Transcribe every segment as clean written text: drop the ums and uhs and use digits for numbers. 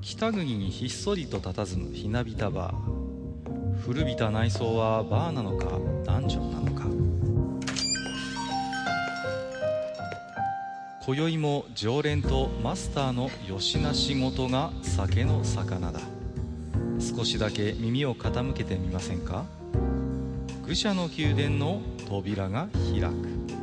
北国にひっそりと佇むひなびたバー。古びた内装はバーなのかダンジョンなのか。今宵も常連とマスターのよしな仕事が酒の魚だ。少しだけ耳を傾けてみませんか。愚者の宮殿の扉が開く。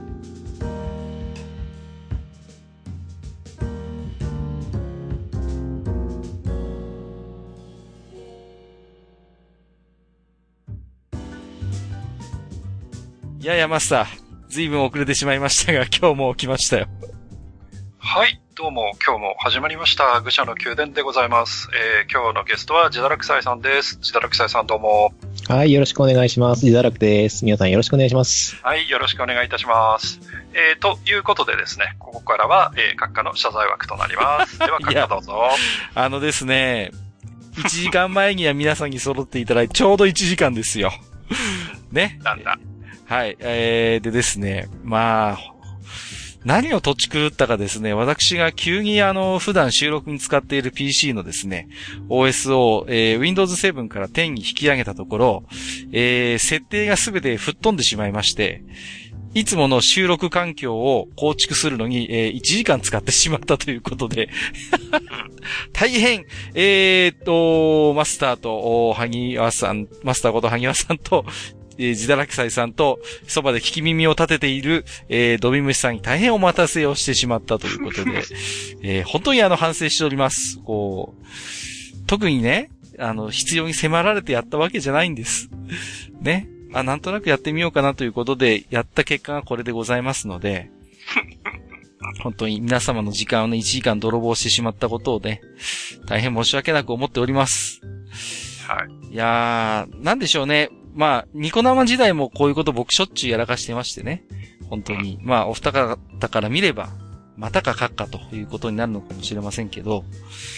いやいやマスター、ずいぶん遅れてしまいましたが、今日も来ましたよ。 はい、どうも今日も始まりました愚者の宮殿でございます。今日のゲストはジダラクサイさんです。ジダラクサイさんどうも。 はい、よろしくお願いします。ジダラクです。皆さんよろしくお願いします。 はい、よろしくお願いいたします。ということでですね、ここからは、閣下の謝罪枠となります。では閣下どうぞ。 ですね、1時間前には皆さんに揃っていただいて、ちょうど1時間ですよ。ね。 なんだ。 はい。でですね、まあ、何を土地狂ったかですね、私が急に普段収録に使っている PC のですね、OS を、Windows 7から10に引き上げたところ、設定がすべて吹っ飛んでしまいまして、いつもの収録環境を構築するのに、1時間使ってしまったということで、大変、マスターと、萩和さん、マスターこと萩和さんと、ジダラクサイさんと、そばで聞き耳を立てている、ドビムシさんに大変お待たせをしてしまったということで、本当に反省しております。特にね、必要に迫られてやったわけじゃないんです。ね。なんとなくやってみようかなということで、やった結果がこれでございますので、本当に皆様の時間をね、1時間泥棒してしまったことをね、大変申し訳なく思っております。 はい。 いやー、なんでしょうね。まあ、ニコ生時代もこういうこと僕しょっちゅうやらかしてましてね。本当に。まあ、お二方から見れば、またか閣下ということになるのかもしれませんけど。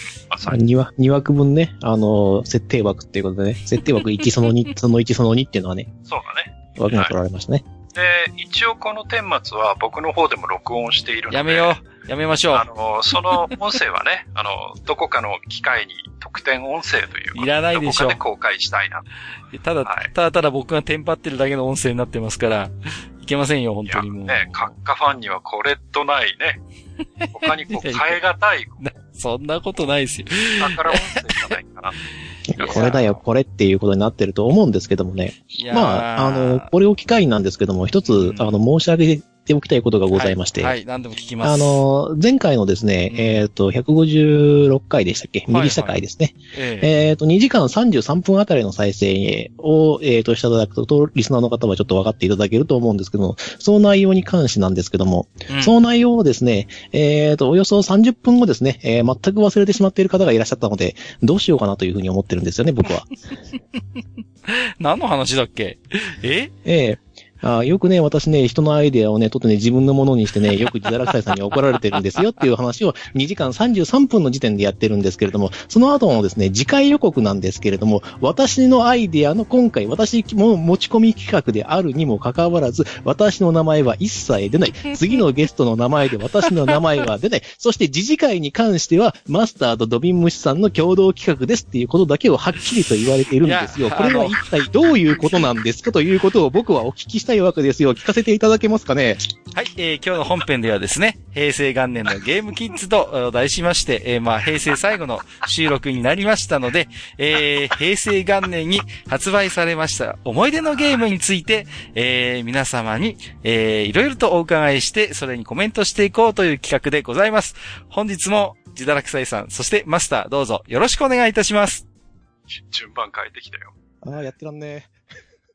2枠分ね、設定枠っていうことでね、設定枠1その2、その1その2っていうのはね。 そうだね。 枠が取られましたね。 で、一応この顛末は僕の方でも録音しているので。 やめよう。やめましょう。 その音声はね、どこかの機械に特典音声という。 いらないでしょ。 どこかで公開したいな。 ただ僕がテンパってるだけの音声になってますから、いけませんよ、本当にもう。 ね、閣下ファンにはこれとないね。他に変え難い。 そんなことないですよ。 宝音声じゃないかな。 これだよ、これっていうことになってると思うんですけどもね。まあ、これを機会なんですけども、一つ、申し上げておきたいことがございまして。 はい、何でも聞きます。 前回のですね、156回でしたっけ、右下回ですね。2時間33分あたりの再生を、していただくと、リスナーの方はちょっと分かっていただけると思うんですけども、その内容に関してなんですけども、その内容をですね、およそ30分後ですね、全く忘れてしまっている方がいらっしゃったので、どうしようかなというふうに思ってるんですよね、僕は。 何の話だっけ？ よくね、私ね、人のアイデアをね、取ってね、自分のものにしてね、よくジダラクサイさんに怒られてるんですよっていう話を2時間33分の時点でやってるんですけれども、その後のですね、次回予告なんですけれども、私のアイデアの今回、私も持ち込み企画であるにもかかわらず、私の名前は一切出ない。次のゲストの名前で私の名前は出ない。そして次次回に関しては、マスターとドビンムシさんの共同企画ですっていうことだけをはっきりと言われているんですよ。これは一体どういうことなんですかということを僕はお聞きしたいわけですよ。聞かせていただけますかね。 はい、今日の本編ではですね、平成元年のゲームキッズと題しまして、まあ平成最後の収録になりましたので、平成元年に発売されました思い出のゲームについて、皆様に、いろいろとお伺いして、それにコメントしていこうという企画でございます。本日もジダラクサイさん、そしてマスターどうぞよろしくお願いいたします。 順番変えてきたよ。 やってらんねえ。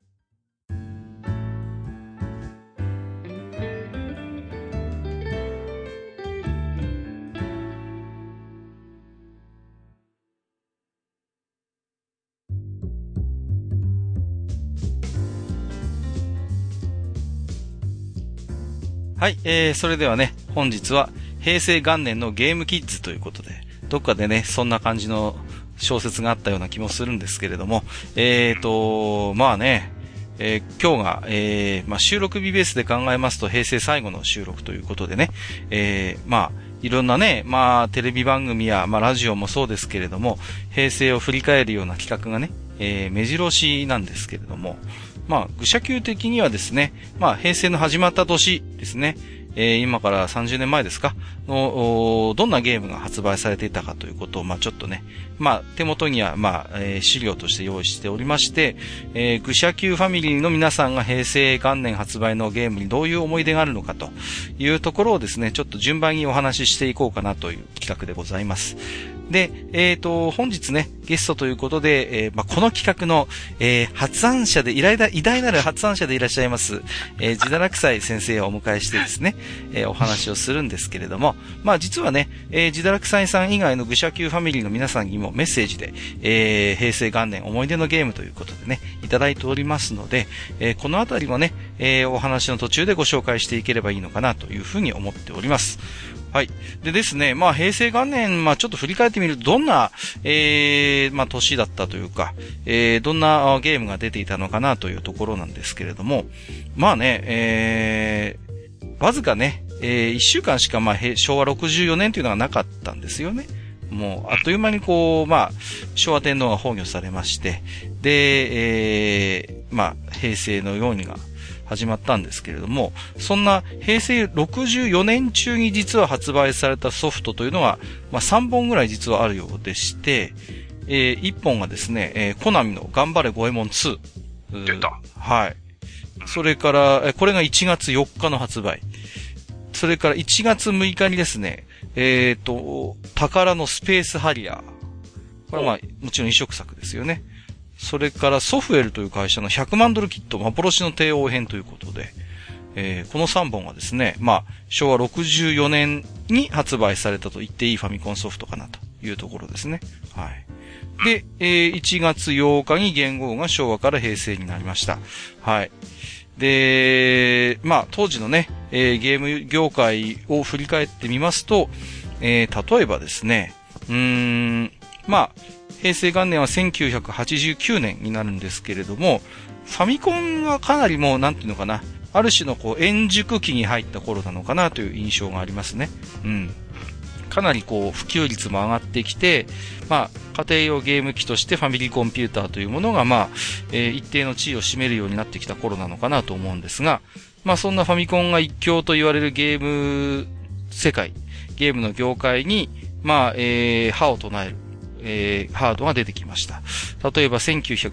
はい、それではね、本日は平成元年のゲームキッズということで、どっかでね、そんな感じの小説があったような気もするんですけれども、まあね、今日が、まあ収録日ベースで考えますと平成最後の収録ということでね、まあいろんなね、まあ、テレビ番組や、まあ、ラジオもそうですけれども、平成を振り返るような企画がね、目白押しなんですけれども、まあ、愚者級的にはですね、まあ、平成の始まった年ですね、今から30年前ですかの、どんなゲームが発売されていたかということを、まあちょっとね、まあ手元には、まあ、資料として用意しておりまして、愚者級ファミリーの皆さんが平成元年発売のゲームにどういう思い出があるのかというところをですね、ちょっと順番にお話ししていこうかなという企画でございます。で、本日ね、ゲストということで、まあ、この企画の、発案者で、偉大なる発案者でいらっしゃいます、自堕落斎先生をお迎えしてですね、お話をするんですけれども、まあ、実はね、自堕落斎さん以外の愚者級ファミリーの皆さんにもメッセージで、平成元年思い出のゲームということでね、いただいておりますので、このあたりもね、お話の途中でご紹介していければいいのかなというふうに思っております。はい。でですね、まあ平成元年、まあちょっと振り返ってみるとどんな、まあ年だったというか、どんなゲームが出ていたのかなというところなんですけれども、まあね、わずかね、1週間しかまあ昭和64年というのがなかったんですよね。もうあっという間にこう、まあ昭和天皇が崩御されまして、で、まあ平成のようにが始まったんですけれども、そんな平成64年中に実は発売されたソフトというのは、まあ、3本ぐらい実はあるようでして、1本がですね、コナミの頑張れゴエモン2。 出た。 はい。それから、これが1月4日の発売。それから1月6日にですね、宝のスペースハリアー。これはまあ、もちろん移植作ですよね。それからソフエルという会社の100万ドルキット幻の帝王編ということで、この3本はですね、まあ、昭和64年に発売されたと言っていいファミコンソフトかなというところですね。はい。で、1月8日に元号が昭和から平成になりました。はい。で、まあ、当時のね、ゲーム業界を振り返ってみますと、例えばですね、まあ、平成元年は1989年になるんですけれども、ファミコンはかなりもう、なんていうのかな、ある種のこう、円熟期に入った頃なのかなという印象がありますね。うん。かなりこう、普及率も上がってきて、まあ、家庭用ゲーム機としてファミリーコンピューターというものが、まあ、一定の地位を占めるようになってきた頃なのかなと思うんですが、まあ、そんなファミコンが一強と言われるゲーム世界、ゲームの業界に、まあ、歯を唱える。ハードが出てきました。例えば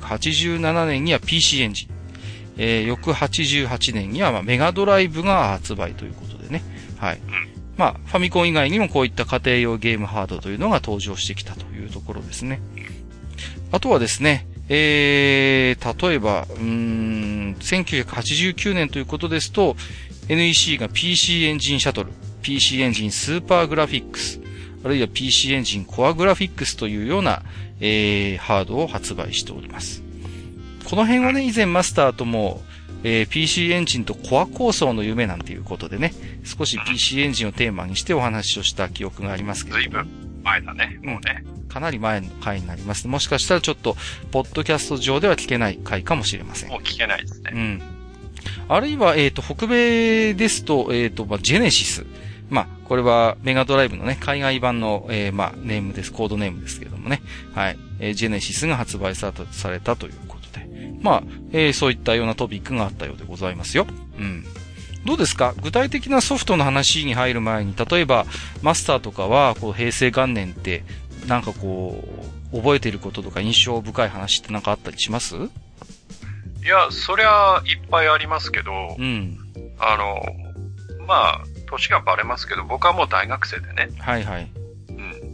1987年には PC エンジン。翌88年にはまあメガドライブが発売ということでね。はい。まあ、ファミコン以外にもこういった家庭用ゲームハードというのが登場してきたというところですね。あとはですね、例えば、1989年ということですと、NEC が PC エンジンシャトル、PC エンジンスーパーグラフィックス、あるいは PC エンジンコアグラフィックスというような、ハードを発売しております。この辺はね、以前マスターとも、PC エンジンとコア構想の夢なんていうことでね、少し PC エンジンをテーマにしてお話をした記憶がありますけど。 随分前だね、もうね。 かなり前の回になります。もしかしたらちょっと、ポッドキャスト上では聞けない回かもしれません。 もう聞けないですね。 うん。あるいは、北米ですと、まあ、ジェネシス。まあ、これはメガドライブのね、海外版の、まあ、ネームです。コードネームですけれどもね。はい。ジェネシスが発売されたということで。まあ、そういったようなトピックがあったようでございますよ。うん。どうですか？具体的なソフトの話に入る前に、例えば、マスターとかは、こう、平成元年って、なんかこう、覚えていることとか印象深い話ってなんかあったりします？ いや、そりゃ、いっぱいありますけど、 うん。 まあ、年がバレますけど、僕はもう大学生でね。 はいはい。 うん。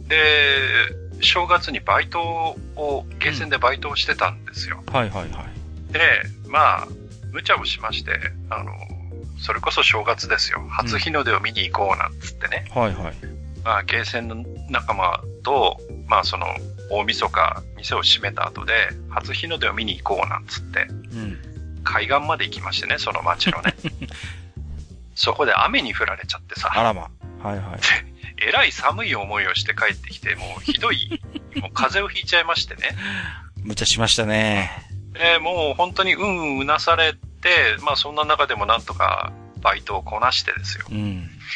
で、正月にバイトを、ゲーセンでバイトをしてたんですよ。 はいはいはい。 で、まあ、無茶をしまして、それこそ正月ですよ。初日の出を見に行こうなんつってね。 はいはい。 まあ、ゲーセンの仲間と、まあ、その、大晦日、店を閉めた後で、初日の出を見に行こうなんつって、 うん。 海岸まで行きましてね、その街のね。そこで雨に降られちゃってさ。 あらま。はいはい。 えらい寒い思いをして帰ってきて、もうひどい、もう風邪をひいちゃいましてね。 無茶しましたね。 もう本当にうなされて、まあそんな中でもなんとかバイトをこなしてですよ。 うん。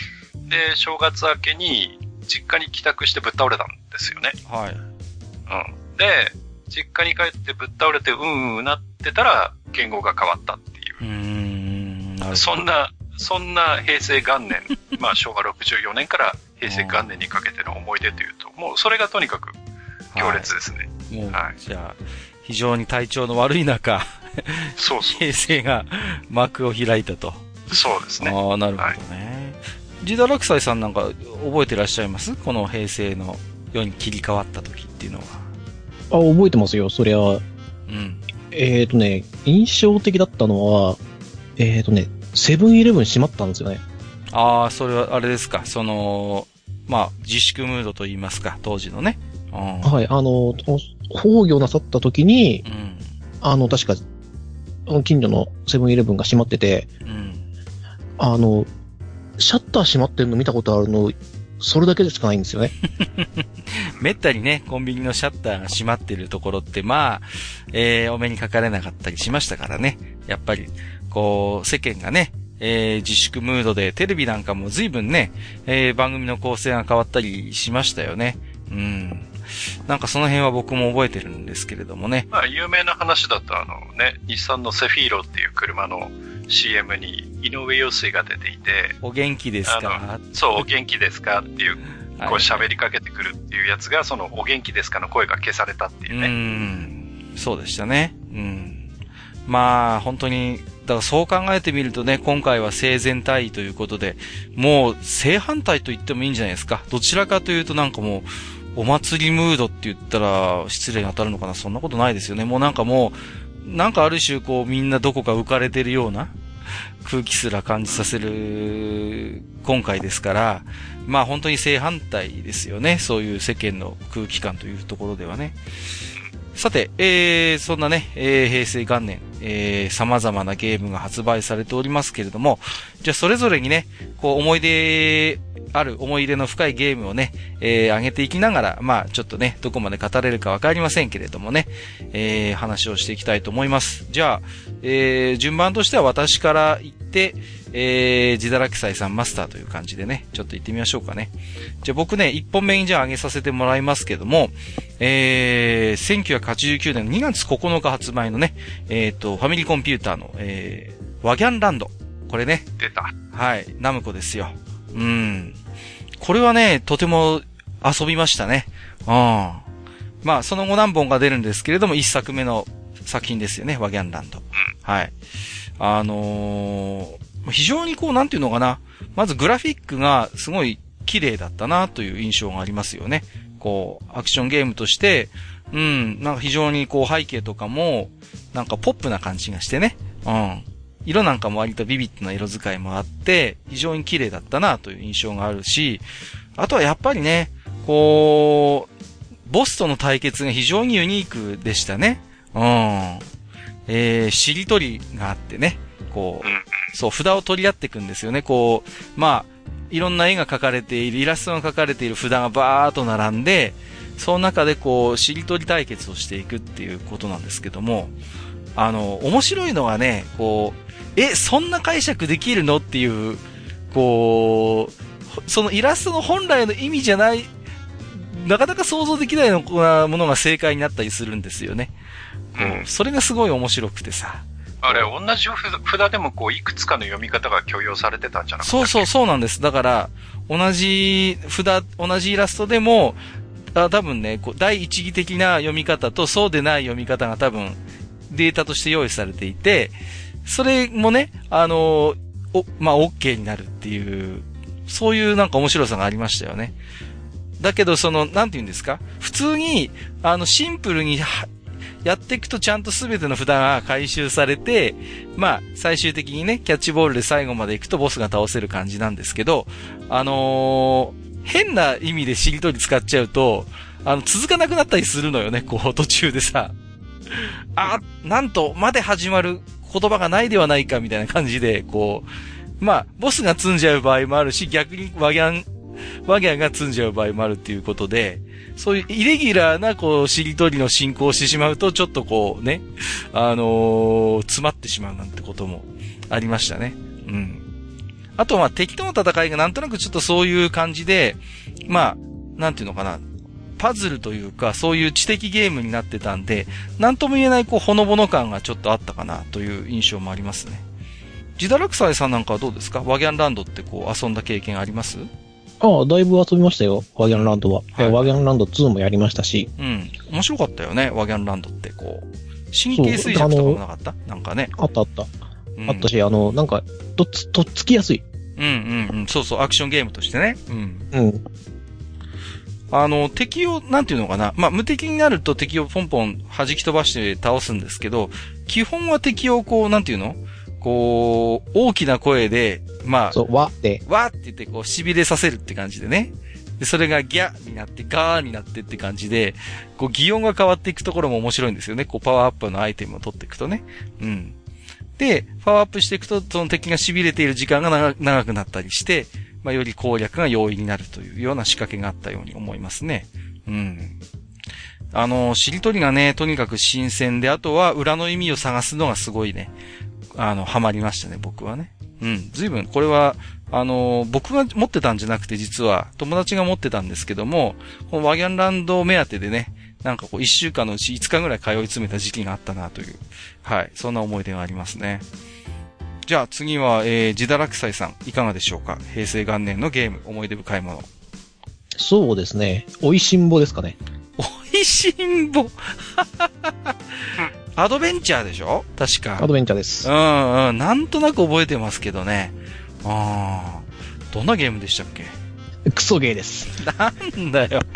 で、正月明けに実家に帰宅してぶっ倒れたんですよね。 はい。 うん。で、実家に帰ってぶっ倒れてなってたら言語が変わったっていう。 なるほど。 そんな平成元年、まあ昭和64年から平成元年にかけての思い出というと、もうそれがとにかく強烈ですね。 はい、もう、はい、じゃあ、非常に体調の悪い中、 そうそう。 平成が幕を開いたと。 そうですね。 ああ、なるほどね。はい、ジダラクサイさんなんか覚えてらっしゃいます？この平成の世に切り替わった時っていうのは。 覚えてますよ、そりゃ。うん。印象的だったのは、セブンイレブン閉まったんですよね。 ああ、それはあれですか。まあ、自粛ムードと言いますか、当時のね。 うん、はい、崩御なさった時に、確か、近所のセブンイレブンが閉まってて、シャッター閉まってるの見たことあるの、それだけでしかないんですよね。 めったにね、コンビニのシャッターが閉まってるところって、まあ、お目にかかれなかったりしましたからね。やっぱり、こう、世間がね、自粛ムードで、テレビなんかも随分ね、番組の構成が変わったりしましたよね。なんかその辺は僕も覚えてるんですけれどもね。 まあ、有名な話だと日産のセフィーロっていう車の CM に井上陽水が出ていて、 お元気ですか？ そう、お元気ですかっていう、こう喋りかけてくるっていうやつが、そのお元気ですかの声が消されたっていうね。 そうでしたね。まあ、本当に、だからそう考えてみるとね、今回は生前退位ということで、もう正反対と言ってもいいんじゃないですか。どちらかというとなんかもう、お祭りムードって言ったら失礼に当たるのかな。そんなことないですよね。もうなんかある種こうみんなどこか浮かれてるような空気すら感じさせる今回ですから、まあ本当に正反対ですよね。そういう世間の空気感というところではね。さて、そんなね、平成元年、様々なゲームが発売されておりますけれども、じゃあそれぞれにね、こう思い出の深いゲームをね、上げていきながら、まあちょっとね、どこまで語れるかわかりませんけれどもね、話をしていきたいと思います。じゃあ、順番としては私から言って、ジダラキサイさんマスターという感じでね、ちょっと行ってみましょうかね。じゃあ僕ね、1本目にじゃあ上げさせてもらいますけども、1989年の2月9日発売のね、ファミリーコンピューターの、ワギャンランド。これね。 出た。 はい、ナムコですよ。これはね、とても遊びましたね。まあ、その後何本か出るんですけれども、1作目の作品ですよね、ワギャンランド。はい。非常にこう、なんていうのかな。まずグラフィックがすごい綺麗だったなという印象がありますよね。こう、アクションゲームとして、なんか非常にこう背景とかも、なんかポップな感じがしてね。色なんかも割とビビッドな色使いもあって、非常に綺麗だったなという印象があるし、あとはやっぱりね、こう、ボスとの対決が非常にユニークでしたね。しりとりがあってね、こう、そう、札を取り合っていくんですよね。こう、まあ、いろんな絵が描かれている、イラストが描かれている札がバーっと並んで、その中でこう、しりとり対決をしていくっていうことなんですけども、面白いのがね、こう、そんな解釈できるのっていう、こう、そのイラストの本来の意味じゃない、なかなか想像できないようなものが正解になったりするんですよね。それがすごい面白くてさ。 あれ、同じ札でもこう、いくつかの読み方が許容されてたんじゃなかったっけ？ そうなんです。だから、同じイラストでも、多分ね、こう第一義的な読み方とそうでない読み方が多分、データとして用意されていて、それもね、まあ、OK になるっていう、そういうなんか面白さがありましたよね。だけど、なんて言うんですか？普通に、シンプルに、やっていくとちゃんと全ての札が回収されて、まあ、最終的にね、キャッチボールで最後まで行くとボスが倒せる感じなんですけど、変な意味でしりとり使っちゃうと、続かなくなったりするのよね、こう、途中でさ。なんと、まで始まる言葉がないではないか、みたいな感じで、こう、まあ、ボスが積んじゃう場合もあるし、逆にワギャンが積んじゃう場合もあるっていうことで、そういうイレギュラーな、こう、しりとりの進行をしてしまうと、ちょっとこうね、詰まってしまうなんてこともありましたね。 あとは敵との戦いがなんとなくちょっとそういう感じで、まあ、なんていうのかな。パズルというか、そういう知的ゲームになってたんで、なんとも言えないほのぼの感がちょっとあったかなという印象もありますね。ジダラクサイさんなんかはどうですか？ワギャンランドって遊んだ経験あります？ ああ、だいぶ遊びましたよ、ワギャンランドは。はい、ワギャンランド2もやりましたし。 うん。面白かったよね、ワギャンランドって神経衰弱とかもなかったなんかね。 あった。あったし、なんか、とっつきやすい。 そう、アクションゲームとしてね。敵を、なんていうのかな。まあ、無敵になると敵をポンポン弾き飛ばして倒すんですけど、基本は敵をなんていうの？大きな声で、まあ、 そう、わって言って痺れさせるって感じでね。で、それがギャになって、ガーになってって感じで、擬音が変わっていくところも面白いんですよね。パワーアップのアイテムを取っていくとね。で、パワーアップしていくと、その敵が痺れている時間が長くなったりして、まあ、より攻略が容易になるというような仕掛けがあったように思いますね。しりとりがね、とにかく新鮮で、あとは裏の意味を探すのがすごいね、ハマりましたね、僕はね。随分、これは、僕が持ってたんじゃなくて、実は、友達が持ってたんですけども、このワギャンランド目当てでね、なんか1週間のうち5日ぐらい通い詰めた時期があったなという、はい、そんな思い出がありますね。じゃあ次は、ジダラクサイさん、いかがでしょうか？平成元年のゲーム、思い出深いもの。 そうですね。おいしんぼですかね。 おいしんぼアドベンチャーでしょ？確か。 アドベンチャーです。 なんとなく覚えてますけどね。どんなゲームでしたっけ？ クソゲーです。 なんだよ。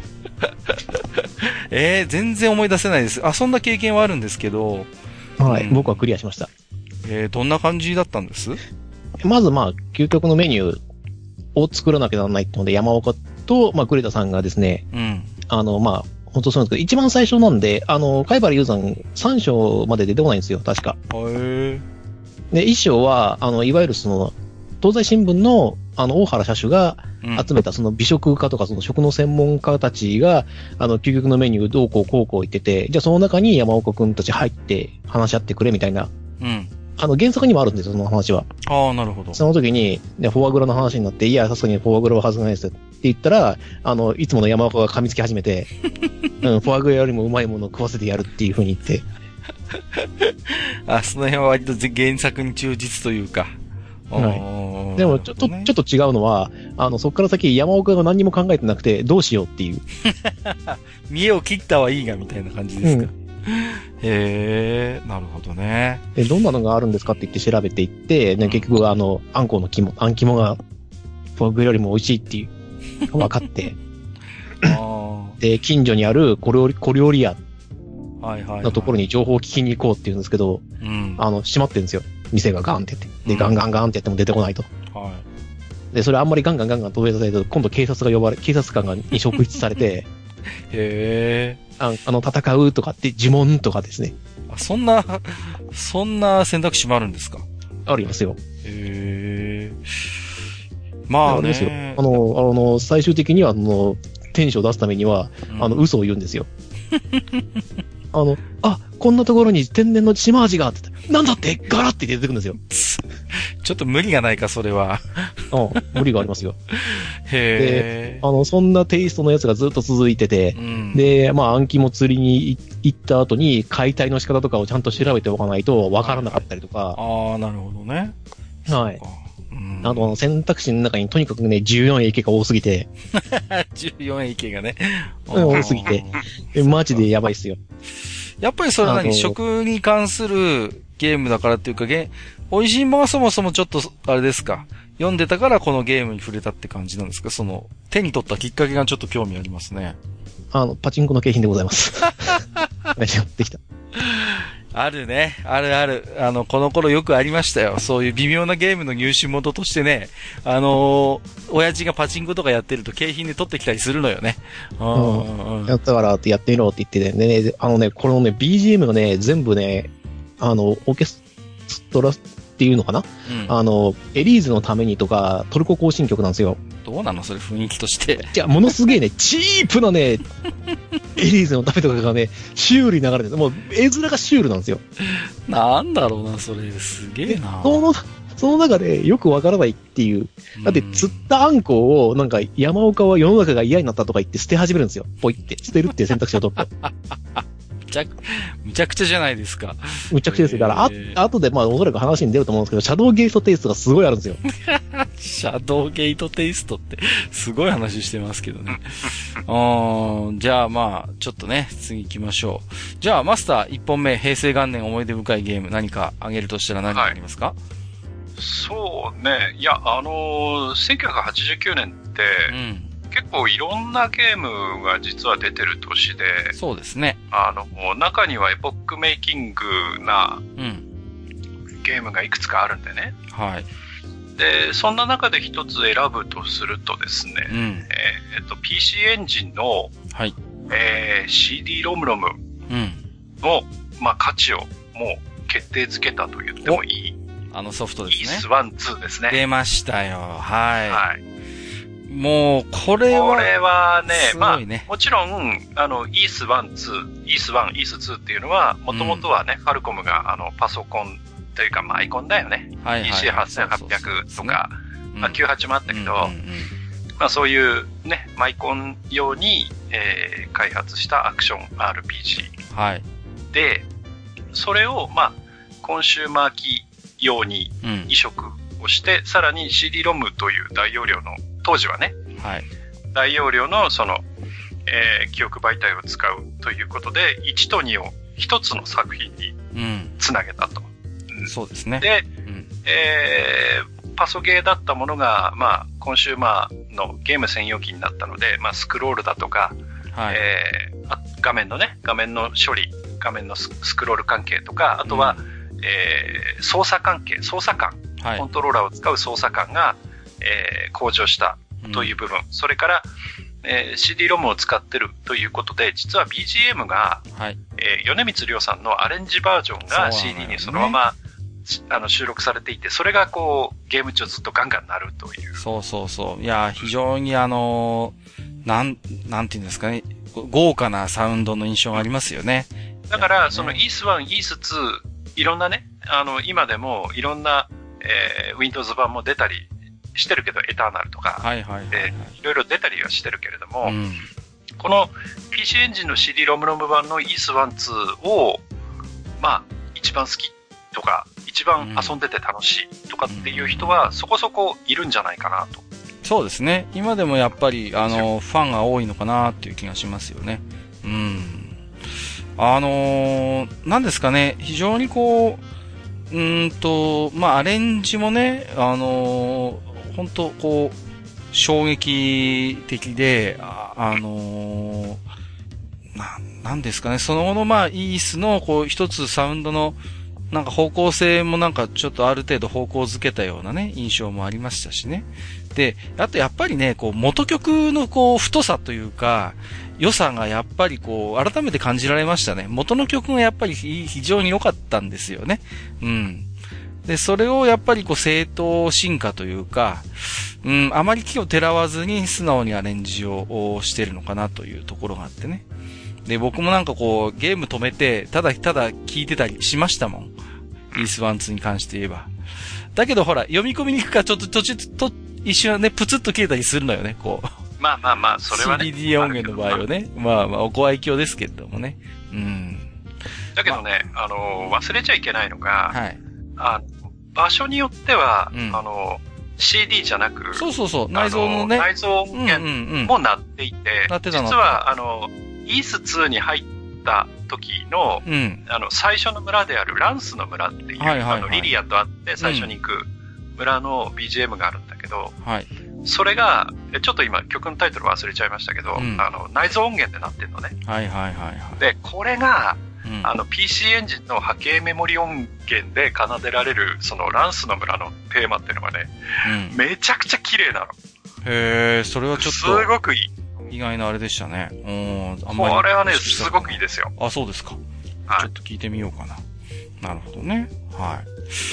全然思い出せないです。遊んだ経験はあるんですけど。 はい、僕はクリアしました。 どんな感じだったんです？ まず究極のメニューを作らなきゃならないってので、山岡と、グレタさんがですね、本当そうなんですけど、一番最初なんで、貝原雄山3章まで出てこないんですよ、確か。で、1章は、いわゆる東西新聞の、大原社主が集めたその美食家とかその食の専門家たちが、究極のメニューどうこうこうこう言ってて、じゃあその中に山岡くんたち入って話し合ってくれみたいな。原作にもあるんですよ、その話は。 なるほど。 その時に、フォアグラの話になって、いや、さすがにフォアグラは外せないですって言ったら、いつもの山岡が噛みつき始めて、フォアグラよりもうまいものを食わせてやるっていう風に言って。 その辺は割と原作に忠実というか。 はい。でも、ちょっと違うのは、そっから先山岡が何にも考えてなくて、どうしようっていう。 見栄を切ったはいいが、みたいな感じですか。なるほどね。 で、どんなのがあるんですかって言って調べていって、結局あんこのあん肝が、フォアグラよりも美味しいっていう、分かって。で、近所にある小料理屋のところに情報を聞きに行こうって言うんですけど、閉まってるんですよ。店がガンって言って。で、ガンガンガンってやっても出てこないと。で、それあんまりガンガンガンガン飛び出されると、今度警察官に職質されて、戦うとかって呪文とかですね。 そんな選択肢もあるんですか？ ありますよ。 まあね。 あれですよ。最終的には、天使を出すためには、嘘を言うんですよ。こんなところに天然の島味があって、なんだってガラって出てくるんですよ。 ちょっと無理がないか、それは。 無理がありますよ。 へで、そんなテイストのやつがずっと続いてて、で、あん肝釣りに行った後に解体の仕方とかをちゃんと調べておかないとわからなかったりとか。 なるほどね。 はい。選択肢の中にとにかくね、14AK が多すぎて。 14AK がね。 多すぎて。マジでやばいっすよ。 やっぱりそれは食に関するゲームだからっていうか、美味しいものはそもそもちょっと、あれですか。読んでたからこのゲームに触れたって感じなんですか？手に取ったきっかけがちょっと興味ありますね。 パチンコの景品でございます。できた。 あるね。ある。この頃よくありましたよ。そういう微妙なゲームの入手元としてね、親父がパチンコとかやってると景品で取ってきたりするのよね。 やったからってやってみろって言ってね、これのね、BGM がね、全部ね、オーケストラっていうのかな、エリーズのためにとか、トルコ行進曲なんですよ。 どうなのそれ雰囲気として。 いや、ものすげえね、チープなね、エリーズのためとかがね、シュールに流れてる。もう、絵面がシュールなんですよ。 なんだろうな、それ。すげえな。 その中でよくわからないっていう。だって釣ったあんこをなんか山岡は世の中が嫌になったとか言って捨て始めるんですよ。ポイって捨てるっていう選択肢を取って。 むちゃくちゃじゃないですか。 むちゃくちゃですよ。だから、後でまあおそらく話に出ると思うんですけど、シャドウゲートテイストがすごいあるんですよ。 シャドウゲートテイストってすごい話してますけどね。じゃあまあ、ちょっとね、次行きましょう。じゃあマスター1本目、平成元年思い出深いゲーム何かあげるとしたら何がありますか？はい、 そうね。いや、1989年って、結構いろんなゲームが実は出てる年で、 そうですね。 中にはエポックメイキングな、ゲームがいくつかあるんでね。 はい。 で、そんな中で一つ選ぶとするとですね、PC エンジンの、 はい。 CD ロムロムの、まあ、価値をもう決定づけたと言ってもいい。 ソフトですね。 イース1、2ですね。 出ましたよ。はい。 はい。 もう、これはね、 すごいね。 まあ、もちろん、イース1、2、イース1、イース2っていうのは、もともとはね、ファルコムが、パソコンというか、マイコンだよね。PC8800 とか、まあ、98もあったけど、まあ、そういうね、マイコン用に、開発したアクション RPG。 はい。 で、それを、まあ、コンシューマー機用に移植をして、さらに CD ロムという大容量の、当時はね、 はい、 大容量のその、記憶媒体を使うということで、1と2を1つの作品につなげたと。 そうですね。 で、パソゲーだったものが、まあ、コンシューマーのゲーム専用機になったので、まあ、スクロールだとか、 はい、 画面の処理、画面のスクロール関係とか、あとは、操作感、はい、コントローラーを使う操作感が、向上したという部分、それから、CD ロムを使ってるということで、実は BGM が、 はい、 米光亮さんのアレンジバージョンが CD にそのまま、収録されていて、それがこう、ゲーム中ずっとガンガン鳴るという。 そう。いや、非常になんていうんですかね、豪華なサウンドの印象がありますよね。 だから、そのイース1、イース2、いろんなね、今でもいろんな、Windows 版も出たりしてるけど、エターナルとか、いろいろ出たりはしてるけれども、この PC エンジンの CD ロムロム版のイース1、2を、まあ、一番好きとか、一番遊んでて楽しいとかっていう人はそこそこいるんじゃないかなと。 そうですね。今でもやっぱり、ファンが多いのかなっていう気がしますよね。なんですかね、非常にこう、まあ、アレンジもね、本当こう、衝撃的で、なんですかね、その後のまあ、イースのこう、一つサウンドの、なんか方向性もなんかちょっとある程度方向づけたようなね、印象もありましたしね。で、あとやっぱりね、こう、元曲のこう、太さというか、良さがやっぱりこう、改めて感じられましたね。元の曲がやっぱり非常に良かったんですよね。で、それをやっぱりこう、正当進化というか、あまり気をてらわずに素直にアレンジをしてるのかなというところがあってね。で、僕もなんかこう、ゲーム止めて、ただ聞いてたりしましたもん。イース1、2に関して言えば。だけどほら、読み込みに行くからちょっと途中一瞬ね、プツッと切れたりするのよね、こう。 まあ、それはね。 CD 音源の場合はね。まあ、お愛嬌ですけれどもね。 だけどね、忘れちゃいけないのが、 はい。 場所によっては、CD じゃなく、 そう、内蔵のね。 内蔵音源も鳴っていて、実は、イース2に入った時の、最初の村であるランスの村っていう、リリアと会って最初に行く村の BGM があるんだけど、それが、ちょっと今曲のタイトル忘れちゃいましたけど、内蔵音源でなってるのね。で、これが、PC エンジンの波形メモリ音源で奏でられる、そのランスの村のテーマっていうのがね、めちゃくちゃ綺麗なの。 へー、それはちょっと。 すごくいい。 意外なあれでしたね。 これはね、すごくいいですよ。 あ、そうですか。ちょっと聞いてみようかな。なるほどね。はい。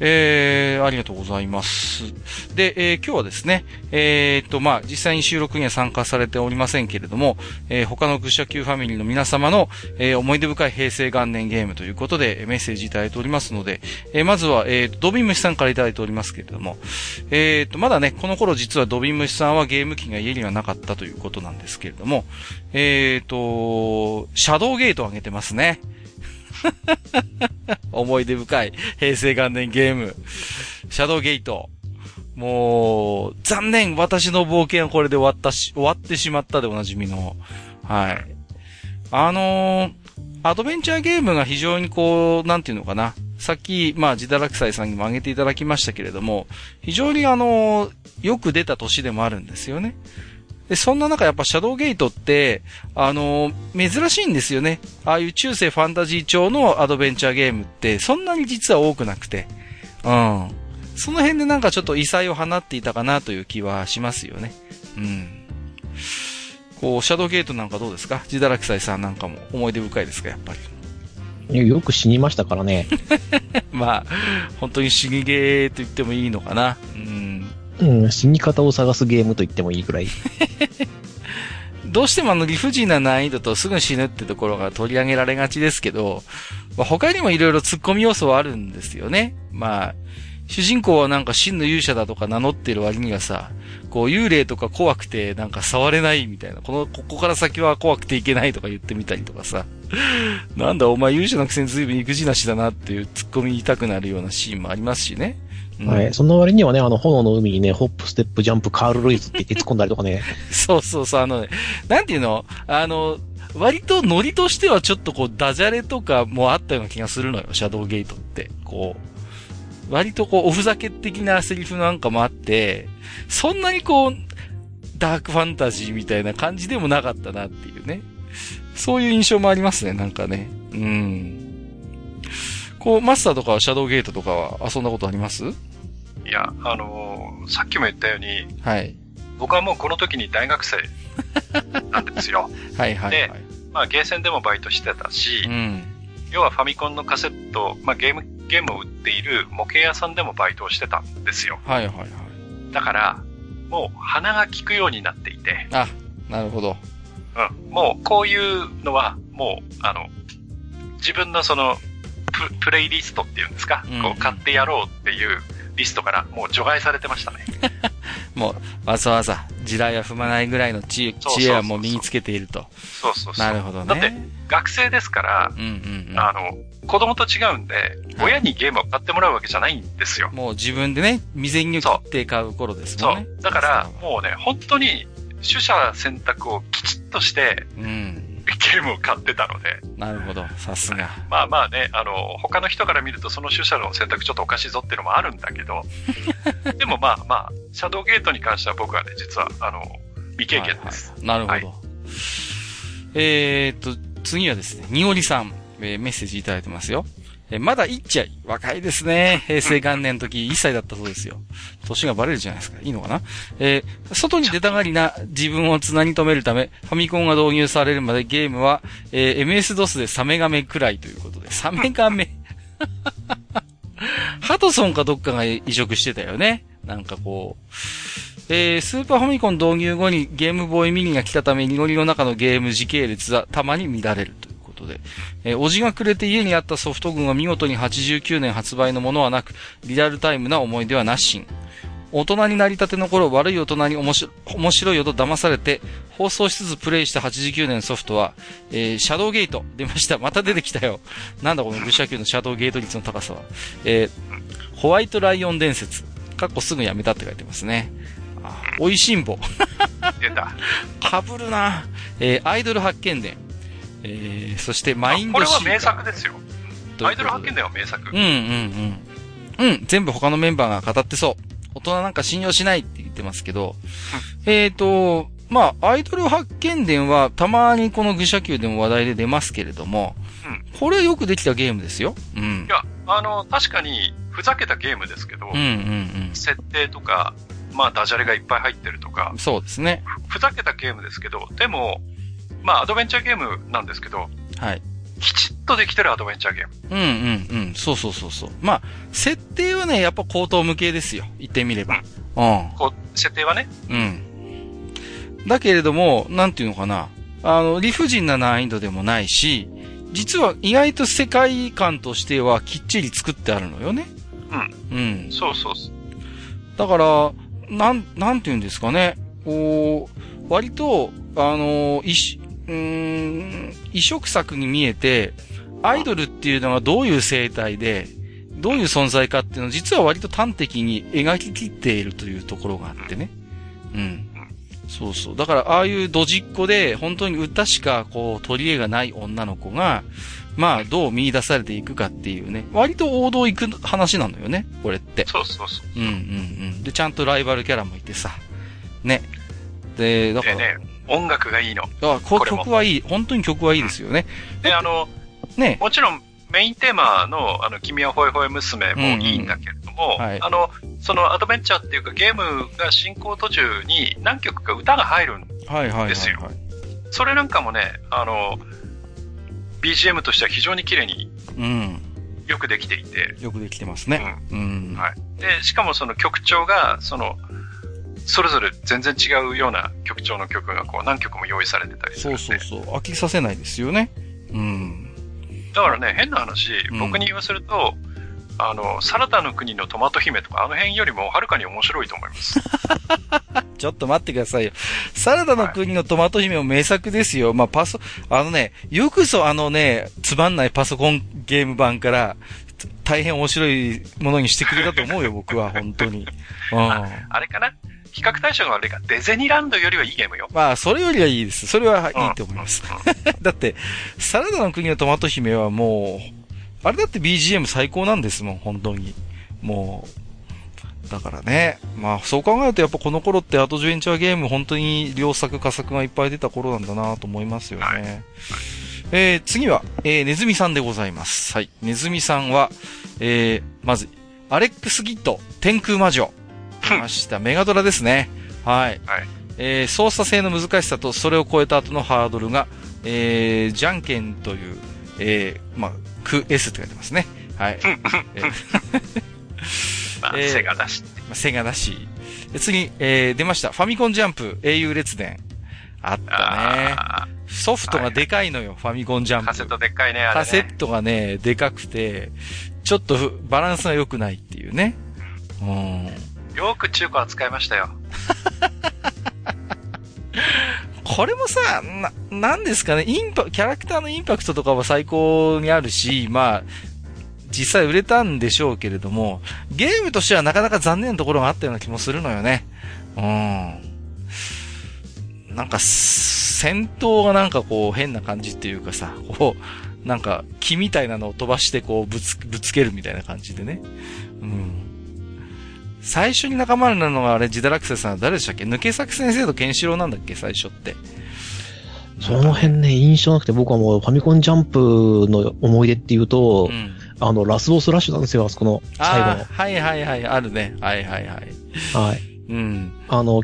ありがとうございます。で、今日はですね、実際に収録には参加されておりませんけれども、他の愚者級ファミリーの皆様の、思い出深い平成元年ゲームということで、メッセージいただいておりますので、まずは、ドビンムシさんからいただいておりますけれども、まだね、この頃実はドビンムシさんはゲーム機が家にはなかったということなんですけれども、シャドウゲートを挙げてますね。思い出深い平成元年ゲーム。シャドウゲート。もう、残念。私の冒険はこれで終わってしまったでおなじみの。はい。アドベンチャーゲームが非常になんていうのかな。さっき、ジダラクサイさんにも挙げていただきましたけれども、非常によく出た年でもあるんですよね。で、そんな中やっぱシャドウゲートって、珍しいんですよね。ああいう中世ファンタジー調のアドベンチャーゲームって、そんなに実は多くなくて。その辺でなんかちょっと異彩を放っていたかなという気はしますよね。シャドウゲートなんかどうですか？ジダラクサイさんなんかも思い出深いですか、やっぱり。よく死にましたからね。 本当に死にゲーと言ってもいいのかな。 死に方を探すゲームと言ってもいいくらい。 どうしても理不尽な難易度とすぐ死ぬってところが取り上げられがちですけど、他にもいろいろ突っ込み要素はあるんですよね。主人公はなんか真の勇者だとか名乗ってる割にはさ、幽霊とか怖くてなんか触れないみたいな、ここから先は怖くていけないとか言ってみたりとかさ、なんだお前勇者のくせに随分育児なしだなっていう突っ込み言いたくなるようなシーンもありますしね。 はい。その割にはね、炎の海にね、ホップ、ステップ、ジャンプ、カール・ロイスって言って突っ込んだりとかね。 そう、なんていうの？割とノリとしてはちょっとダジャレとかもあったような気がするのよ、シャドウゲートって。割とおふざけ的なセリフなんかもあって、そんなにダークファンタジーみたいな感じでもなかったなっていうね。そういう印象もありますね、なんかね。マスターとかはシャドウゲートとかは遊んだことあります？ いや、さっきも言ったように、 はい。 僕はもうこの時に大学生なんですよ。 はい。 で、ゲーセンでもバイトしてたし、要はファミコンのカセット、ゲームを売っている模型屋さんでもバイトをしてたんですよ。 はい。 だから、もう鼻が利くようになっていて。 あ、なるほど。 もうこういうのは、もう、自分のプレイリストっていうんですか、買ってやろうっていうリストからもう除外されてましたね。 もう、わざわざ地雷は踏まないぐらいの知恵はもう身につけていると。 そう。 なるほどね。 だって、学生ですから、子供と違うんで、親にゲームを買ってもらうわけじゃないんですよ。 もう自分でね、未然に切って買う頃ですもんね。 そう。だから、もうね、本当に、取捨選択をきちっとして、ゲームを買ってたので。 なるほど、さすが。 ね、他の人から見るとその取捨の選択ちょっとおかしいぞっていうのもあるんだけど、でもシャドウゲートに関しては僕はね、実は、未経験です。 なるほど。次はですね、におりさん、メッセージいただいてますよ。まだいっちゃい。若いですね。平成元年の時1歳だったそうですよ。年がバレるじゃないですか。いいのかな？外に出たがりな自分を綱に止めるため、ファミコンが導入されるまでゲームは、MS-DOS でサメガメくらいということで。サメガメハドソンかどっかが移植してたよね。なんかスーパーファミコン導入後にゲームボーイミニが来たため、にごりの中のゲーム時系列はたまに乱れるということで、おじがくれて家にあったソフト群は見事に89年発売のものはなく、リアルタイムな思い出はなしん。大人になりたての頃、悪い大人に面白いよと騙されて、放送しつつプレイした89年ソフトは、シャドウゲート。出ました。また出てきたよ。なんだこの愚者級のシャドウゲート率の高さは。ホワイトライオン伝説。すぐやめたって書いてますね。おいしんぼ。 出た。 かぶるな。アイドル発見伝。そしてマインドシーター。 これは名作ですよ。アイドル発見伝は名作。 全部他のメンバーが語ってそう。大人なんか信用しないって言ってますけど。アイドル発見伝はたまにこの愚者級でも話題で出ますけれども、これよくできたゲームですよ。いや、確かにふざけたゲームですけど、設定とか、ダジャレがいっぱい入ってるとか。 そうですね。 ふざけたゲームですけど、でも、アドベンチャーゲームなんですけど、 はい。 きちっとできてるアドベンチャーゲーム。そう。まあ、設定はね、やっぱ高等無形ですよ。言ってみれば。 設定はね。 だけれども、なんていうのかな。理不尽な難易度でもないし、実は意外と世界観としてはきっちり作ってあるのよね。 そう。 だから、なんていうんですかね。割と、異色作に見えて、アイドルっていうのがどういう生態で、どういう存在かっていうのを実は割と端的に描き切っているというところがあってね。そう。だから、ああいうドジっ子で、本当に歌しか、取り柄がない女の子が、まあ、どう見出されていくかっていうね。割と王道行く話なのよね、これって。 そう。 で、ちゃんとライバルキャラもいてさ。ね。で、だから。 ね、音楽がいいの。 曲はいい。本当に曲はいいですよね。 で、ね。もちろん、メインテーマの、君はほえほえ娘もいいんだけれども、そのアドベンチャーっていうかゲームが進行途中に何曲か歌が入るんですよ。それなんかもね、BGM としては非常に綺麗に、よくできていて。 よくできてますね。 で、しかもその曲調が、それぞれ全然違うような曲調の曲が何曲も用意されてたりするんで。 そう。飽きさせないですよね。 だからね、変な話、僕に言わせると、サラダの国のトマト姫とか、あの辺よりもはるかに面白いと思います。 ちょっと待ってくださいよ。サラダの国のトマト姫も名作ですよ。まあ、よくぞつまんないパソコンゲーム版から、大変面白いものにしてくれたと思うよ、僕は、本当に。 あれかな？比較対象が悪いか、デゼニランドよりはいいゲームよ。 まあ、それよりはいいです。それはいいと思います。だって、サラダの国のトマト姫はもう、あれだって BGM 最高なんですもん、本当に。もう、だからね。まあ、そう考えるとやっぱこの頃ってアドベンチャーゲーム本当に良作、佳作がいっぱい出た頃なんだなと思いますよね。次は、ネズミさんでございます。はい。ネズミさんは、まず、アレックス・ギッド、天空魔女。出ました。メガドラですね。はい。操作性の難しさとそれを超えた後のハードルが、じゃんけんという、ク S って書いてますね。はい。 セガだし。 セガだし。次、出ました。ファミコンジャンプ、英雄列伝。あったね。ソフトがでかいのよ、ファミコンジャンプ。 カセットでっかいね、あれね。 カセットがね、でかくて、ちょっとバランスが良くないっていうね。 よく中古扱いましたよ。 これもさ、なんですかね、キャラクターのインパクトとかは最高にあるし、まあ、実際売れたんでしょうけれども、ゲームとしてはなかなか残念なところがあったような気もするのよね。なんか、戦闘がなんか変な感じっていうかさ、なんか木みたいなのを飛ばしてぶつけるみたいな感じでね。最初に仲間になるのがあれ、ジダラクセさんは誰でしたっけ？抜け作先生とケンシロウなんだっけ最初って。 その辺ね、印象なくて僕はもうファミコンジャンプの思い出っていうと、ラスボスラッシュなんですよ、あそこの最後の。 はい、あるね。はい。はい。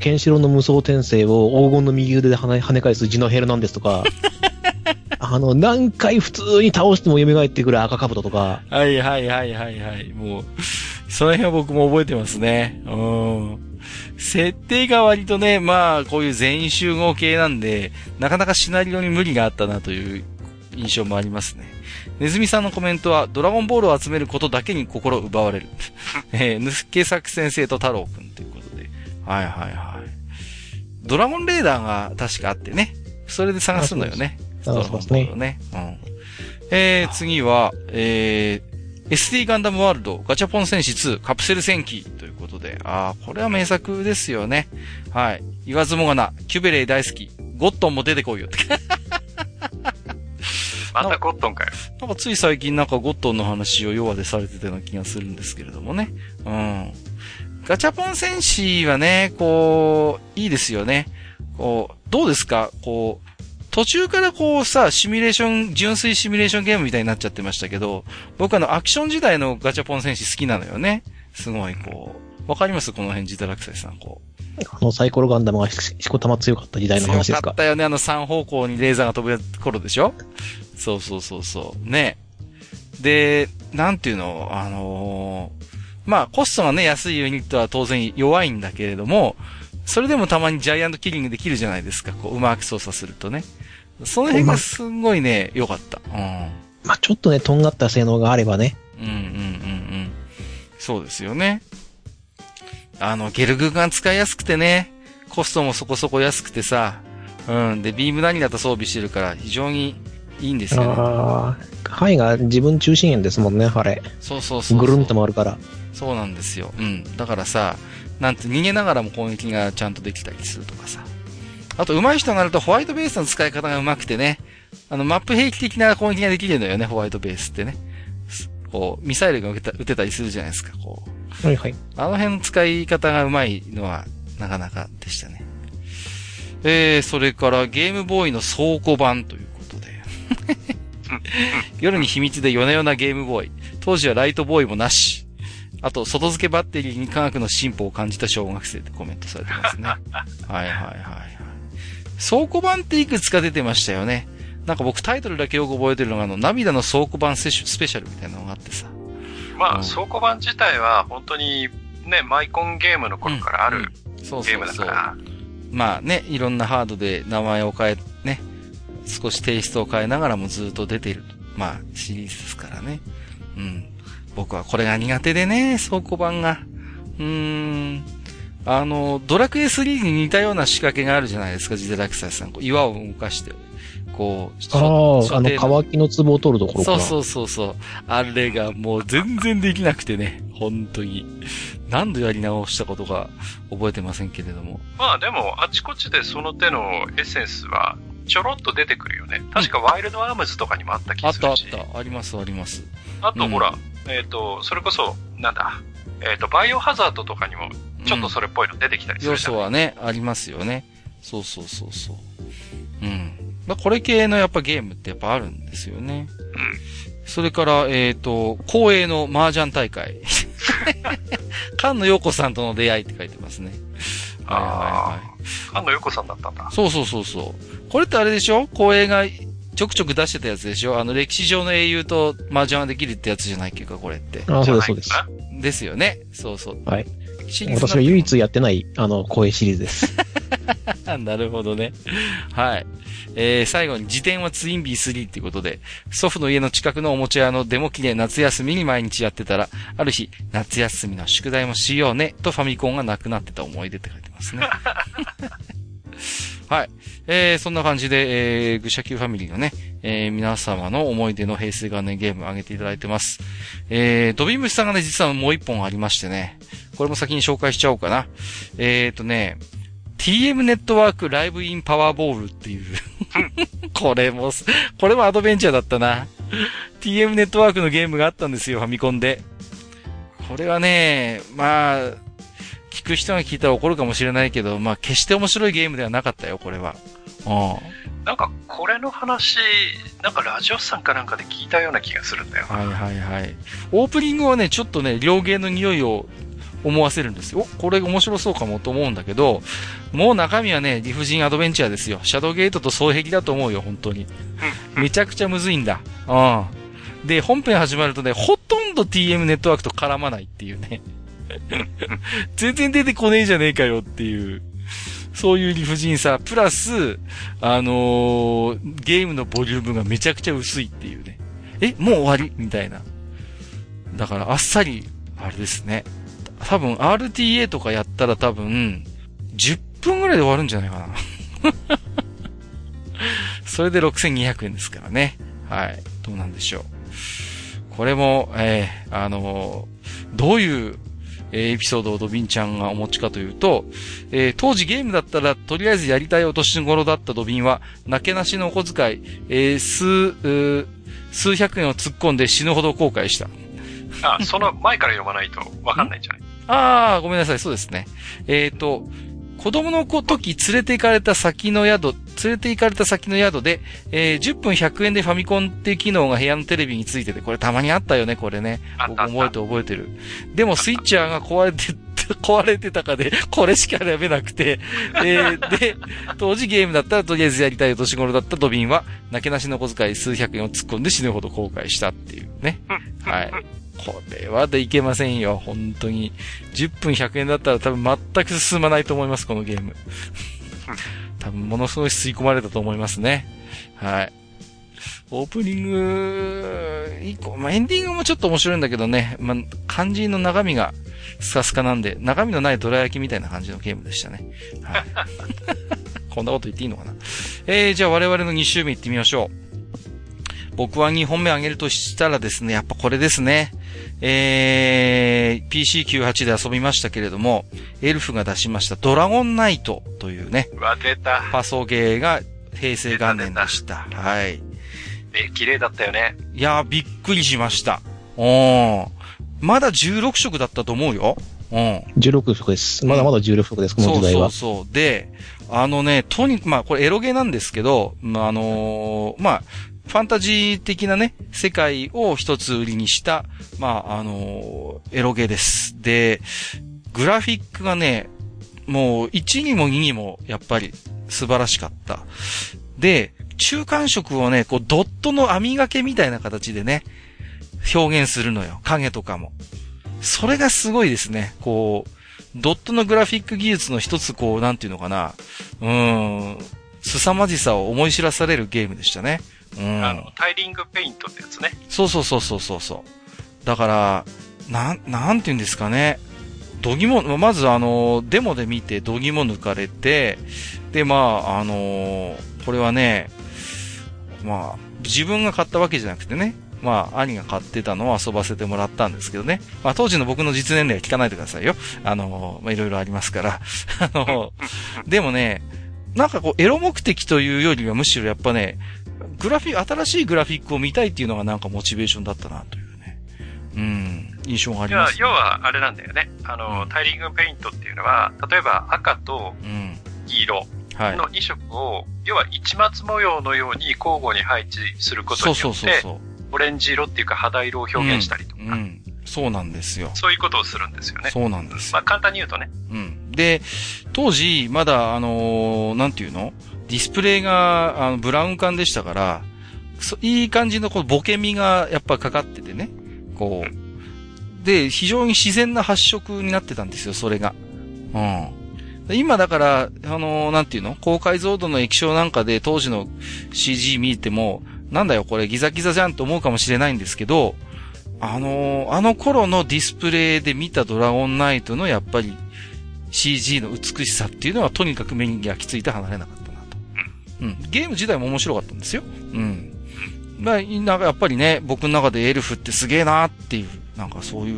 ケンシロウの無双転生を黄金の右腕で跳ね返すジノヘルなんですとか、何回普通に倒しても蘇ってくる赤兜とか。 はい。もう、その辺は僕も覚えてますね。設定が割とね、まあ、こういう全員集合系なんで、なかなかシナリオに無理があったなという印象もありますね。ネズミさんのコメントは、ドラゴンボールを集めることだけに心奪われる。抜け作先生と太郎くんということで。はい。ドラゴンレーダーが確かあってね。それで探すんだよね。 そうですね。 次は、SD ガンダムワールドガチャポン戦士2カプセル戦記ということで、これは名作ですよね。はい。言わずもがな、キュベレイ大好き、ゴットンも出てこいよって。 またゴットンかよ。 なんかつい最近なんかゴットンの話を弱でされてたような気がするんですけれどもね。ガチャポン戦士はね、いいですよね。どうですか？途中からシミュレーション、純粋シミュレーションゲームみたいになっちゃってましたけど、僕アクション時代のガチャポン戦士好きなのよね。すごいわかります？この辺、ジタラクサイさん、 サイコロガンダムがしこたま強かった時代の話ですか？ 強かったよね、3方向にレーザーが飛ぶ頃でしょ？ そうそうそうそう。ね。で、なんていうの、まあ、コストがね、安いユニットは当然弱いんだけれども、それでもたまにジャイアントキリングできるじゃないですか。こう、うまく操作するとね。その辺がすんごいね、良かった。うん。 まあ、ちょっとね、とんがった性能があればね。 そうですよね。ゲルグが使いやすくてね、コストもそこそこ安くてさ、うん。で、ビーム何だと装備してるから非常にいいんですよね。 範囲が自分中心円ですもんね、あれ。 そうそうそう。 ぐるんと回るから。 そうなんですよ。うん。だからさ、なんて逃げながらも攻撃がちゃんとできたりするとかさ。あと上手い人になるとホワイトベースの使い方が上手くてね、マップ兵器的な攻撃ができるのよね、ホワイトベースってね。こう、ミサイルが撃てたりするじゃないですか、こう。はいはい。 あの辺の使い方が上手いのは、なかなかでしたね。それからゲームボーイの倉庫版ということで。夜に秘密で夜な夜なゲームボーイ。当時はライトボーイもなし。あと、外付けバッテリーに科学の進歩を感じた小学生ってコメントされてますね。はいはいはいはい。倉庫版っていくつか出てましたよね。なんか僕タイトルだけよく覚えてるのが涙の倉庫版スペシャルみたいなのがあってさ。 まあ、倉庫版自体は本当にね、マイコンゲームの頃からあるゲームだから。 まあね、いろんなハードで名前を変え、ね、少しテイストを変えながらもずっと出ている。まあ、シリーズですからね。うん。僕はこれが苦手でね、倉庫版が。ドラクエ3に似たような仕掛けがあるじゃないですか、ジデラクサイさん。岩を動かして、こう、 乾きの壺を取るところかな。 そう。あれがもう全然できなくてね、本当に。何度やり直したことか覚えてませんけれども。 まあでも、あちこちでその手のエッセンスはちょろっと出てくるよね。確かワイルドアームズとかにもあった気がするし。 あった。あります。 あと、ほら、それこそ、なんだ、バイオハザードとかにも、ちょっとそれっぽいの出てきたりするじゃん。 要素はね、ありますよね。そう。うん。まあ、これ系のやっぱゲームってやっぱあるんですよね。 うん。 それから、公営の麻雀大会。菅野陽子さんとの出会いって書いてますね。 はい。菅野陽子さんだったんだ。 そう。これってあれでしょ？公営がちょくちょく出してたやつでしょ？歴史上の英雄と麻雀ができるってやつじゃないっけか、これって。 そうです。 ですよね。そう。 はい。私は唯一やってない、公営シリーズです。 なるほどね。はい。最後に辞典はツインビー3っていうことで、祖父の家の近くのおもちゃ屋のデモ機で夏休みに毎日やってたら、ある日、夏休みの宿題もしようね、とファミコンがなくなってた思い出って書いてますね。はい。そんな感じで、愚者級ファミリーのね、皆様の思い出の平成元年ゲームを挙げていただいてます。ドビムシさんがね、実はもう一本ありましてね、これも先に紹介しちゃおうかな。TM ネットワークライブインパワーボールっていう。これもアドベンチャーだったな。TM ネットワークのゲームがあったんですよ、ファミコンで。これはね、まあ、聞く人が聞いたら怒るかもしれないけど、まあ、決して面白いゲームではなかったよ、これは。 なんか、これの話、なんかラジオさんかなんかで聞いたような気がするんだよ。 はい。オープニングはね、ちょっとね、両ゲーの匂いを思わせるんですよ。これ面白そうかもと思うんだけど、もう中身はね、理不尽アドベンチャーですよ。シャドウゲートと双璧だと思うよ、本当に。めちゃくちゃむずいんだ。で、本編始まるとね、ほとんど TM ネットワークと絡まないっていうね。全然出てこねえじゃねえかよっていう。そういう理不尽さ、プラス、ゲームのボリュームがめちゃくちゃ薄いっていうね。もう終わりみたいな。だからあっさり、あれですね。多分 RTA とかやったら多分、10分ぐらいで終わるんじゃないかな。それで6200円ですからね。はい。どうなんでしょう。これも、どういう、エピソードをドビンちゃんがお持ちかというと、当時ゲームだったらとりあえずやりたいお年頃だったドビンは、なけなしのお小遣い、数百円を突っ込んで死ぬほど後悔した。 その前から読まないとわかんないんじゃない？ ごめんなさい、そうですね。子供の時連れて行かれた先の宿で、10分100円でファミコンっていう機能が部屋のテレビについてて、これたまにあったよね、これね。僕覚えてる。でもスイッチャーが壊れて壊れてたかで、これしか選べなくて、で、当時ゲームだったらとりあえずやりたい年頃だったドビンは、なけなしの小遣い数百円を突っ込んで死ぬほど後悔したっていうね。はい。これはでいけませんよ、本当に。10分100円だったら多分全く進まないと思います、このゲーム。多分ものすごい吸い込まれたと思いますね。はい。オープニング、まあ、エンディングもちょっと面白いんだけどね、まあ、肝心の中身がスカスカなんで、中身のないドラ焼きみたいな感じのゲームでしたね。はい。こんなこと言っていいのかな。じゃあ我々の2周目行ってみましょう。僕は2本目あげるとしたらですね、やっぱこれですね。PC98 で遊びましたけれども、エルフが出しましたドラゴンナイトというね、 出た。 パソゲーが平成元年でした。はい。 綺麗だったよね。 いやー、びっくりしました。まだ16色だったと思うよ。 16色です。まだまだ16色です、この時代は。 そう。で、まあ、これエロゲーなんですけど、まあ、ファンタジー的なね、世界を一つ売りにした、まあ、エロゲーです。で、グラフィックがね、もう1にも2にもやっぱり素晴らしかった。で、中間色をね、こうドットの網掛けみたいな形でね、表現するのよ。影とかも。それがすごいですね。こう、ドットのグラフィック技術の一つこう、なんていうのかな。凄まじさを思い知らされるゲームでしたね。 タイリングペイントってやつね。 そう。だから、なんていうんですかね。まずデモで見て度肝抜かれて、で、まあ、これはね、まあ、自分が買ったわけじゃなくてね、まあ、兄が買ってたのを遊ばせてもらったんですけどね。まあ、当時の僕の実年齢は聞かないでくださいよ。まあ、いろいろありますから。でもね、なんかこう、エロ目的というよりはむしろやっぱね、新しいグラフィックを見たいっていうのがなんかモチベーションだったなというね。印象があります、ね。 要は、あれなんだよね。タイリングペイントっていうのは、例えば赤と黄色の2色を、要は一末模様のように交互に配置することによって、オレンジ色っていうか肌色を表現したりとか。 そうなんですよ。 そういうことをするんですよね。 そうなんです。 まあ簡単に言うとね。 で、当時、まだなんていうの？ディスプレイが、ブラウン管でしたから、いい感じのこのボケみがやっぱかかっててね。こう。で、非常に自然な発色になってたんですよ、それが。今だから、なんていうの？高解像度の液晶なんかで当時の CG 見ても、なんだよこれギザギザじゃんと思うかもしれないんですけど、あの頃のディスプレイで見たドラゴンナイトのやっぱり CG の美しさっていうのはとにかく目に焼き付いて離れなかったなと。ゲーム自体も面白かったんですよ。まあ、なんかやっぱりね、僕の中でエルフってすげえなっていう、なんかそういう、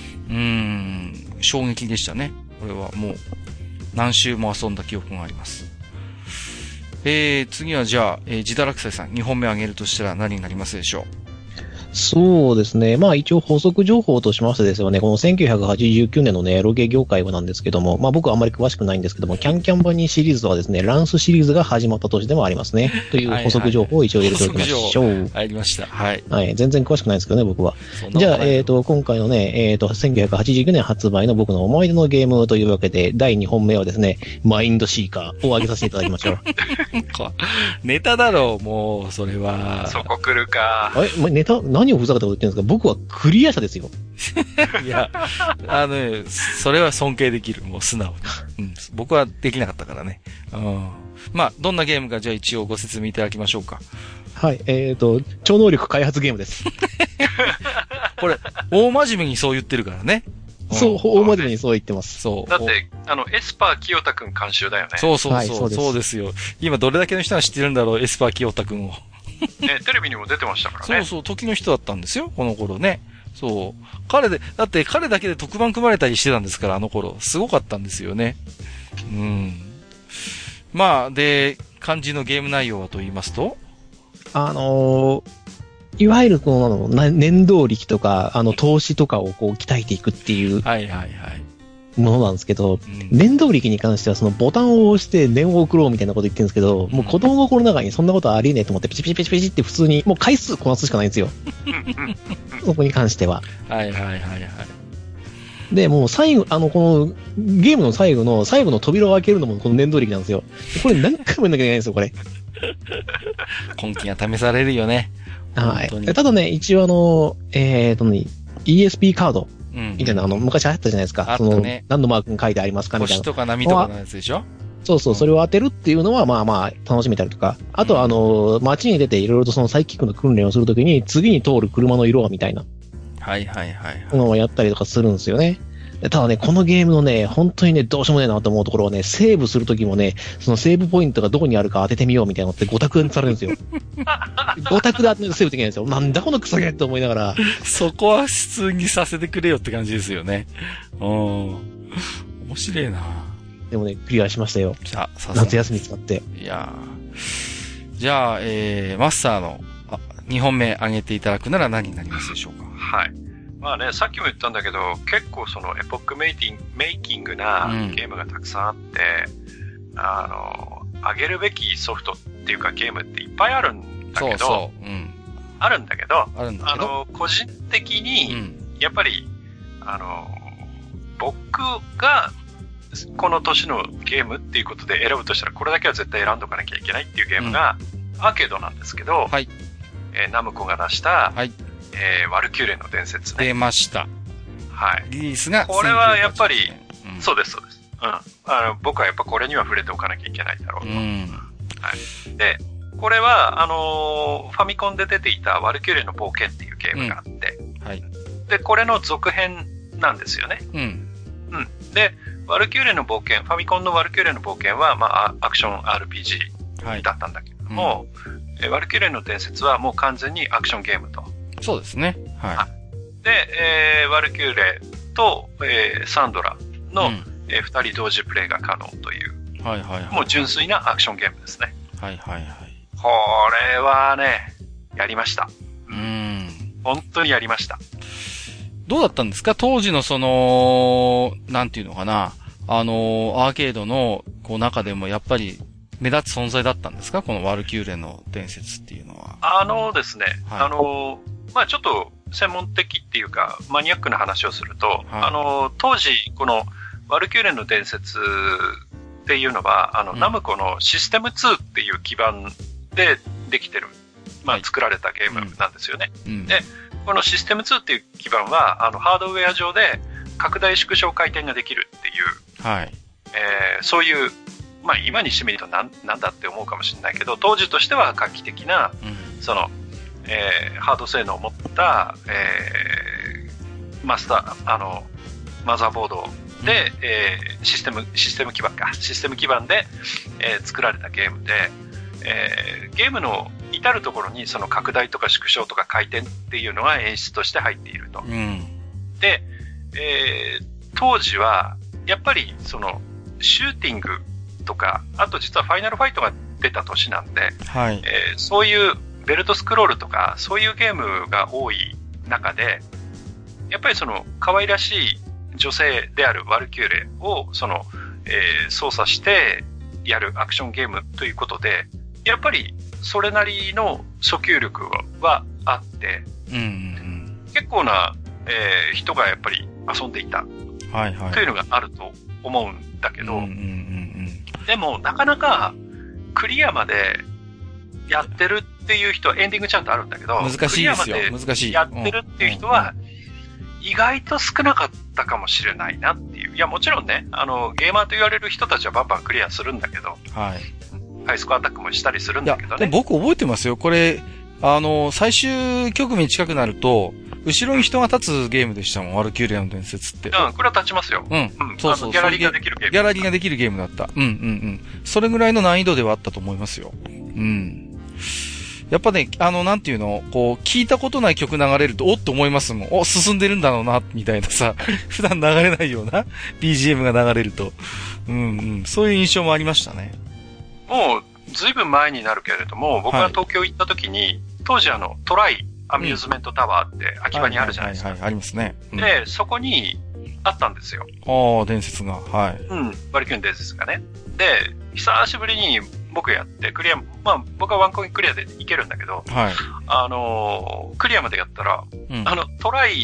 衝撃でしたね。これはもう何周も遊んだ記憶があります。次はじゃあ、自堕落斎さん、2本目挙げるとしたら何になりますでしょう？ そうですね。まあ一応補足情報としましてですよね、この1989年のね、エロゲー業界はなんですけども、まあ僕はあんまり詳しくないんですけども、キャンキャンバニーシリーズはですね、ランスシリーズが始まった年でもありますね。という補足情報を一応入れておきましょう。 入りました。はい。 はい。全然詳しくないんですけどね、僕は。じゃあ、今回のね、1989年発売の僕の思い出のゲームというわけで、第2本目はですね、マインドシーカーを挙げさせていただきましょう。 ネタだろう、もう、それは。 そこ来るか。 ネタ、何をふざけたこと言ってるんですか？僕はクリア者ですよ。 いや、それは尊敬できる。もう素直に。僕はできなかったからね。まあ、どんなゲームかじゃあ一応ご説明いただきましょうか。 はい、超能力開発ゲームです。 これ、大真面目にそう言ってるからね。 そう、大真面目にそう言ってます。 そう。だって、エスパー清田くん監修だよね。 そうですよ。今どれだけの人が知ってるんだろう、エスパー清田くんを。 ね、テレビにも出てましたからね。 そう、時の人だったんですよ、この頃ね。そう。だって彼だけで特番組まれたりしてたんですから、あの頃。すごかったんですよね。まあ、で、肝心のゲーム内容はと言いますといわゆるこの、念動力とか、投資とかをこう鍛えていくっていう。ものなんですけど、念動力に関してはそのボタンを押して念を送ろうみたいなこと言ってるんですけど、もう子供の頃の中にそんなことありえねえと思ってピチピチピチピチって普通にもう回数こなすしかないんですよ。そこに関しては。 で、もう最後、この、ゲームの最後の扉を開けるのもこの念動力なんですよ。これ何回もやんなきゃいけないんですよ、これ。 根気が試されるよね。 はい。ただね、一応ESP カードみたいな、昔流行ったじゃないですか。 あったね。 何のマークに書いてありますかみたいな。 星とか波とかのやつでしょ？ そうそう、それを当てるっていうのは、まあまあ、楽しめたりとか。あと街に出ていろいろとそのサイキックの訓練をするときに、次に通る車の色はみたいな。 はいはいはい。 のをやったりとかするんですよね。ただね、このゲームのね、本当にね、どうしようもないなと思うところはね、セーブするときもね、そのセーブポイントがどこにあるか当ててみようみたいなのって5択にされるんですよ。5択で当ててセーブできないんですよ。なんだこのクソゲーって思いながら。 そこは普通にさせてくれよって感じですよね。面白いな。 でもね、クリアしましたよ。夏休み使って。 いやじゃあ、マスターの2本目挙げていただくなら何になりますでしょうか？ はい。まあね、さっきも言ったんだけど、結構そのエポックメイキングなゲームがたくさんあって、あげるべきソフトっていうかゲームっていっぱいあるんだけど、あるんだけど、個人的に、やっぱり、僕がこの年のゲームっていうことで選ぶとしたら、これだけは絶対選んどかなきゃいけないっていうゲームが、アーケードなんですけど、 はい。 ナムコが出した、 はい。 ワルキューレの伝説ね。 出ました。 はい。 リリースがこれはやっぱり、そうです、そうです。僕はやっぱこれには触れておかなきゃいけないだろうと。はい。で、これは、ファミコンで出ていたワルキューレの冒険っていうゲームがあって、 はい。 で、これの続編なんですよね。で、ワルキューレの冒険、ファミコンのワルキューレの冒険は、まあ、アクション RPG だったんだけども、ワルキューレの伝説はもう完全にアクションゲームと。 そうですね。はい。 で、ワルキューレと、サンドラの、二人同時プレイが可能という、 はいはいはい。 もう純粋なアクションゲームですね。 はいはいはい。 これはね、やりました。本当にやりました。 どうだったんですか？当時のその、なんていうのかな、アーケードの、中でもやっぱり、目立つ存在だったんですか？このワルキューレの伝説っていうのは。 ですね、まあちょっと専門的っていうか、マニアックな話をすると、当時、このワルキューレの伝説っていうのは、ナムコのシステム2っていう基盤でできてる、まあ作られたゲームなんですよね。で、このシステム2っていう基盤は、ハードウェア上で拡大縮小回転ができるっていう、 はい。 そういう、まあ今にしてみるとなんだって思うかもしれないけど、当時としては画期的な、その、ハード性能を持った、マザーボードで、システム基盤で、作られたゲームで、ゲームの至るところにその拡大とか縮小とか回転っていうのが演出として入っていると。で、当時はやっぱりそのシューティングとか、あと実はファイナルファイトが出た年なんで、 はい。 そういうベルトスクロールとかそういうゲームが多い中で、やっぱりその可愛らしい女性であるワルキューレをその、操作してやるアクションゲームということで、やっぱりそれなりの訴求力はあって、結構な、人がやっぱり遊んでいたというのがあると思うんだけど、でもなかなかクリアまでやってるっていう人はエンディングちゃんとあるんだけど、 難しいですよ。 難しい。やってるっていう人は意外と少なかったかもしれないなっていう。いやもちろんね、ゲーマーと言われる人たちはバンバンクリアするんだけど、 はい。 ハイスコアアタックもしたりするんだけどね。 で僕覚えてますよ。これ、最終局面近くなると、後ろに人が立つゲームでしたもん、ワルキューレの伝説って。 これは立ちますよ。 そうそう。 ギャラリーができるゲーム。 ギャラリーができるゲームだった。それぐらいの難易度ではあったと思いますよ。やっぱね、なんていうの、聞いたことない曲流れると、おっと思いますもん。進んでるんだろうな、みたいなさ、普段流れないような BGM が流れると。そういう印象もありましたね。 もう、ずいぶん前になるけれども、僕が東京行った時に、当時トライアミューズメントタワーって秋葉にあるじゃないですか。 ありますね。 で、そこにあったんですよ。 伝説が。はい。 ワルキューレの伝説がね。で、久しぶりに僕やってクリア、まあ僕はワンコインクリアでいけるんだけど、 はい。 クリアまでやったら、トライ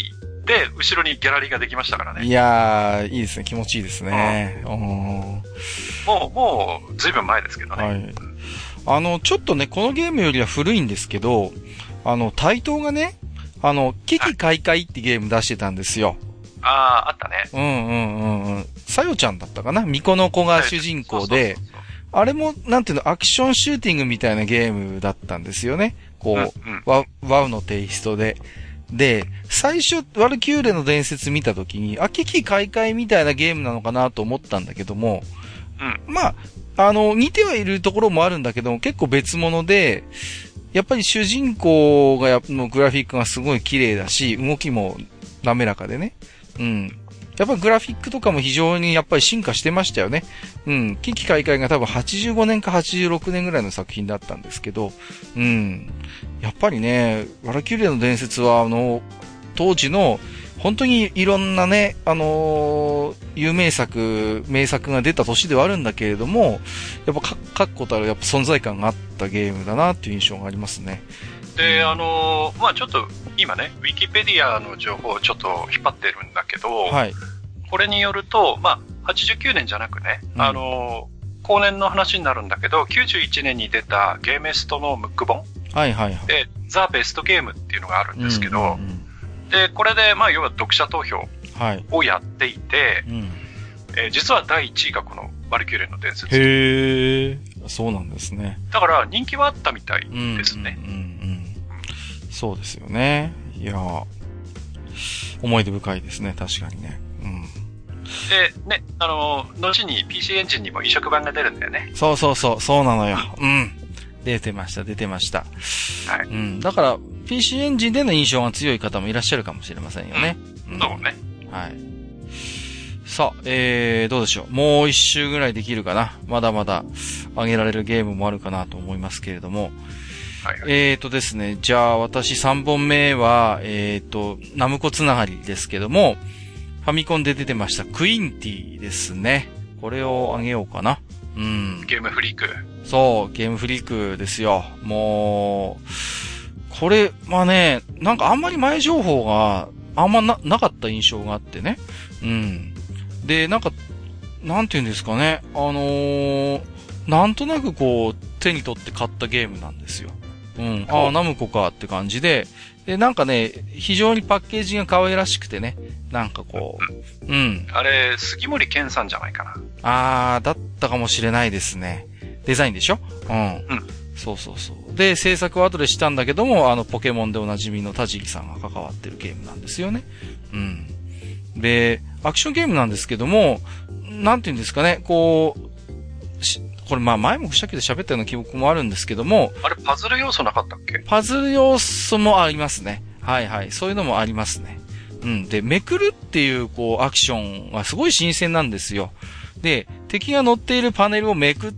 で、後ろにギャラリーができましたからね。 いやー、いいですね。気持ちいいですね。 もう、ずいぶん前ですけどね。 はい。ちょっとね、このゲームよりは古いんですけど、台東がね、危機開会ってゲーム出してたんですよ。 あったね。 さよちゃんだったかな、巫女の子が主人公で、あれも、なんていうの、アクションシューティングみたいなゲームだったんですよね。こう、ワウのテイストで。で、最初、ワルキューレの伝説見たときに、危機開会みたいなゲームなのかなと思ったんだけども、まあ、似てはいるところもあるんだけども、結構別物で、やっぱり主人公のグラフィックがすごい綺麗だし、動きも滑らかでね。やっぱグラフィックとかも非常にやっぱり進化してましたよね。危機開会が多分85年か86年ぐらいの作品だったんですけど、やっぱりね、ワルキューレの伝説は当時の本当にいろんなね、名作が出た年ではあるんだけれども、やっぱ確固たるやっぱ存在感があったゲームだなっていう印象がありますね。 で、ちょっと今ね、ウィキペディアの情報をちょっと引っ張ってるんだけど、これによると、89年じゃなくね、後年の話になるんだけど、91年に出たゲーメストのムック本で、ザ・ベストゲームっていうのがあるんですけど、で、これで、要は読者投票をやっていて、実は第1位がこのワルキューレの伝説。 へー、そうなんですね。 だから人気はあったみたいですね。 そうですよね。いやー、思い出深いですね、確かにね。 で、ね、後に PC エンジンにも移植版が出るんだよね。 そうなのよ。出てました。だから、PC エンジンでの印象が強い方もいらっしゃるかもしれませんよね。 そうね。 はい。さあ、どうでしょう。もう一周ぐらいできるかな。まだまだ上げられるゲームもあるかなと思いますけれども。ですね、じゃあ私3本目は、ナムコつながりですけども、ファミコンで出てましたクインティですね。これをあげようかな。 ゲームフリーク。 そう、ゲームフリークですよ。もう、これはね、なんかあんまり前情報があんまなかった印象があってね。で、なんか、なんていうんですかね。なんとなくこう、手に取って買ったゲームなんですよ。ナムコかって感じで、で、なんかね、非常にパッケージが可愛らしくてね、なんかこう、 あれ、杉森健さんじゃないかな。 だったかもしれないですね。デザインでしょ？そう。で、制作は後でしたんだけども、ポケモンでおなじみの田尻さんが関わってるゲームなんですよね。で、アクションゲームなんですけども、なんていうんですかね、これ前もくしゃけで喋ったような記憶もあるんですけども。 あれ、パズル要素なかったっけ？ パズル要素もありますね。そういうのもありますね。で、めくるっていう、アクションはすごい新鮮なんですよ。で、敵が乗っているパネルをめくって、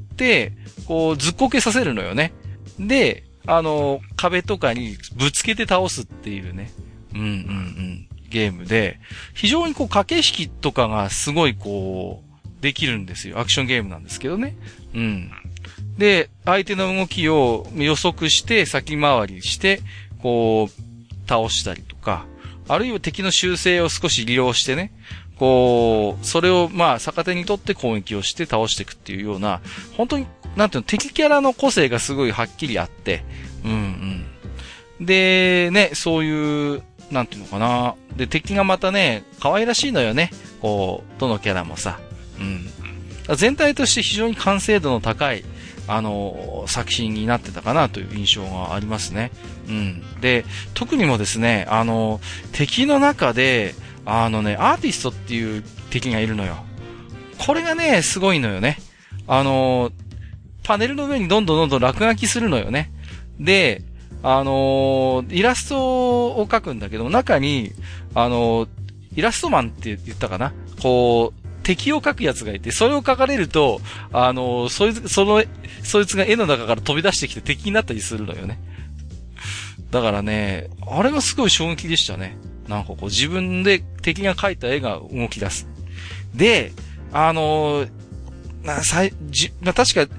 ずっこけさせるのよね。で、壁とかにぶつけて倒すっていうね。ゲームで、非常に駆け引きとかがすごいできるんですよ。アクションゲームなんですけどね。で、相手の動きを予測して先回りして、倒したりとか、あるいは敵の習性を少し利用してね、それを逆手にとって攻撃をして倒していくっていうような、本当に、なんていうの、敵キャラの個性がすごいはっきりあって、で、ね、そういう、なんていうのかな。で、敵がまたね、可愛らしいのよね。どのキャラもさ。全体として非常に完成度の高い、作品になってたかなという印象がありますね。で、特にもですね、敵の中で、アーティストっていう敵がいるのよ。これがね、すごいのよね。パネルの上にどんどん落書きするのよね。で、イラストを描くんだけど、中に、イラストマンって言ったかな？敵を描くやつがいて、それを描かれると、そいつが絵の中から飛び出してきて敵になったりするのよね。だからね、あれがすごい衝撃でしたね。なんか自分で敵が描いた絵が動き出す。で、確か、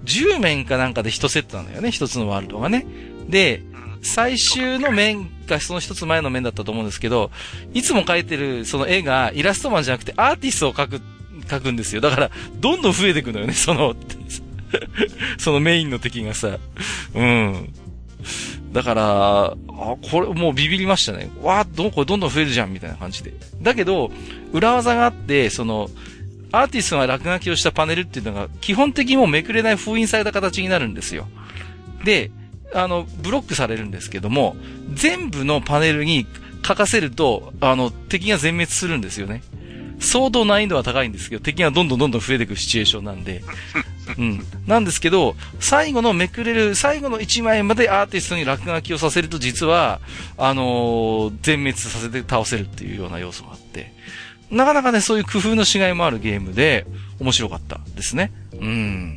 10面かなんかで1セットなんだよね、1つのワールドがね。で、最終の面がその1つ前の面だったと思うんですけど、いつも描いてるその絵がイラストマンじゃなくてアーティストを描くんですよ。だから、どんどん増えていくのよね、そのメインの敵がさ。うん。だから、これもうビビりましたね。これどんどん増えるじゃんみたいな感じで。だけど、裏技があって、アーティストが落書きをしたパネルっていうのが、基本的にもうめくれない封印された形になるんですよ。で、ブロックされるんですけども、全部のパネルに書かせると、敵が全滅するんですよね。相当難易度は高いんですけど、敵がどんどん増えていくシチュエーションなんで。うん。なんですけど、最後の1枚までアーティストに落書きをさせると実は、全滅させて倒せるっていうような要素があって、なかなかね、そういう工夫のしがいもあるゲームで、面白かったですね。うん。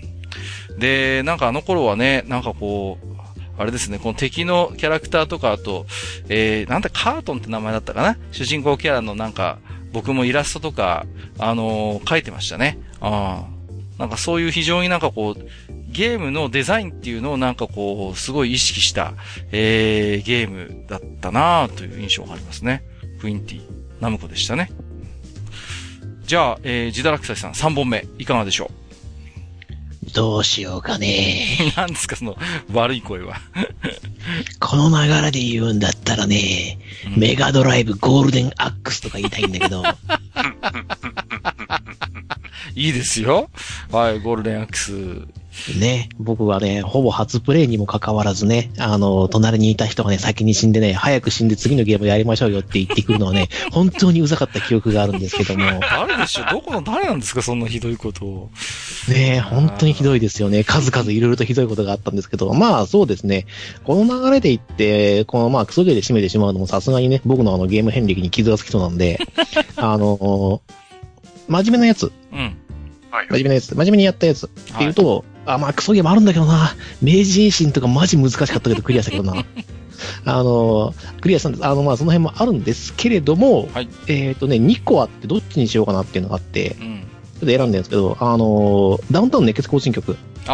で、なんかあの頃はね、なんかこう、あれですね、この敵のキャラクターとか、あと、なんだ、カートンって名前だったかな？主人公キャラのなんか、僕もイラストとか、描いてましたね。なんかそういう非常になんかこう、ゲームのデザインっていうのをなんかこう、すごい意識した、ゲームだったなぁという印象がありますね。クインティ、ナムコでしたね。じゃあ、ジダラクサイさん3本目、いかがでしょう？ どうしようかね。 何ですか、その悪い声は。 この流れで言うんだったらね、メガドライブゴールデンアックスとか言いたいんだけど。 いいですよ。はい、ゴールデンアックス。 ね、僕はね、ほぼ初プレイにもかかわらずね、隣にいた人がね、先に死んでね、早く死んで次のゲームやりましょうよって言ってくるのはね、本当にうざかった記憶があるんですけども。 誰でしょう？どこの誰なんですか？そんなひどいことを。 ね、本当にひどいですよね。数々いろいろとひどいことがあったんですけど、まあそうですね。この流れで言って、このまあクソゲーで締めてしまうのもさすがにね、僕のゲーム遍歴に傷がつきそうなんで、真面目なやつ。うん。はい。真面目にやったやつっていうと、はい、まあクソゲーもあるんだけどな。明治維新とかマジ難しかったけどクリアしたけどな。クリアしたんです。まあその辺もあるんですけれども、はい、2個あってどっちにしようかなっていうのがあって、うん、ちょっと選んでるんですけど、ダウンタウン熱血行進曲。と、レ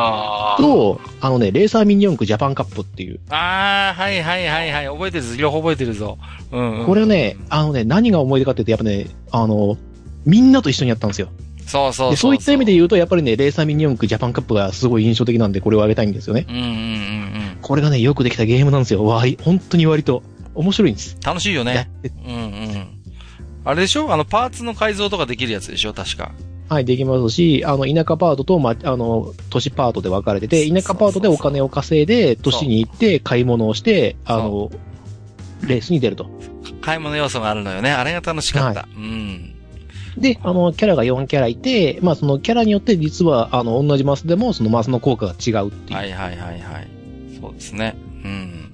ーサーミニ四駆ジャパンカップっていう。 はいはいはいはい。覚えてるぞ。両方覚えてるぞ。うんうん、 これね、何が思い出かっていうと、やっぱね、みんなと一緒にやったんですよ。 そうそういった意味で言うと、やっぱりね、レーサーミニ四駆ジャパンカップがすごい印象的なんで、これを挙げたいんですよね。これがね、よくできたゲームなんですよ。本当に割と面白いんです。 楽しいよね。あれでしょ？パーツの改造とかできるやつでしょ？確か。 はい、できますし、田舎パートと、都市パートで分かれてて、田舎パートでお金を稼いで、都市に行って買い物をして、レースに出ると。 買い物要素があるのよね。あれが楽しかった。はい、うん。 で、キャラが4キャラいて、まあそのキャラによって実は、同じマスでもそのマスの効果が違うっていう。 はいはいはいはい。そうですね。うん。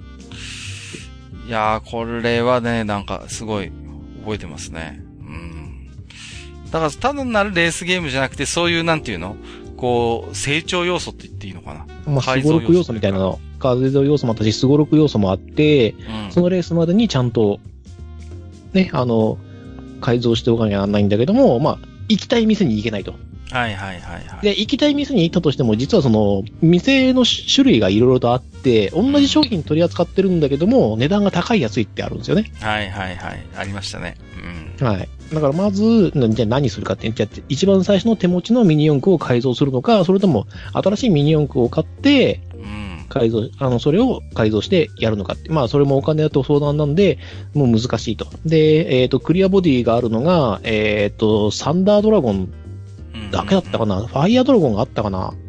いやー、これはね、なんかすごい覚えてますね。うん。だから単なるレースゲームじゃなくて、そういうなんていうの？こう、成長要素って言っていいのかな？ まあ、すごろく要素みたいなの。改造要素もあったし、すごろく要素もあって、そのレースまでにちゃんと、ね、改造しておかなきゃならないんだけども、まあ、行きたい店に行けないと。 はいはいはいはい。 で、行きたい店に行ったとしても、実はその、店の種類がいろいろとあって、同じ商品取り扱ってるんだけども、値段が高い安いってあるんですよね。 はいはいはい。ありましたね。 うん。はい。だからまず、じゃあ何するかって、じゃあ一番最初の手持ちのミニ四駆を改造するのか、それとも新しいミニ四駆を買って、改造、それを改造してやるのかって。まあ、それもお金と相談なんで、もう難しいと。で、クリアボディがあるのが、サンダードラゴンだけだったかな、ファイヤードラゴンがあったかな、はい。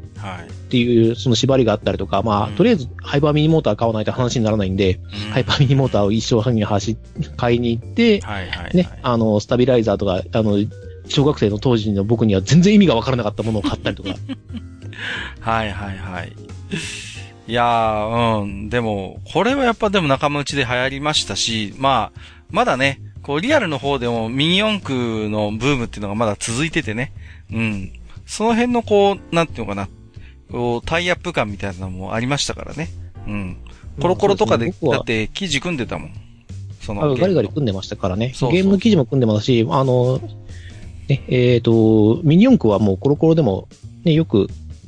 っていう、その縛りがあったりとか、まあ、とりあえず、ハイパーミニモーター買わないと話にならないんで、ハイパーミニモーターを一生半に買いに行って、ね、スタビライザーとか、小学生の当時の僕には全然意味がわからなかったものを買ったりとか。 はいはいはい。いやー、うん。でも、これはやっぱでも仲間内で流行りましたし、まあ、まだね、こう、リアルの方でもミニ四駆のブームっていうのがまだ続いててね。うん。その辺のこう、なんていうのかな、こう、タイアップ感みたいなのもありましたからね。うん。コロコロとかで、だって記事組んでたもん。 ガリガリ組んでましたからね。ゲームの記事も組んでますし、ミニ四駆はもうコロコロでも、ね、よく、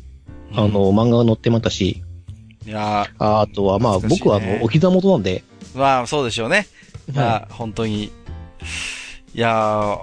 漫画が載ってましたし。 いやあとは、まあ、僕はお膝元なんで。 まあ、そうでしょうね。まあ、本当に。いや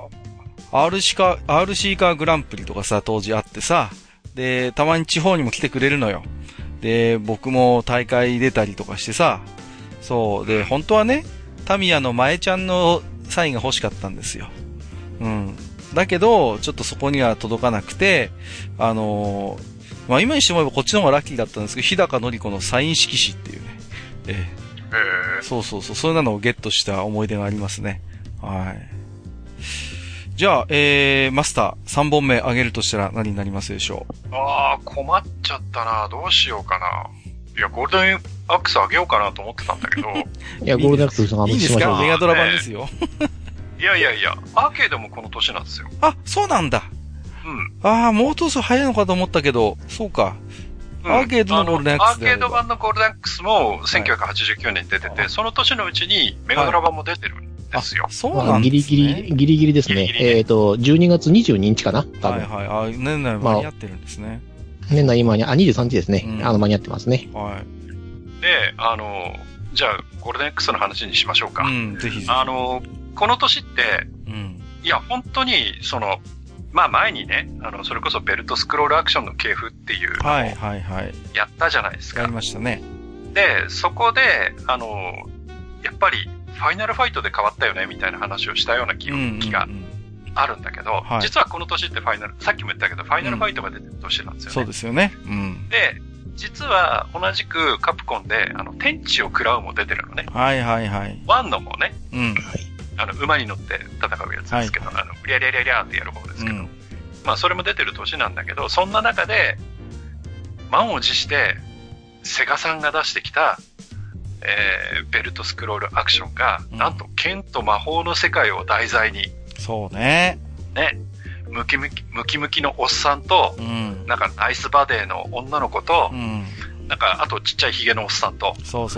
RC カーグランプリとかさ、当時あってさ、で、たまに地方にも来てくれるのよ。で、僕も大会出たりとかしてさ、そう、で、本当はね、タミヤの前ちゃんのサインが欲しかったんですよ。うん。だけど、ちょっとそこには届かなくて、まあ、今にしてもこっちの方がラッキーだったんですけど、日高のり子のサイン色紙っていうね。そう、そういうのをゲットした思い出がありますね。はい。じゃあ、マスター、3本目あげるとしたら何になりますでしょう？ 困っちゃったな。どうしようかな。いや、ゴールデンアックスあげようかなと思ってたんだけど。 いや、ゴールデンアックスいいんですか？メガドラ版ですよ。 いや、アーケードもこの年なんですよ。 あ、そうなんだ。もうちょっと早いのかと思ったけど、そうか。アーケードのゴールデンアックス。 アーケード版のゴールデンアックスも1989年に出てて、その年のうちにメガドラ版も出てるんですよ。 そうなんですね。 ギリギリですね。12月22日かな多分。 はい。年内間に合ってるんですね。 年内今に、23日ですね。間に合ってますね。 はい。で、じゃあ、ゴールデン X の話にしましょうか。 ぜひ。 この年って、いや、本当に、まあ前にね、それこそベルトスクロールアクションの系譜っていうのをやったじゃないですか。 やりましたね。 で、そこで、やっぱり、ファイナルファイトで変わったよね、みたいな話をしたような気があるんだけど、実はこの年ってさっきも言ったけど、ファイナルファイトが出てる年なんですよね。 そうですよね。 で、実は同じくカプコンで、天地を食らうも出てるのね。1の方ね。馬に乗って戦うやつですけど、リャリャリャリャーってやる方ですけど、まあそれも出てる年なんだけど、そんな中で、満を持して、セガさんが出してきた、ベルトスクロールアクションが、なんと剣と魔法の世界を題材に。 そうね。 ムキムキのおっさんと、なんかナイスバデーの女の子と、なんかあとちっちゃいヒゲのおっさんと、の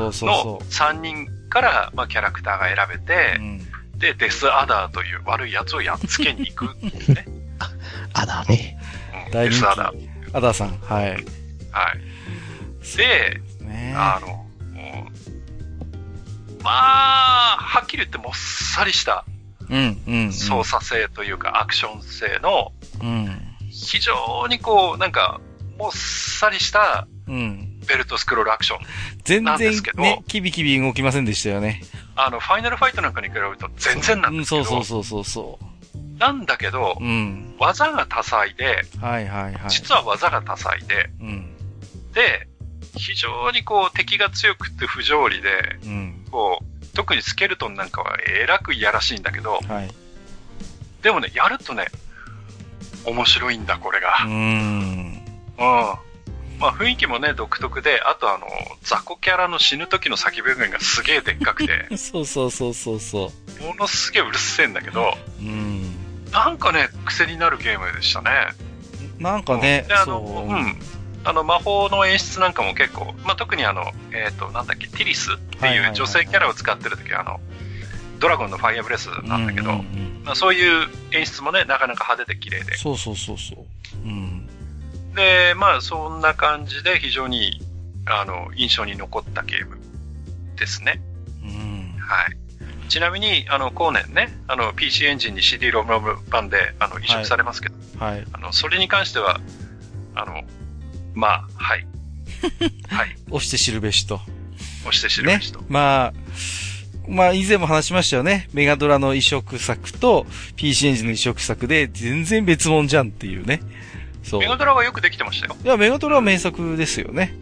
3人から、まあキャラクターが選べて、で、デスアダーという悪いやつをやっつけに行くっていうね。 アダーね。 デスアダー。 アダーさん、はい。 で、まあ、はっきり言ってもっさりした、操作性というかアクション性の、非常にこう、なんか、もっさりした、ベルトスクロールアクションなんですけど。 全然ね、キビキビ動きませんでしたよね。 ファイナルファイトなんかに比べると全然なんですけど。 そう。 なんだけど、技が多彩で、実は技が多彩で、で、非常にこう敵が強くて不条理で、こう、特にスケルトンなんかはえらくいやらしいんだけど、でもね、やるとね、面白いんだ、これが。まあ雰囲気もね、独特で、あと雑魚キャラの死ぬ時の叫び声がすげえでっかくて。 そう。 ものすげえうるせえんだけど、なんかね、癖になるゲームでしたね。 なんかね、 魔法の演出なんかも結構、まあ、特になんだっけ、ティリスっていう女性キャラを使ってる時は、ドラゴンのファイアブレスなんだけど、まあ、そういう演出もね、なかなか派手で綺麗で。 そう。 で、まあ、そんな感じで非常に、印象に残ったゲームですね。ちなみに、後年ね、PC エンジンに CD ロム版で、移植されますけど、それに関しては、まあ、 押して知るべしと。 押して知るべしと。 ね、まあ、以前も話しましたよね。メガドラの移植作と PC エンジンの移植作で全然別物じゃんっていうね。そう。 メガドラはよくできてましたよ。 いや、メガドラは名作ですよね。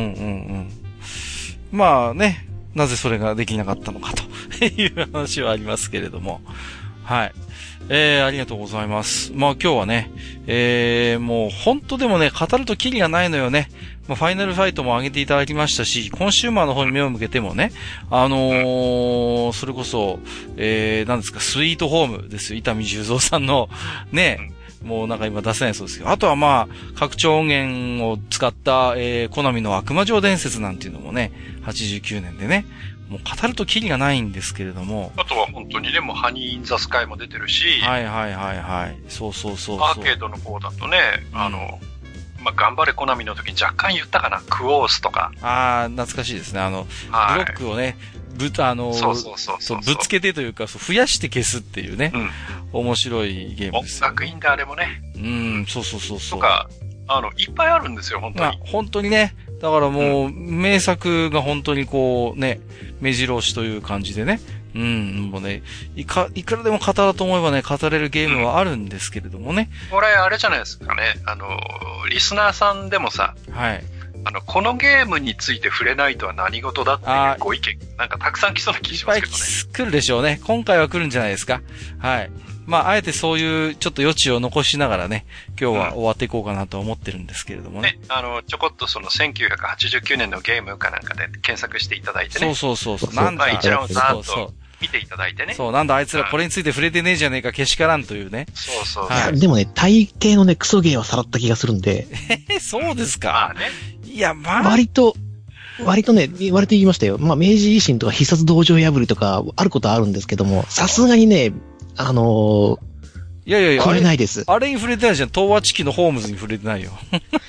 まあね、なぜそれができなかったのかという話はありますけれども。はい。ありがとうございます。まあ今日はね、もう本当でもね、語るとキリがないのよね。まあファイナルファイトも上げていただきましたし、コンシューマーの方に目を向けてもね、それこそ、何ですか、スイートホームですよ。伊丹十三さんの、ね、もうなんか今出せないそうですけど、あとはまあ、拡張音源を使った、コナミの悪魔城伝説なんていうのもね、89年でね、もう語るとキリがないんですけれども。 あとは本当にね、もうハニー・イン・ザ・スカイも出てるし。 はい。そう。 アーケードの方だとね、 まあ、頑張れコナミの時に若干言ったかな。クオースとか。 ああ、懐かしいですね。ブロックをね、ぶつけてというか、増やして消すっていうね。面白いゲームですよ、ね。 作品であれもね。 そう。 とか、いっぱいあるんですよ、本当に。 本当にね。だからもう、名作が本当にこうね、目白押しという感じでね。もうね、いくらでも語ろうと思えばね、語れるゲームはあるんですけれどもね。 これ、あれじゃないですかね。リスナーさんでもさ、 はい。 このゲームについて触れないとは何事だっていうご意見、なんかたくさん来そうな気しますけどね。いっぱい来るでしょうね。今回は来るんじゃないですか。はい。まあ、あえてそういうちょっと余地を残しながらね、今日は終わっていこうかなと思ってるんですけれどもね。 ちょこっとその1989年のゲームかなんかで検索していただいてね。 そう。 なんだ一覧をざーっと見ていただいてね。 そう、なんだあいつらこれについて触れてねえじゃねえか、けしからんというね。 そう。 はい。でもね、体型のね、クソゲーはさらった気がするんで。 そうですか。まあね。いや、 割と言いましたよ。まあ、明治維新とか必殺道場破りとか、あることはあるんですけども、さすがにね、 いや、 これないです。 あれに触れてないじゃん。東和チキのホームズに触れてないよ。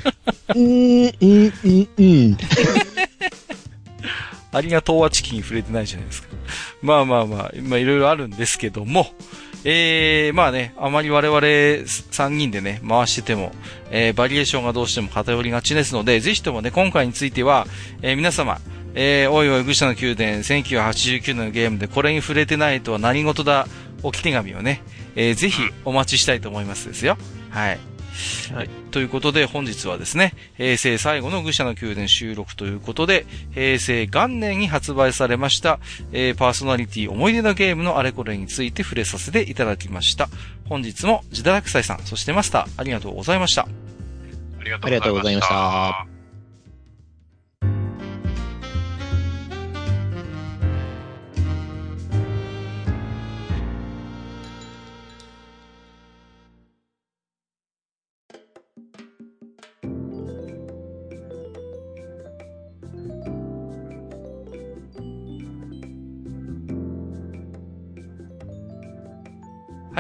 ありが東和チキに触れてないじゃないですか。まあ、いろいろあるんですけども、まあね、あまり我々3人でね、回してても、バリエーションがどうしても偏りがちですので、ぜひともね、今回については、皆様、おいおい愚者の宮殿1989年のゲームでこれに触れてないとは何事だ置き手紙をね、ぜひお待ちしたいと思いますですよ。はい。はい。ということで本日はですね、平成最後の愚者の宮殿収録ということで、平成元年に発売されました、パーソナリティ思い出のゲームのあれこれについて触れさせていただきました。本日もジダラクサイさん、そしてマスター、ありがとうございました。 ありがとうございました。 はい、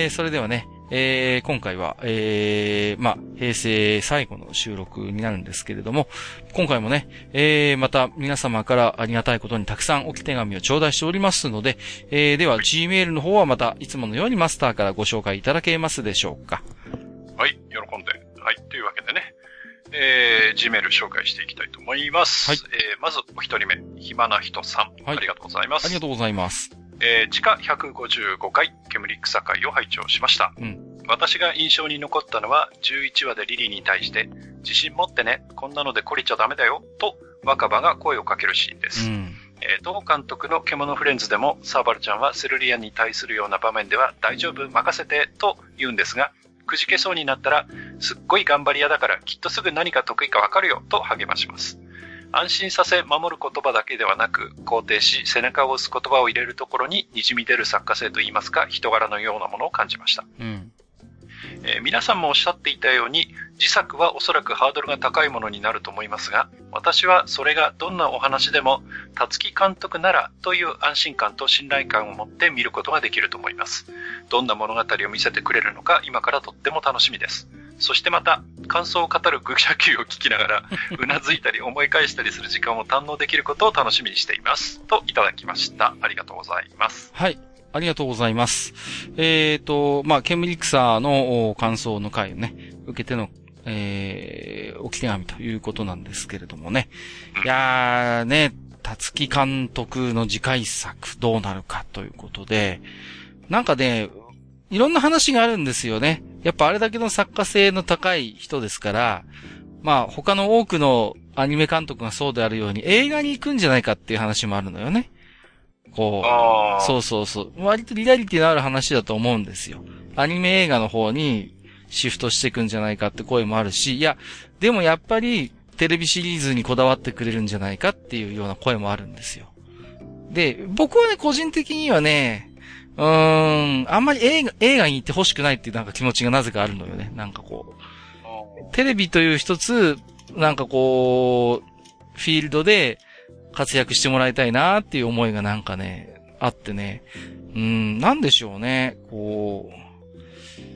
それではね、今回は、まあ、平成最後の収録になるんですけれども、今回もね、また皆様からありがたいことにたくさん置き手紙を頂戴しておりますので、では Gmail の方はまたいつものようにマスターからご紹介いただけますでしょうか。 はい、喜んで。はい、というわけでね、Gmail 紹介していきたいと思います。はい、まずお一人目、暇な人さん、はい。ありがとうございます。 ありがとうございます。 地下155回、煙草会を拝聴しました。私が印象に残ったのは、11話でリリーに対して、自信持ってね、こんなので懲りちゃダメだよ、と若葉が声をかけるシーンです。同監督の獣フレンズでも、サーバルちゃんはセルリアンに対するような場面では、大丈夫、任せて、と言うんですが、くじけそうになったら、すっごい頑張り屋だから、きっとすぐ何が得意かわかるよ、と励まします。安心させ守る言葉だけではなく、肯定し背中を押す言葉を入れるところに滲み出る作家性といいますか、人柄のようなものを感じました。皆さんもおっしゃっていたように、自作はおそらくハードルが高いものになると思いますが、私はそれがどんなお話でも、辰木監督ならという安心感と信頼感を持って見ることができると思います。どんな物語を見せてくれるのか、今からとっても楽しみです。そしてまた、感想を語る愚者級を聞きながら、うなずいたり思い返したりする時間を堪能できることを楽しみにしています。といただきました。ありがとうございます。 はい。ありがとうございます。まあ、煙草の感想の回をね、受けての、置き手紙ということなんですけれどもね。いやーね、辰木監督の次回作どうなるかということで、なんかね、いろんな話があるんですよね。やっぱあれだけの作家性の高い人ですから、まあ他の多くのアニメ監督がそうであるように映画に行くんじゃないかっていう話もあるのよね。こう。そう。割とリアリティのある話だと思うんですよ。アニメ映画の方にシフトしていくんじゃないかって声もあるし、いや、でもやっぱりテレビシリーズにこだわってくれるんじゃないかっていうような声もあるんですよ。で、僕はね、個人的にはね、あんまり映画に行ってほしくないっていうなんか気持ちがなぜかあるのよね。なんかこう、テレビという一つ、なんかこう、フィールドで活躍してもらいたいなっていう思いがなんかね、あってね。なんでしょうね。こう、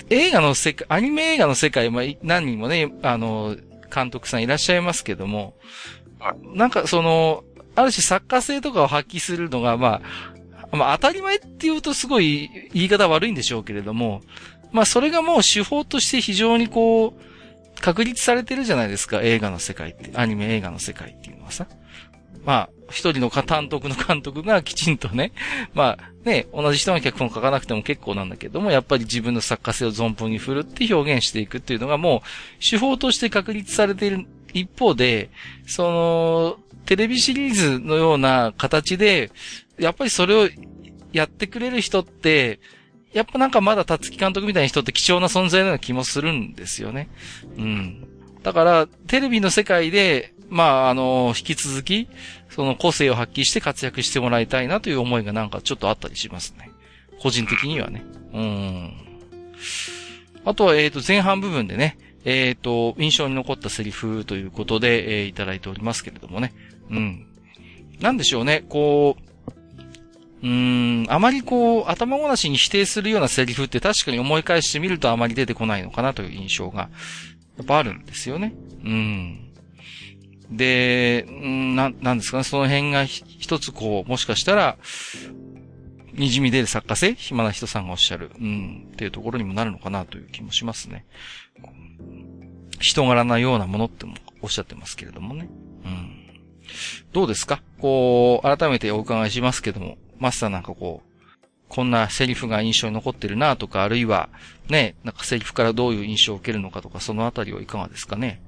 映画の世界、アニメ映画の世界、まあ、何人もね、監督さんいらっしゃいますけども、なんかある種作家性とかを発揮するのが、まあ当たり前って言うとすごい言い方悪いんでしょうけれども、まあそれがもう手法として非常にこう、確立されてるじゃないですか、映画の世界って、アニメ映画の世界っていうのはさ。まあ、一人の監督がきちんとね、まあね、同じ人が脚本書かなくても結構なんだけども、やっぱり自分の作家性を存分に振るって表現していくっていうのがもう手法として確立されている一方で、テレビシリーズのような形で、やっぱりそれをやってくれる人って、やっぱなんかまだ辰木監督みたいな人って貴重な存在のような気もするんですよね。うん。だから、テレビの世界で、まあ、引き続き、その個性を発揮して活躍してもらいたいなという思いがなんかちょっとあったりしますね。個人的にはね。あとは、前半部分でね、印象に残ったセリフということで、いただいておりますけれどもね。なんでしょうね、こう、あまりこう、頭ごなしに否定するようなセリフって確かに思い返してみるとあまり出てこないのかなという印象が、やっぱあるんですよね。で、なんですかね、その辺が一つこう、もしかしたら、滲み出る作家性、暇な人さんがおっしゃる、っていうところにもなるのかなという気もしますね。人柄なようなものってもおっしゃってますけれどもね。どうですか？こう、改めてお伺いしますけども、マスターなんかこう、こんなセリフが印象に残ってるなとか、あるいは、ね、なんかセリフからどういう印象を受けるのかとか、そのあたりはいかがですかね？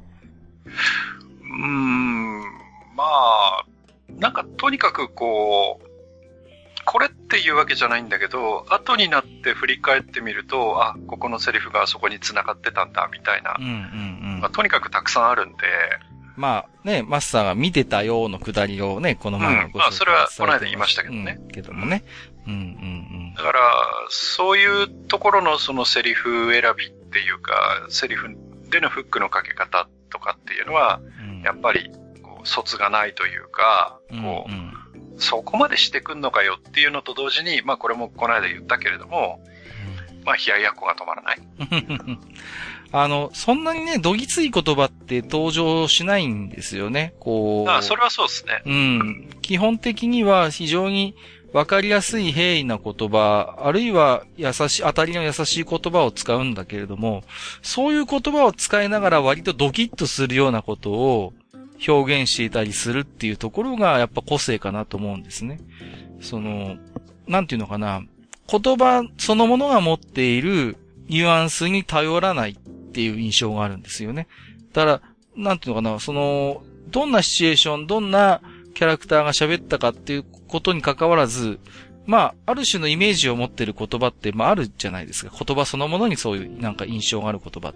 まあ、なんかとにかくこう、これっていうわけじゃないんだけど、後になって振り返ってみると、あ、ここのセリフがそこに繋がってたんだ、みたいな。まあ、とにかくたくさんあるんで。 まあね、マスターが見てたようなくだりをね、この前のまあそれはこの間言いましたけどね。 けどもね。 だから、そういうところのそのセリフ選びっていうか、セリフでのフックのかけ方とかっていうのは、やっぱり、こう、卒がないというか、こう、そこまでしてくんのかよっていうのと同時に、まあこれもこの間言ったけれども、まあ冷ややっこが止まらない。 そんなにね、どぎつい言葉って登場しないんですよね。こう。 それはそうですね。 基本的には非常にわかりやすい平易な言葉、あるいは当たりの優しい言葉を使うんだけれども、そういう言葉を使いながら割とドキッとするようなことを表現していたりするっていうところがやっぱ個性かなと思うんですね。なんていうのかな。言葉そのものが持っているニュアンスに頼らないっていう印象があるんですよね。だから、なんていうのかな、どんなシチュエーション、どんなキャラクターが喋ったかっていうことに関わらず、まあ、ある種のイメージを持っている言葉って、まああるじゃないですか。言葉そのものにそういうなんか印象がある言葉って。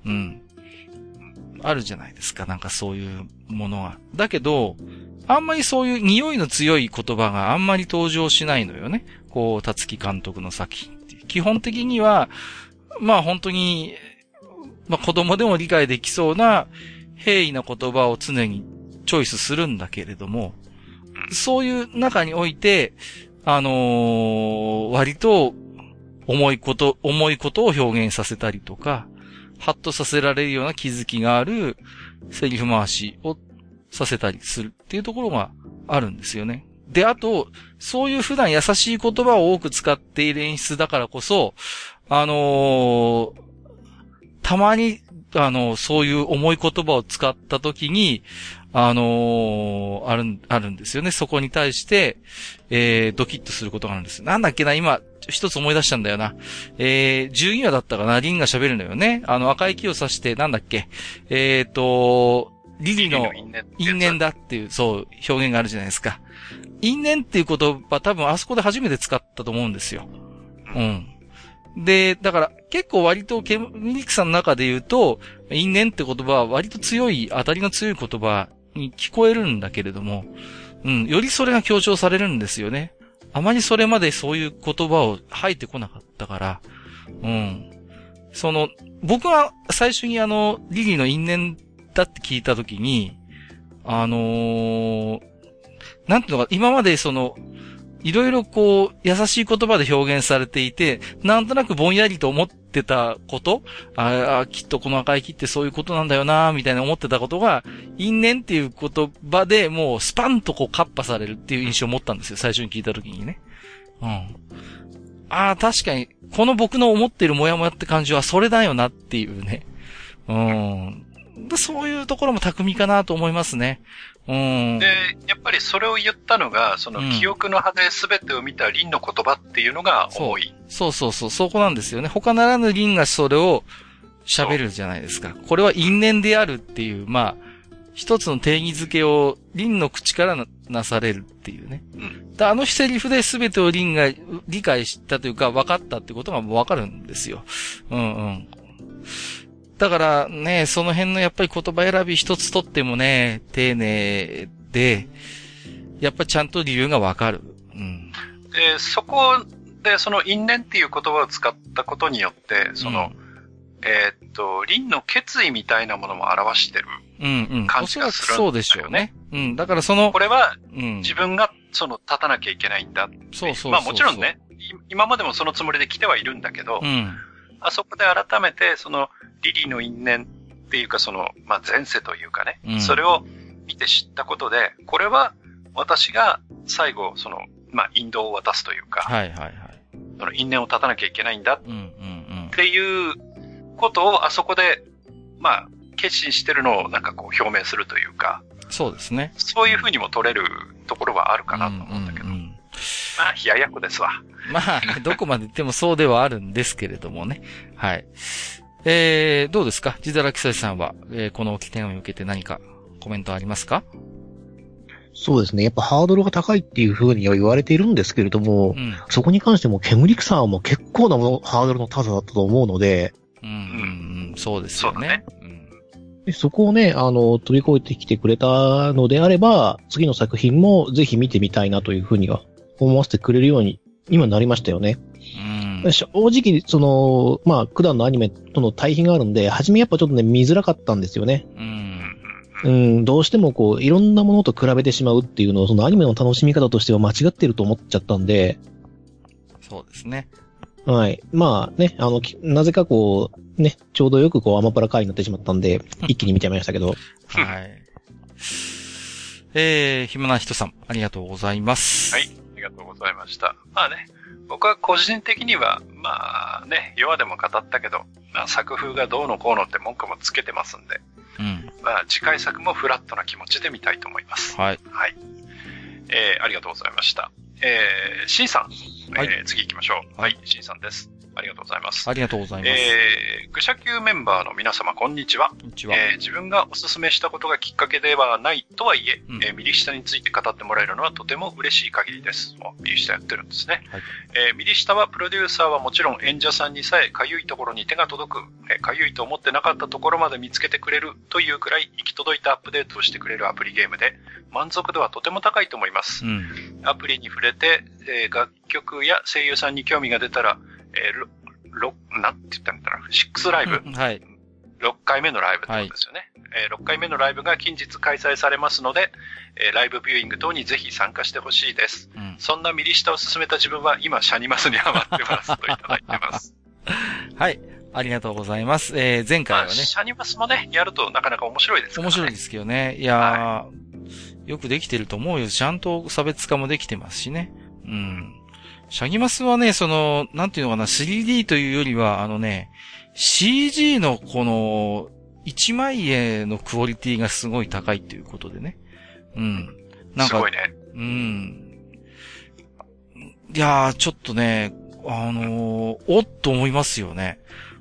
あるじゃないですか。なんかそういうものが。だけど、あんまりそういう匂いの強い言葉があんまり登場しないのよね。こう、辰木監督の作品って。基本的には、まあ本当に、まあ子供でも理解できそうな平易な言葉を常にチョイスするんだけれども、そういう中において、割と重いことを表現させたりとか、ハッとさせられるような気づきがあるセリフ回しをさせたりするっていうところがあるんですよね。で、あと、そういう普段優しい言葉を多く使っている演出だからこそ、たまに、そういう重い言葉を使ったときに、あるんですよね。そこに対して、ドキッとすることがあるんです。なんだっけな、今、一つ思い出したんだよな。12話だったかな、リンが喋るのよね。赤い木を刺して、なんだっけ。リリの因縁だっていう、そう、表現があるじゃないですか。因縁っていう言葉多分あそこで初めて使ったと思うんですよ。で、だから結構割とケムリクさんの中で言うと、因縁って言葉は割と強い、当たりの強い言葉に聞こえるんだけれども、よりそれが強調されるんですよね。あまりそれまでそういう言葉を吐いてこなかったから、僕は最初にリリの因縁だって聞いたときに、なんていうのか、今までいろいろこう、優しい言葉で表現されていて、なんとなくぼんやりと思ってたこと、きっとこの赤い木ってそういうことなんだよな、みたいな思ってたことが、因縁っていう言葉でもうスパンとこうカッパされるっていう印象を持ったんですよ、最初に聞いた時にね。うん。確かに、この僕の思っているモヤモヤって感じはそれだよなっていうね。そういうところも巧みかなと思いますね。 で、やっぱりそれを言ったのが、その記憶の葉で全てを見た林の言葉っていうのが重い。 そう、そこなんですよね。他ならぬ林がそれを喋るじゃないですか。これは因縁であるっていう、まあ、一つの定義づけを林の口からなされるっていうね。あのセリフで全てを林が理解したというか分かったってことがもう分かるんですよ。だからね、その辺のやっぱり言葉選び一つとってもね、丁寧で、やっぱちゃんと理由がわかる。 で、そこでその因縁っていう言葉を使ったことによって、その、林の決意みたいなものも表してる感じがするんだよね。 そうでしょうね。だからこれは、自分がその立たなきゃいけないんだ。まあもちろんね、今までもそのつもりで来てはいるんだけど、あそこで改めて、その、リリーの因縁っていうか、その、まあ、前世というかね、それを見て知ったことで、これは私が最後、その、まあ、引導を渡すというか、その因縁を立たなきゃいけないんだっていうことをあそこで、まあ、決心してるのをなんかこう表明するというか、 そうですね。 そういうふうにも取れるところはあるかなと思うんだけど。まあ、冷ややっこですわ。 まあ、どこまで言ってもそうではあるんですけれどもね。はい。どうですかジダラキサイさんは、この起点を受けて何かコメントありますか？ そうですね。やっぱハードルが高いっていうふうには言われているんですけれども、そこに関しても煙草も結構なハードルの高さだったと思うので、 そうですよね。 そこをね、飛び越えてきてくれたのであれば、次の作品もぜひ見てみたいなというふうには思わせてくれるように、今なりましたよね。正直、その、まあ、九段のアニメとの対比があるんで、初めやっぱちょっとね、見づらかったんですよね。どうしてもこう、いろんなものと比べてしまうっていうのを、そのアニメの楽しみ方としては間違ってると思っちゃったんで。 そうですね。 はい。まあね、なぜかこう、ね、ちょうどよくこう、アマプラ回になってしまったんで、一気に見ちゃいましたけど。 はい。暇な人さん、ありがとうございます。 はい、ありがとうございました。まあね、僕は個人的には、まあね、弱でも語ったけど、まあ、作風がどうのこうのって文句もつけてますんで、まあ次回作もフラットな気持ちで見たいと思います。 はい。 ありがとうございました。シンさん、次行きましょう。はい、シンさんです。ありがとうございます。 ありがとうございます。 愚者級メンバーの皆様、こんにちは。 こんにちは。 自分がおすすめしたことがきっかけではないとはいえ、右下について語ってもらえるのはとても嬉しい限りです。右下やってるんですね。右下はプロデューサーはもちろん演者さんにさえかゆいところに手が届く、かゆいと思ってなかったところまで見つけてくれるというくらい行き届いたアップデートをしてくれるアプリゲームで、満足度はとても高いと思います。アプリに触れて、楽曲や声優さんに興味が出たら、なんて言ったんだろう、6ライブ、6回目のライブってことですよね。6回目のライブが近日開催されますので、ライブビューイング等にぜひ参加してほしいです。そんな右下を進めた自分は今シャニマスにハマってますといただいてます。 はい。ありがとうございます。前回はね。 シャニマスもね、やるとなかなか面白いですからね。 面白いですけどね。いやー、よくできてると思うよ。ちゃんと差別化もできてますしね。シャギマスはね、なんていうのかな、3D というよりは、CG のこの、一枚絵のクオリティがすごい高いっていうことでね。 なんか、すごいね。 いやー、ちょっとね、おっと思いますよね。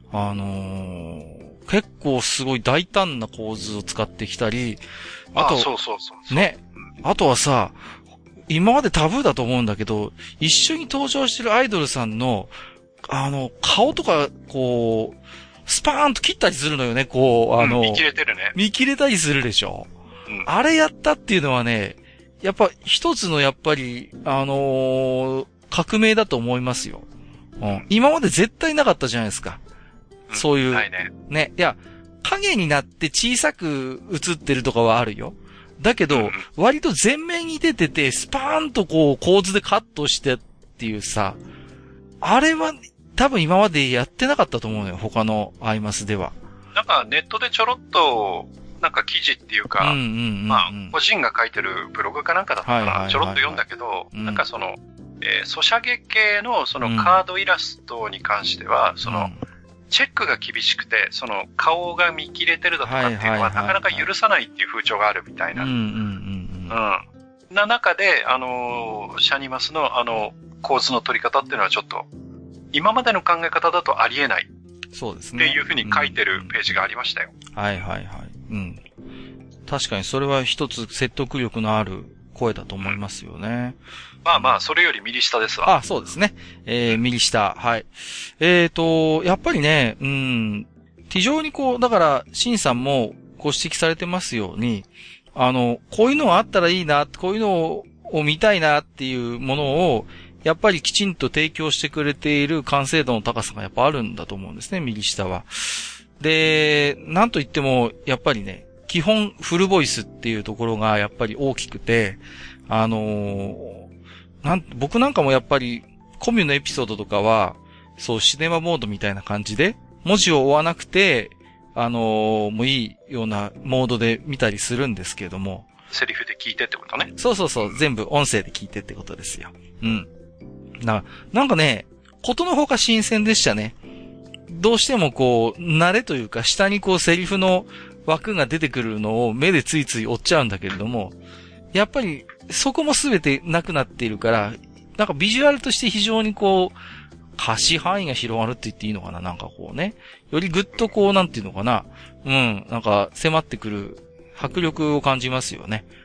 結構すごい大胆な構図を使ってきたり、あと、 そうね、あとはさ、今までタブーだと思うんだけど、一緒に登場してるアイドルさんの、顔とか、こう、スパーンと切ったりするのよね、こう、 見切れてるね。 見切れたりするでしょ。あれやったっていうのはね、やっぱ一つのやっぱり、革命だと思いますよ。今まで絶対なかったじゃないですか。そういう。 ないね。 ね。いや、影になって小さく映ってるとかはあるよ。 だけど、割と前面に出てて、スパーンとこう構図でカットしてっていうさ、あれは多分今までやってなかったと思うのよ、他のアイマスでは。 なんかネットでちょろっと、なんか記事っていうか、まあ、個人が書いてるブログかなんかだったから、ちょろっと読んだけど、なんかその、ソシャゲ系のそのカードイラストに関しては、その、チェックが厳しくて、その顔が見切れてるだとかっていうのはなかなか許さないっていう風潮があるみたいな。な中で、シャニマスの構図の取り方っていうのはちょっと、今までの考え方だとありえない。 そうですね。 っていう風に書いてるページがありましたよ。 はいはいはい。うん。確かにそれは一つ説得力のある声だと思いますよね。 まあまあ、それより右下ですわ。 あ、そうですね。右下。はい。やっぱりね、非常にこう、だから、シンさんもご指摘されてますように、こういうのがあったらいいな、こういうのを見たいなっていうものを、やっぱりきちんと提供してくれている完成度の高さがやっぱあるんだと思うんですね、右下は。で、なんといっても、やっぱりね、基本フルボイスっていうところがやっぱり大きくて、僕なんかもやっぱりコミュのエピソードとかは、そうシネマモードみたいな感じで、文字を追わなくて、もういいようなモードで見たりするんですけれども。 セリフで聞いてってことね。 そう、全部音声で聞いてってことですよ。うん。なんかね、ことのほか新鮮でしたね。どうしてもこう、慣れというか、下にこうセリフの枠が出てくるのを目でついつい追っちゃうんだけれども、やっぱりそこもすべてなくなっているから、なんかビジュアルとして非常にこう、可視範囲が広がるって言っていいのかな、なんかこうね。よりぐっとこう、なんていうのかな。なんか迫ってくる迫力を感じますよね。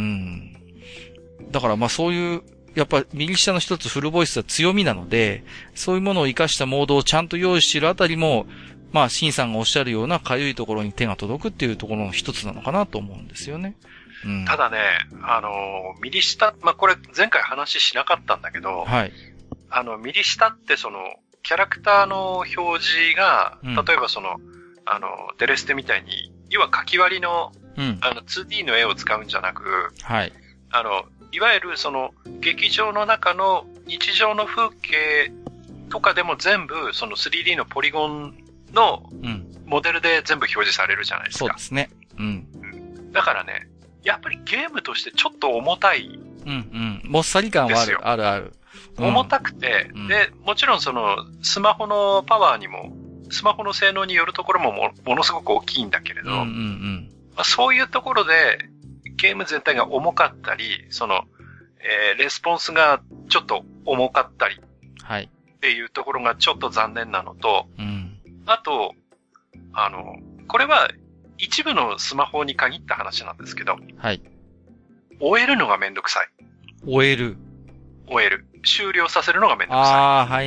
だからまあそういう、やっぱ右下の一つフルボイスは強みなので、そういうものを活かしたモードをちゃんと用意しているあたりも、まあ、シンさんがおっしゃるようなかゆいところに手が届くっていうところの一つなのかなと思うんですよね。 ただね、右下、まあ、これ前回話しなかったんだけど、 はい。 右下ってその、キャラクターの表示が、例えばその、デレステみたいに、要は書き割りの、2D の絵を使うんじゃなく、 はい。 いわゆるその、劇場の中の日常の風景とかでも全部、その 3D のポリゴンの、モデルで全部表示されるじゃないですか。 そうですね。 だからね、やっぱりゲームとしてちょっと重たい。 もっさり感はあるある。 重たくて、で、もちろんその、スマホのパワーにも、スマホの性能によるところも ものすごく大きいんだけれど、そういうところで、ゲーム全体が重かったり、その、レスポンスがちょっと重かったり、 はい。 っていうところがちょっと残念なのと、あと、これは一部のスマホに限った話なんですけど、 はい。 終えるのがめんどくさい。 終える。 終了させるのがめんどくさい。 はい。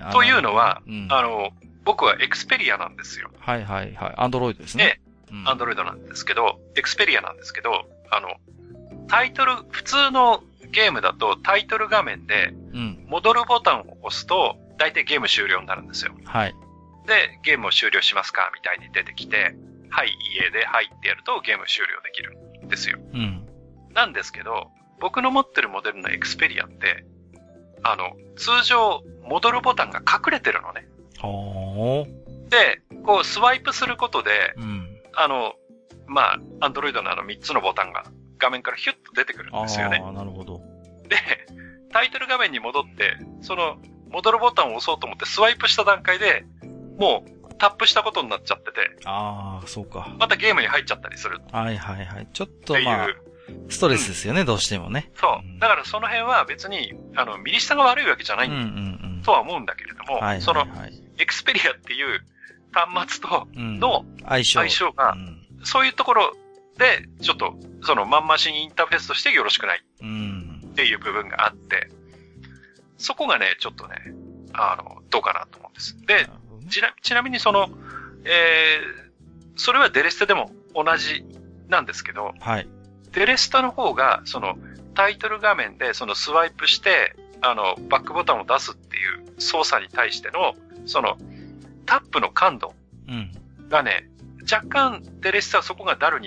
というのは、僕はエクスペリアなんですよ。 はい。アンドロイドですね。 アンドロイドなんですけど、エクスペリアなんですけど、タイトル、普通のゲームだとタイトル画面で、戻るボタンを押すと、大体ゲーム終了になるんですよ。 はい。 で、ゲームを終了しますかみたいに出てきて、はい、家で、はいってやるとゲーム終了できるんですよ。なんですけど、僕の持ってるモデルのエクスペリアって、通常、戻るボタンが隠れてるのね。で、こう、スワイプすることで、まあ、アンドロイドの3つのボタンが画面からヒュッと出てくるんですよね。 なるほど。 で、タイトル画面に戻って、その、戻るボタンを押そうと思ってスワイプした段階で、もう、タップしたことになっちゃってて。 そうか。 またゲームに入っちゃったりする。 はい。ちょっとまあ、ストレスですよね、どうしてもね。 そう。だからその辺は別に、右下が悪いわけじゃないとは思うんだけれども、その、エクスペリアっていう端末との相性が、そういうところで、ちょっと、その、まんましインターフェースとしてよろしくないっていう部分があって、そこがね、ちょっとね、どうかなと思うんです。で、ちなみにその、それはデレステでも同じなんですけど、 はい。 デレスタの方が、その、タイトル画面でそのスワイプして、バックボタンを出すっていう操作に対しての、その、タップの感度がね、若干デレスタはそこがダルになっていて、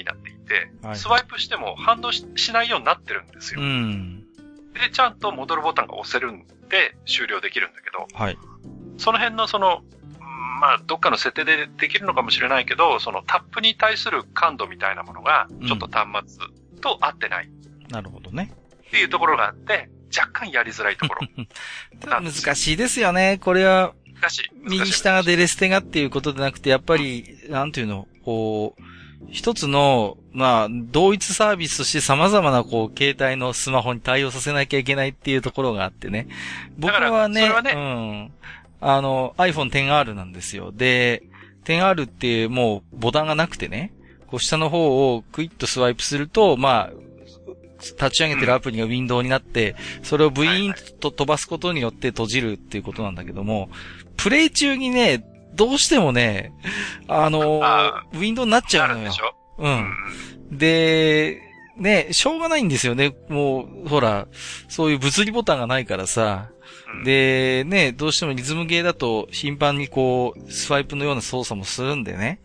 て、スワイプしても反応 しないようになってるんですよ。で、ちゃんと戻るボタンが押せるんで終了できるんだけど、その辺のまあ、どっかの設定でできるのかもしれないけど、そのタップに対する感度みたいなものが、ちょっと端末と合ってない。 なるほどね。 っていうところがあって、若干やりづらいところ。 難しいですよね。これは、右下がデレステがっていうことでなくて、やっぱり、なんていうの、こう、一つの、まあ、同一サービスとして様々な、こう、携帯のスマホに対応させなきゃいけないっていうところがあってね。僕はね、iPhone XR なんですよ。で、XR ってもうボタンがなくてね、こう下の方をクイッとスワイプすると、まあ、立ち上げてるアプリがウィンドウになって、それをブイーンと飛ばすことによって閉じるっていうことなんだけども、プレイ中にね、どうしてもね、ウィンドウになっちゃうのよ。で、ね、しょうがないんですよね。もう、ほら、そういう物理ボタンがないからさ。で、ね、どうしてもリズムゲーだと頻繁にこう、スワイプのような操作もするんでね。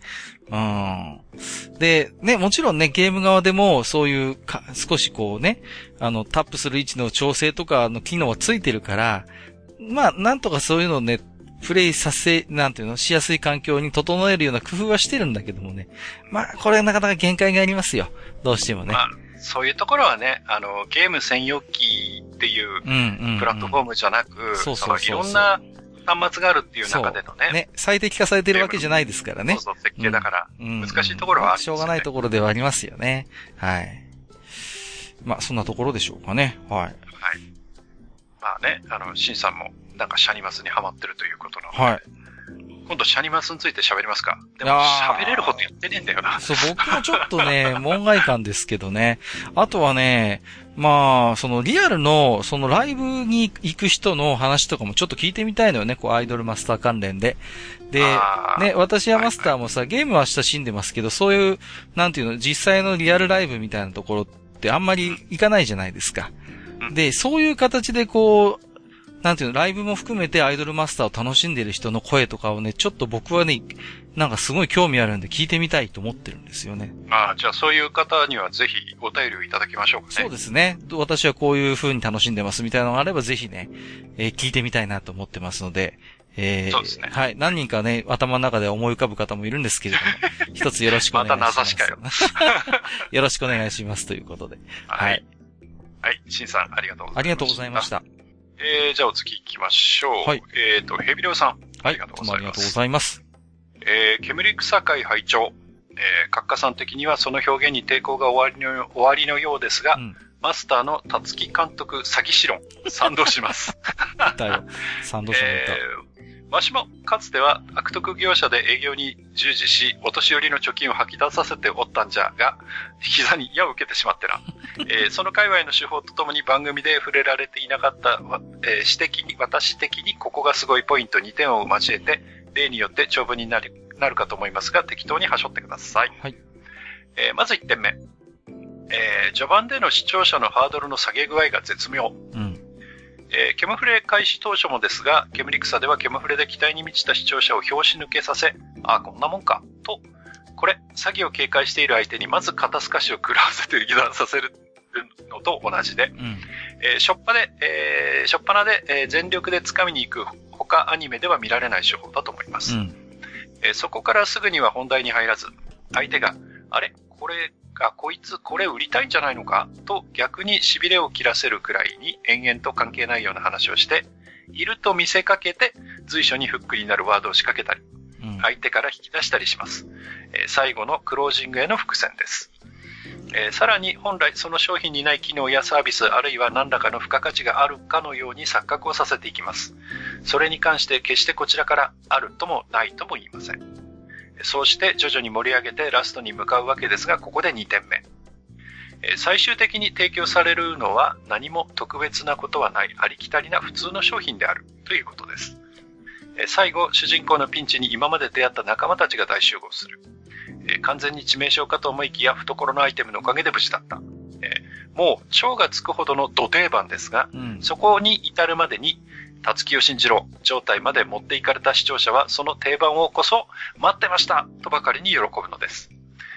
で、ね、もちろんね、ゲーム側でもそういう少しこうね、タップする位置の調整とかの機能はついてるから、まあ、なんとかそういうのをね、プレイしやすい環境に整えるような工夫はしてるんだけどもね。まあ、これはなかなか限界がありますよ。どうしてもね。まあ、 そういうところはね、ゲーム専用機っていうプラットフォームじゃなく、いろんな端末があるっていう中でのね。 最適化されてるわけじゃないですからね。 そう、設計だから、難しいところはある、 しょうがないところではありますよね。はい。まあ、そんなところでしょうかね。はい。 まあね、シンさんも、なんかシャニマスにハマってるということなので。今度シャニマスについて喋りますか？でも喋れるほどやってねえんだよな。 そう、僕もちょっとね、門外漢ですけどね。あとはね、まあ、そのリアルの、そのライブに行く人の話とかもちょっと聞いてみたいのよね、こうアイドルマスター関連で。で、ね、私はマスターもさ、ゲームは親しんでますけど、そういう、なんていうの、実際のリアルライブみたいなところってあんまり行かないじゃないですか。で、そういう形でこう、なんていうの、ライブも含めてアイドルマスターを楽しんでいる人の声とかをね、ちょっと僕はね、なんかすごい興味あるんで聞いてみたいと思ってるんですよね。 じゃあそういう方にはぜひお便りをいただきましょうかね。 そうですね。私はこういう風に楽しんでますみたいなのがあればぜひね、聞いてみたいなと思ってますので、 そうですね。 はい。何人かね、頭の中で思い浮かぶ方もいるんですけれども、一つよろしくお願いします。 また名指しかよ。 よろしくお願いしますということで。 はい。はい。シンさん、ありがとうございました。 ありがとうございました。 じゃあお次行きましょう。はい。ヘビレオさん。 ありがとうございます。ありがとうございます。 煙草会拝聴。閣下さん的にはその表現に抵抗が終わりのようですが、マスターのたつき監督詐欺師論、賛同します。 だよ。賛同しました。 わしもかつては悪徳業者で営業に従事し、お年寄りの貯金を吐き出させておったんじゃが、膝に矢を受けてしまってな。その界隈の手法とともに番組で触れられていなかった、私的にここがすごいポイント2点を交えて、例によって長文になるかと思いますが、適当に端折ってください。はい。まず1点目。序盤での視聴者のハードルの下げ具合が絶妙。ケムフレ開始当初もですが、煙草ではケムフレで期待に満ちた視聴者を拍子抜けさせ、こんなもんか、と、これ、詐欺を警戒している相手にまず肩透かしを食らわせて油断させるのと同じで、初っ端で全力で掴みに行く他アニメでは見られない手法だと思います。そこからすぐには本題に入らず、相手が、こいつこれ売りたいんじゃないのかと逆に痺れを切らせるくらいに延々と関係ないような話をして、いると見せかけて随所にフックになるワードを仕掛けたり、相手から引き出したりします。最後のクロージングへの伏線です。さらに本来その商品にない機能やサービスあるいは何らかの付加価値があるかのように錯覚をさせていきます。それに関して決してこちらからあるともないとも言いません。そうして徐々に盛り上げてラストに向かうわけですが、ここで2点目。最終的に提供されるのは何も特別なことはないありきたりな普通の商品であるということです。最後、主人公のピンチに今まで出会った仲間たちが大集合する。完全に致命傷かと思いきや懐のアイテムのおかげで無事だった。もう超がつくほどのド定番ですが、そこに至るまでにたつきを信じろ状態まで持っていかれた視聴者はその定番をこそ待ってましたとばかりに喜ぶのです。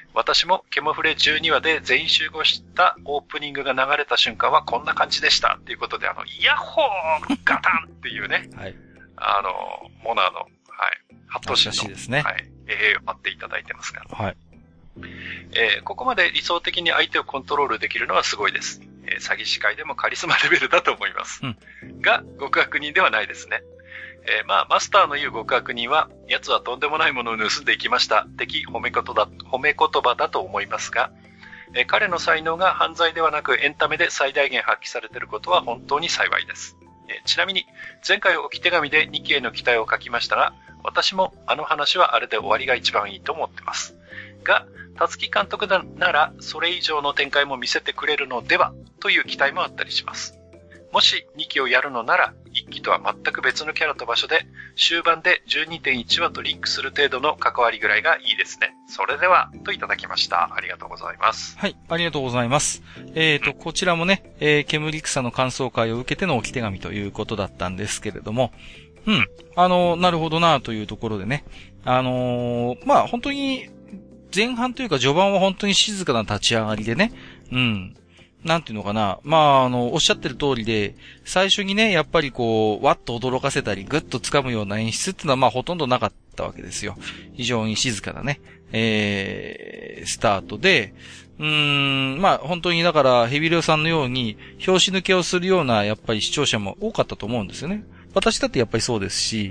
私もケモフレ12話で全員集合したオープニングが流れた瞬間はこんな感じでしたっていうことで、イヤッホーガタンっていうね、はい、モナーの、はい、ハットシーの、 ですね、 はい、を待っていただいてますが、 はい、 ここまで理想的に相手をコントロールできるのはすごいです。詐欺師界でもカリスマレベルだと思います。が、極悪人ではないですね。まあ、マスターの言う極悪人は、奴はとんでもないものを盗んでいきました。的褒め言葉だと思いますが、彼の才能が犯罪ではなくエンタメで最大限発揮されていることは本当に幸いです。ちなみに、前回置き手紙で2期への期待を書きましたが、私もあの話はあれで終わりが一番いいと思ってます。が、たつき監督ならそれ以上の展開も見せてくれるのではという期待もあったりします。もし2期をやるのなら1期とは全く別のキャラと場所で終盤で 12.1 話とリンクする程度の関わりぐらいがいいですね。それではといただきました。ありがとうございます。 はい、ありがとうございます。こちらもね、煙草の感想会を受けての置き手紙ということだったんですけれども、なるほどなというところでね、まあ本当に前半というか序盤は本当に静かな立ち上がりでね、なんていうのかな。まあ、おっしゃってる通りで、最初にね、やっぱりこう、わっと驚かせたり、ぐっと掴むような演出っていうのは、まあ、ほとんどなかったわけですよ。非常に静かなね、スタートで、まあ、本当にだから、ヘビレオさんのように、拍子抜けをするような、やっぱり視聴者も多かったと思うんですよね。私だってやっぱりそうですし、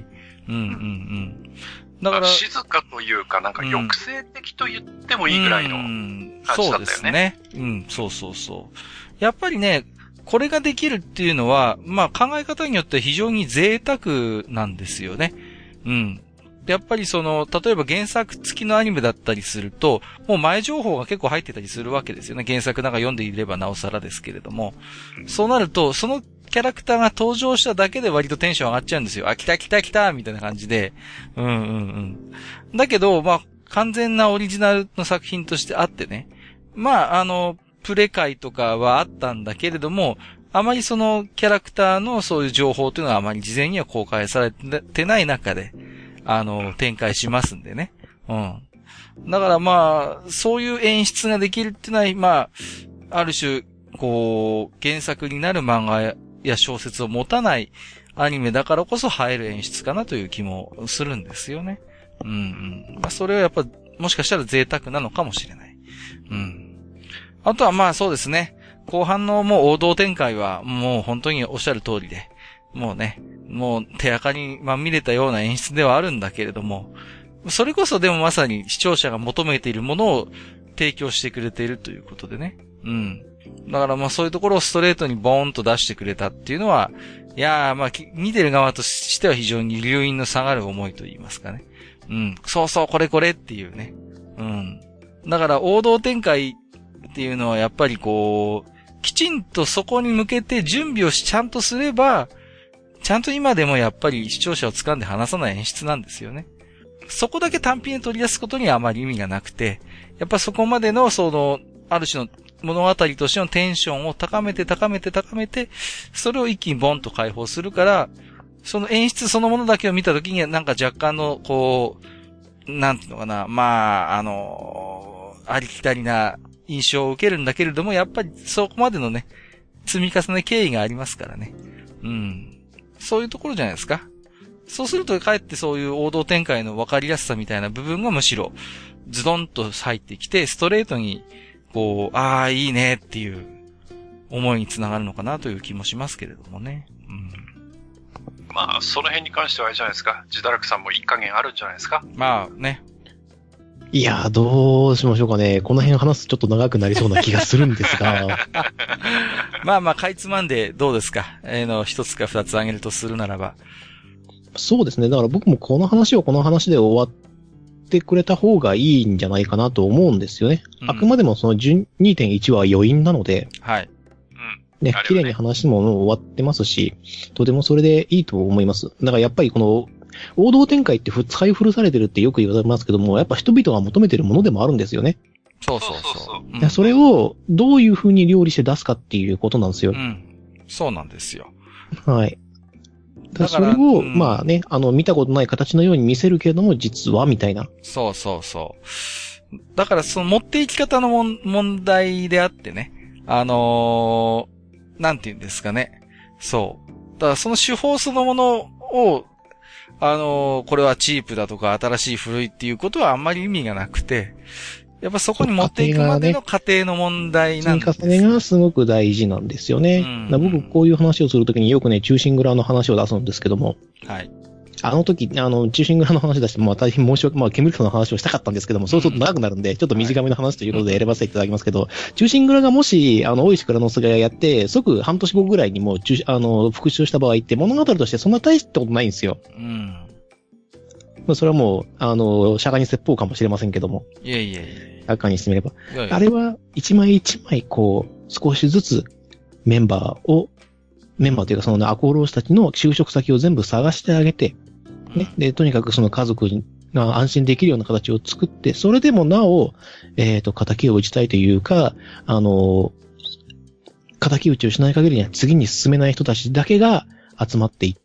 だから、静かというか、なんか抑制的と言ってもいいぐらいの感じだったよね。 そうですね。そう。やっぱりね、これができるっていうのは、まあ考え方によって非常に贅沢なんですよね。で、やっぱり例えば原作付きのアニメだったりすると、もう前情報が結構入ってたりするわけですよね。原作なんか読んでいればなおさらですけれども。そうなると、そのキャラクターが登場しただけで割とテンション上がっちゃうんですよ。あ、来たみたいな感じで。だけど、まあ、完全なオリジナルの作品としてあってね。まあ、プレ会とかはあったんだけれども、あまりそのキャラクターのそういう情報というのはあまり事前には公開されてない中で、展開しますんでね。だからまあ、そういう演出ができるっていうのは、まあ、ある種、こう、原作になる漫画や小説を持たないアニメだからこそ映える演出かなという気もするんですよね。まあ、それはやっぱ、もしかしたら贅沢なのかもしれない。あとはまあそうですね。後半のもう王道展開はもう本当におっしゃる通りで、もうね、もう手垢にまみれたような演出ではあるんだけれども、それこそでもまさに視聴者が求めているものを提供してくれているということでね。だからまあそういうところをストレートにボーンと出してくれたっていうのは、いやーまあ見てる側としては非常に留飲の下がる思いと言いますかね。そうこれっていうね。だから王道展開っていうのはやっぱりこう、きちんとそこに向けて準備をちゃんとすれば、ちゃんと今でもやっぱり視聴者を掴んで離さない演出なんですよね。そこだけ単品で取り出すことにはあまり意味がなくて、やっぱそこまでのある種の物語としてのテンションを高めて、それを一気にボンと解放するから、その演出そのものだけを見たときにはなんか若干のこう、なんていうのかな、まあ、ありきたりな印象を受けるんだけれども、やっぱりそこまでのね、積み重ね経緯がありますからね。そういうところじゃないですか。そうするとかえってそういう王道展開の分かりやすさみたいな部分がむしろズドンと入ってきて、ストレートにこう、ああ、いいねっていう思いにつながるのかなという気もしますけれどもね。 まあ、その辺に関してはあれじゃないですか。ジダラクさんもいい加減あるんじゃないですか。 まあね。 いや、どうしましょうかね。この辺話すとちょっと長くなりそうな気がするんですが。 まあ、かいつまんでどうですか。一つか二つ挙げるとするならば。 そうですね。だから僕もこの話をこの話で終わってくれた方がいいんじゃないかなと思うんですよね。あくまでもその 12.1 は余韻なので。 はい。 ね、綺麗に話も終わってますし、とてもそれでいいと思います。だからやっぱりこの、王道展開って使い古されてるってよく言われますけども、やっぱ人々が求めてるものでもあるんですよね。 そう。 それをどういう風に料理して出すかっていうことなんですよ。 そうなんですよ。 はい。だからそれを、まあね、見たことない形のように見せるけれども、実は、みたいな。 そう。 だからその持っていき方の問題であってね。なんて言うんですかね。そう。だからその手法そのものを、これはチープだとか新しい古いっていうことはあんまり意味がなくて、やっぱそこに持っていくまでの過程の問題なんです。 積み重ねがすごく大事なんですよね。僕こういう話をするときによくね、忠臣蔵の話を出すんですけども。はい。あの時、忠臣蔵の話出して、大変申し訳、煙草の話をしたかったんですけども、そうすると長くなるんで、ちょっと短めの話ということで選ばせていただきますけど、忠臣蔵がもし、大石倉之助がやって、即半年後ぐらいにもう、復讐した場合って物語としてそんな大したことないんですよ。それはもう、釈迦に説法かもしれませんけども。 いやいやいや。 釈迦にしてみれば。あれは、一枚一枚、少しずつ、メンバーというかその赤穂浪士たちの就職先を全部探してあげて、ね。で、とにかくその家族が安心できるような形を作って、それでもなお、仇を討ちたいというか、仇討ちをしない限りには次に進めない人たちだけが集まっていって、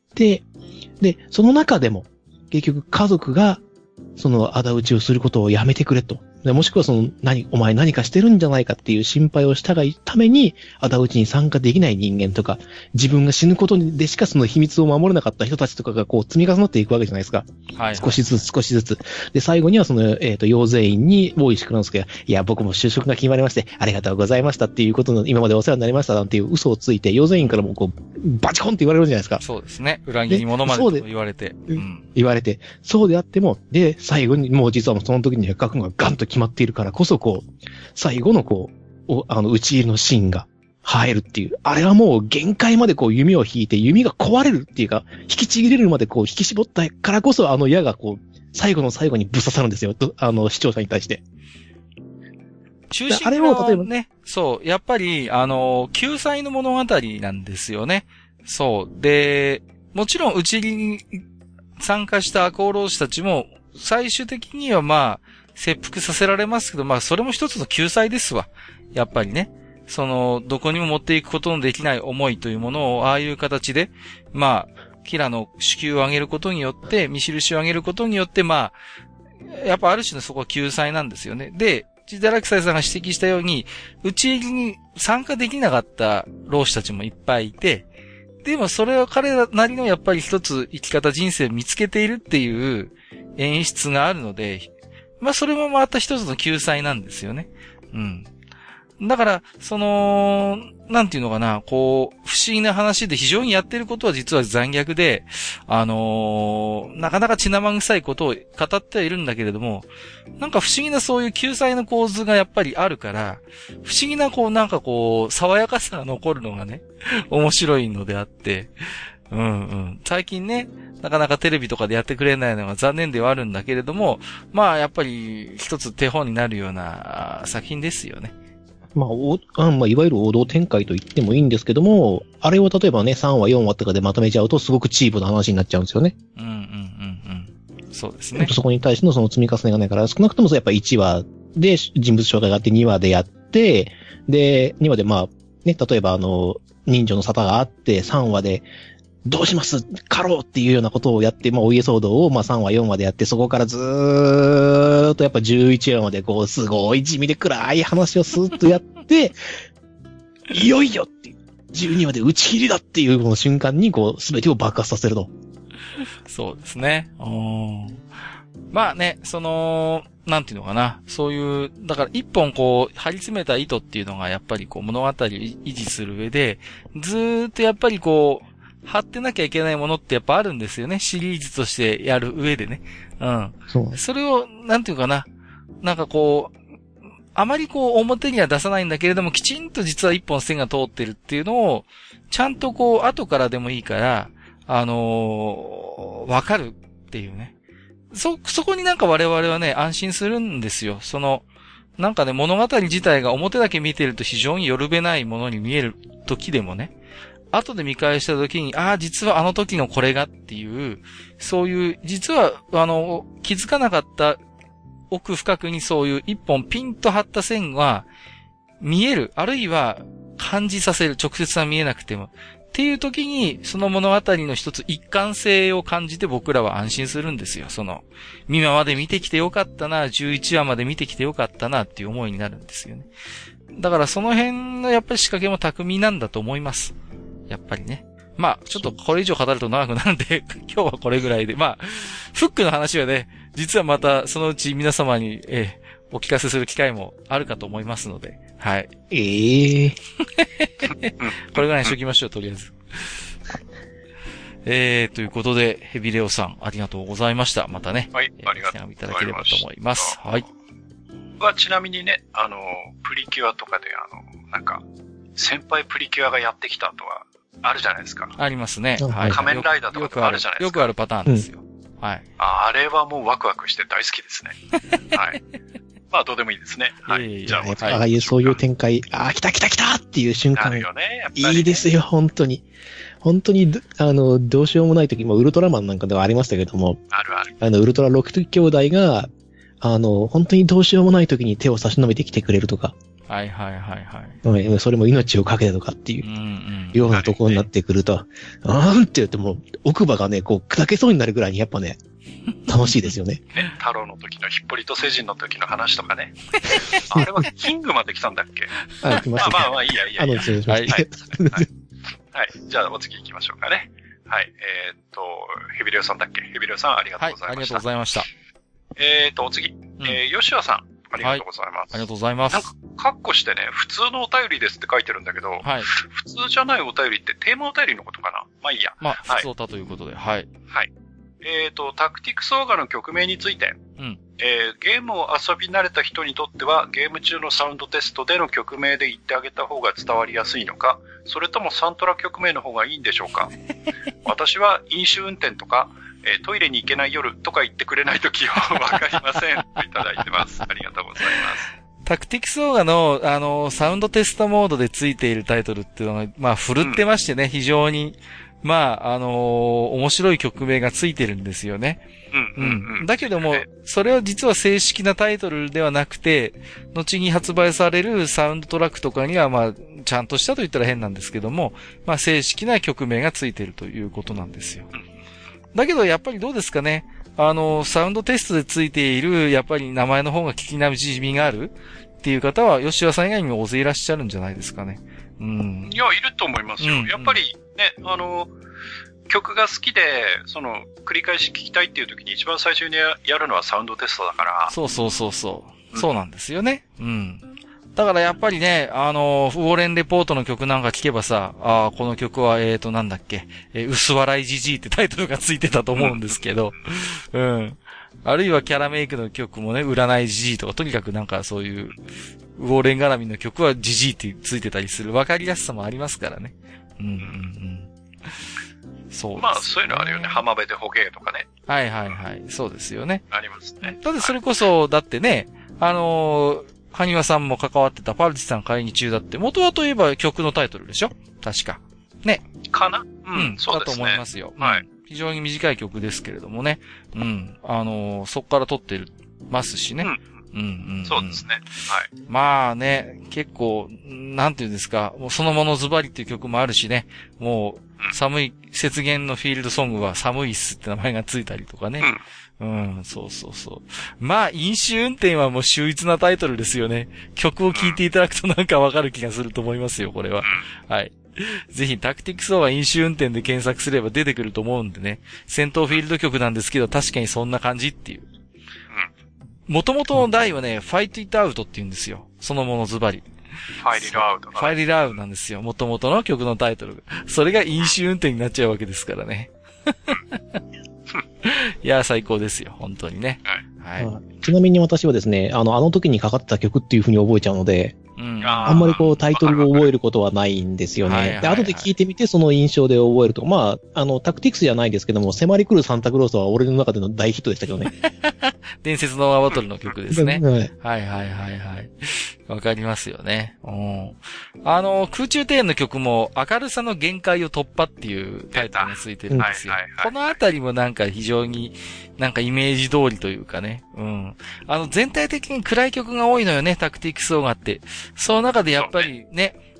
で、その中でも、結局家族が、その仇討ちをすることをやめてくれと。でもしくはお前何かしてるんじゃないかっていう心配をしたがために、仇討ちに参加できない人間とか、自分が死ぬことでしかその秘密を守れなかった人たちとかが積み重なっていくわけじゃないですか。はい。少しずつ。で、最後には養税員に大石倉之助が、いや、僕も就職が決まりまして、ありがとうございましたっていうことの、今までお世話になりましたなんていう嘘をついて、養税員からもバチコンって言われるじゃないですか。 そうですね。裏切り者までと言われて。 言われて。そうであっても、で、最後にもう実はその時には覚悟がガンと決まっているからこそ最後の打ち入りのシーンが入るっていう。あれはもう限界まで弓を引いて、弓が壊れるっていうか、引きちぎれるまで引き絞ったからこそ矢が最後の最後にぶっ刺さるんですよ。視聴者に対して。 中心は例えばね、そう、やっぱり、救済の物語なんですよね。そう。で、もちろん、打ち入りに参加した赤穂浪士たちも、最終的には切腹させられますけど、それも一つの救済ですわ。やっぱりね。どこにも持っていくことのできない思いというものを、ああいう形で、キラの支給を上げることによって、見印を上げることによって、やっぱある種のそこは救済なんですよね。で、ジダラキサイさんが指摘したように、打ち入りに参加できなかった浪士たちもいっぱいいて、でもそれは彼らなりのやっぱり一つ生き方人生を見つけているっていう演出があるので、それもまた一つの救済なんですよね。うん。だから、なんていうのかな、不思議な話で非常にやってることは実は残虐で、なかなか血生臭いことを語ってはいるんだけれども、なんか不思議なそういう救済の構図がやっぱりあるから、不思議な爽やかさが残るのがね、面白いのであって、最近ね、なかなかテレビとかでやってくれないのが残念ではあるんだけれども、やっぱり一つ手本になるような作品ですよね。 いわゆる王道展開と言ってもいいんですけども、あれを例えばね、3話、4話とかでまとめちゃうとすごくチープな話になっちゃうんですよね。 そうですね。 そこに対しての積み重ねがないから、少なくともやっぱ1話で人物紹介があって2話でやって、で、2話で例えば人情の沙汰があって、3話で、どうします狩ろうっていうようなことをやって、お家騒動を3話4話でやって、そこからずーっとやっぱ11話まですごい地味で暗い話をスーッとやって、いよいよっていう、12話で打ち切りだっていうこの瞬間に全てを爆発させると。 そうですね。なんていうのかな。そういう、だから一本張り詰めた糸っていうのがやっぱり物語を維持する上で、ずーっとやっぱり貼ってなきゃいけないものってやっぱあるんですよね。シリーズとしてやる上でね。それを、なんていうかな。あまり表には出さないんだけれども、きちんと実は一本線が通ってるっていうのを、ちゃんと後からでもいいから、わかるっていうね。そこに我々はね、安心するんですよ。物語自体が表だけ見てると非常によるべないものに見える時でもね、後で見返した時に、実はあの時のこれがっていう、そういう、実は、気づかなかった奥深くにそういう一本ピンと張った線は見える、あるいは感じさせる、直接は見えなくてもっっていう時に、その物語の一つ一貫性を感じて僕らは安心するんですよ。今まで見てきてよかったな、11話まで見てきてよかったなっていう思いになるんですよね。だからその辺のやっぱり仕掛けも巧みなんだと思います。やっぱりね。まあ、ちょっとこれ以上語ると長くなるんで、今日はこれぐらいで。まあ、フックの話はね、実はまたそのうち皆様に、お聞かせする機会もあるかと思いますので、はい。これぐらいにしときましょう、とりあえず。ということで、ヘビレオさん、ありがとうございました。またね。 はい、ありがとうございます。 いただければと思います。はい。 ちなみにね、プリキュアとかで、なんか、先輩プリキュアがやってきたとは、あるじゃないですか。 ありますね。はい。 仮面ライダーとかあるじゃないですか。 よくあるパターンですよ。はい。 あれはもうワクワクして大好きですね。はい。まあ、どうでもいいですね。はい。じゃあ、 ああいうそういう展開、来たっていう瞬間。 あるよね。やっぱりね。いいですよ、本当に。本当に、どうしようもない時も、ウルトラマンなんかではありましたけども。 あるある。 ウルトラ6兄弟が、本当にどうしようもない時に手を差し伸べてきてくれるとか。 はいはいはいはい。 それも命をかけてとかっていう、ようなところになってくると、って言っても、奥歯がね、こう、砕けそうになるぐらいにやっぱね、楽しいですよね。 太郎の時のヒッポリト星人の時の話とかね。あれはキングまで来たんだっけ？ 来ました。 まあ、いいや。 はい。 はい。じゃあ、お次行きましょうかね。はい。ヘビレオさんだっけ？ヘビレオさん、ありがとうございました。 はい、ありがとうございました。 お次。吉尾さん、ありがとうございます。 ありがとうございます。 なんか、カッコしてね、普通のお便りですって書いてるんだけど、 はい。 普通じゃないお便りってテーマお便りのことかな？まあいいや。 まあ、普通おたということで、はい。 はい。タクティクスオーガの曲名について、ゲームを遊び慣れた人にとっては、ゲーム中のサウンドテストでの曲名で言ってあげた方が伝わりやすいのか、それともサントラ曲名の方がいいんでしょうか？私は飲酒運転とか、トイレに行けない夜とか言ってくれないときはわかりません。といただいてます。ありがとうございます。 タクティクスオーガの、サウンドテストモードでついているタイトルっていうのが、まあ、振るってましてね、非常に、まあ、面白い曲名がついてるんですよね。だけども、それは実は正式なタイトルではなくて、後に発売されるサウンドトラックとかには、まあ、ちゃんとしたと言ったら変なんですけども、まあ、正式な曲名がついてるということなんですよ。だけど、やっぱりどうですかね。サウンドテストでついている、やっぱり名前の方が聞きなじみがあるっていう方は、吉田さん以外にも大勢いらっしゃるんじゃないですかね。 いや、いると思いますよ。やっぱりね、曲が好きで、繰り返し聞きたいっていう時に一番最初にやるのはサウンドテストだから。 そう。そうなんですよね。だからやっぱりね、ウォーレンレポートの曲なんか聞けばさ、この曲は、なんだっけ、薄笑いじじいってタイトルがついてたと思うんですけど、あるいはキャラメイクの曲もね、占いじじいとか、とにかくなんかそういう、ウォーレン絡みの曲はじじいってついてたりする。わかりやすさもありますからね。そうですね。 まあ、そういうのあるよね。浜辺でホゲーとかね。 はい。そうですよね。 ありますね。 だってそれこそ、だってね、ハニワさんも関わってたパルチさん会議中だって、元はといえば曲のタイトルでしょ？確か。ね。 かな？そうですね。 だと思いますよ。 はい。 非常に短い曲ですけれどもね。そっから撮ってますしね。 そうですね。はい。 まあね、結構、なんていうんですか、もうそのものズバリっていう曲もあるしね、もう、寒い、雪原のフィールドソングは寒いっすって名前がついたりとかね。そう。まあ、飲酒運転はもう秀逸なタイトルですよね。曲を聴いていただくとなんかわかる気がすると思いますよ、これは。はい。ぜひ、タクティクスオーガ飲酒運転で検索すれば出てくると思うんでね。戦闘フィールド曲なんですけど、確かにそんな感じっていう。元々の題はね、ファイトイットアウトって言うんですよ。そのものズバリ。 ファイリルアウト。 ファイリルアウトなんですよ。元々の曲のタイトルが。それが飲酒運転になっちゃうわけですからね。いや、最高ですよ。本当にね。はい。 ちなみに私はですね、あの時にかかってた曲っていう風に覚えちゃうので、あんまりこうタイトルを覚えることはないんですよね。で、後で聞いてみてその印象で覚えると。まあ、タクティクスじゃないですけども、迫り来るサンタクロースは俺の中での大ヒットでしたけどね。 伝説のバトルの曲ですね。はい。わかりますよね。空中庭園の曲も明るさの限界を突破っていうタイトルがついてるんですよ。このあたりもなんか非常になんかイメージ通りというかね。全体的に暗い曲が多いのよね、タクティクスオーガって。その中でやっぱりね、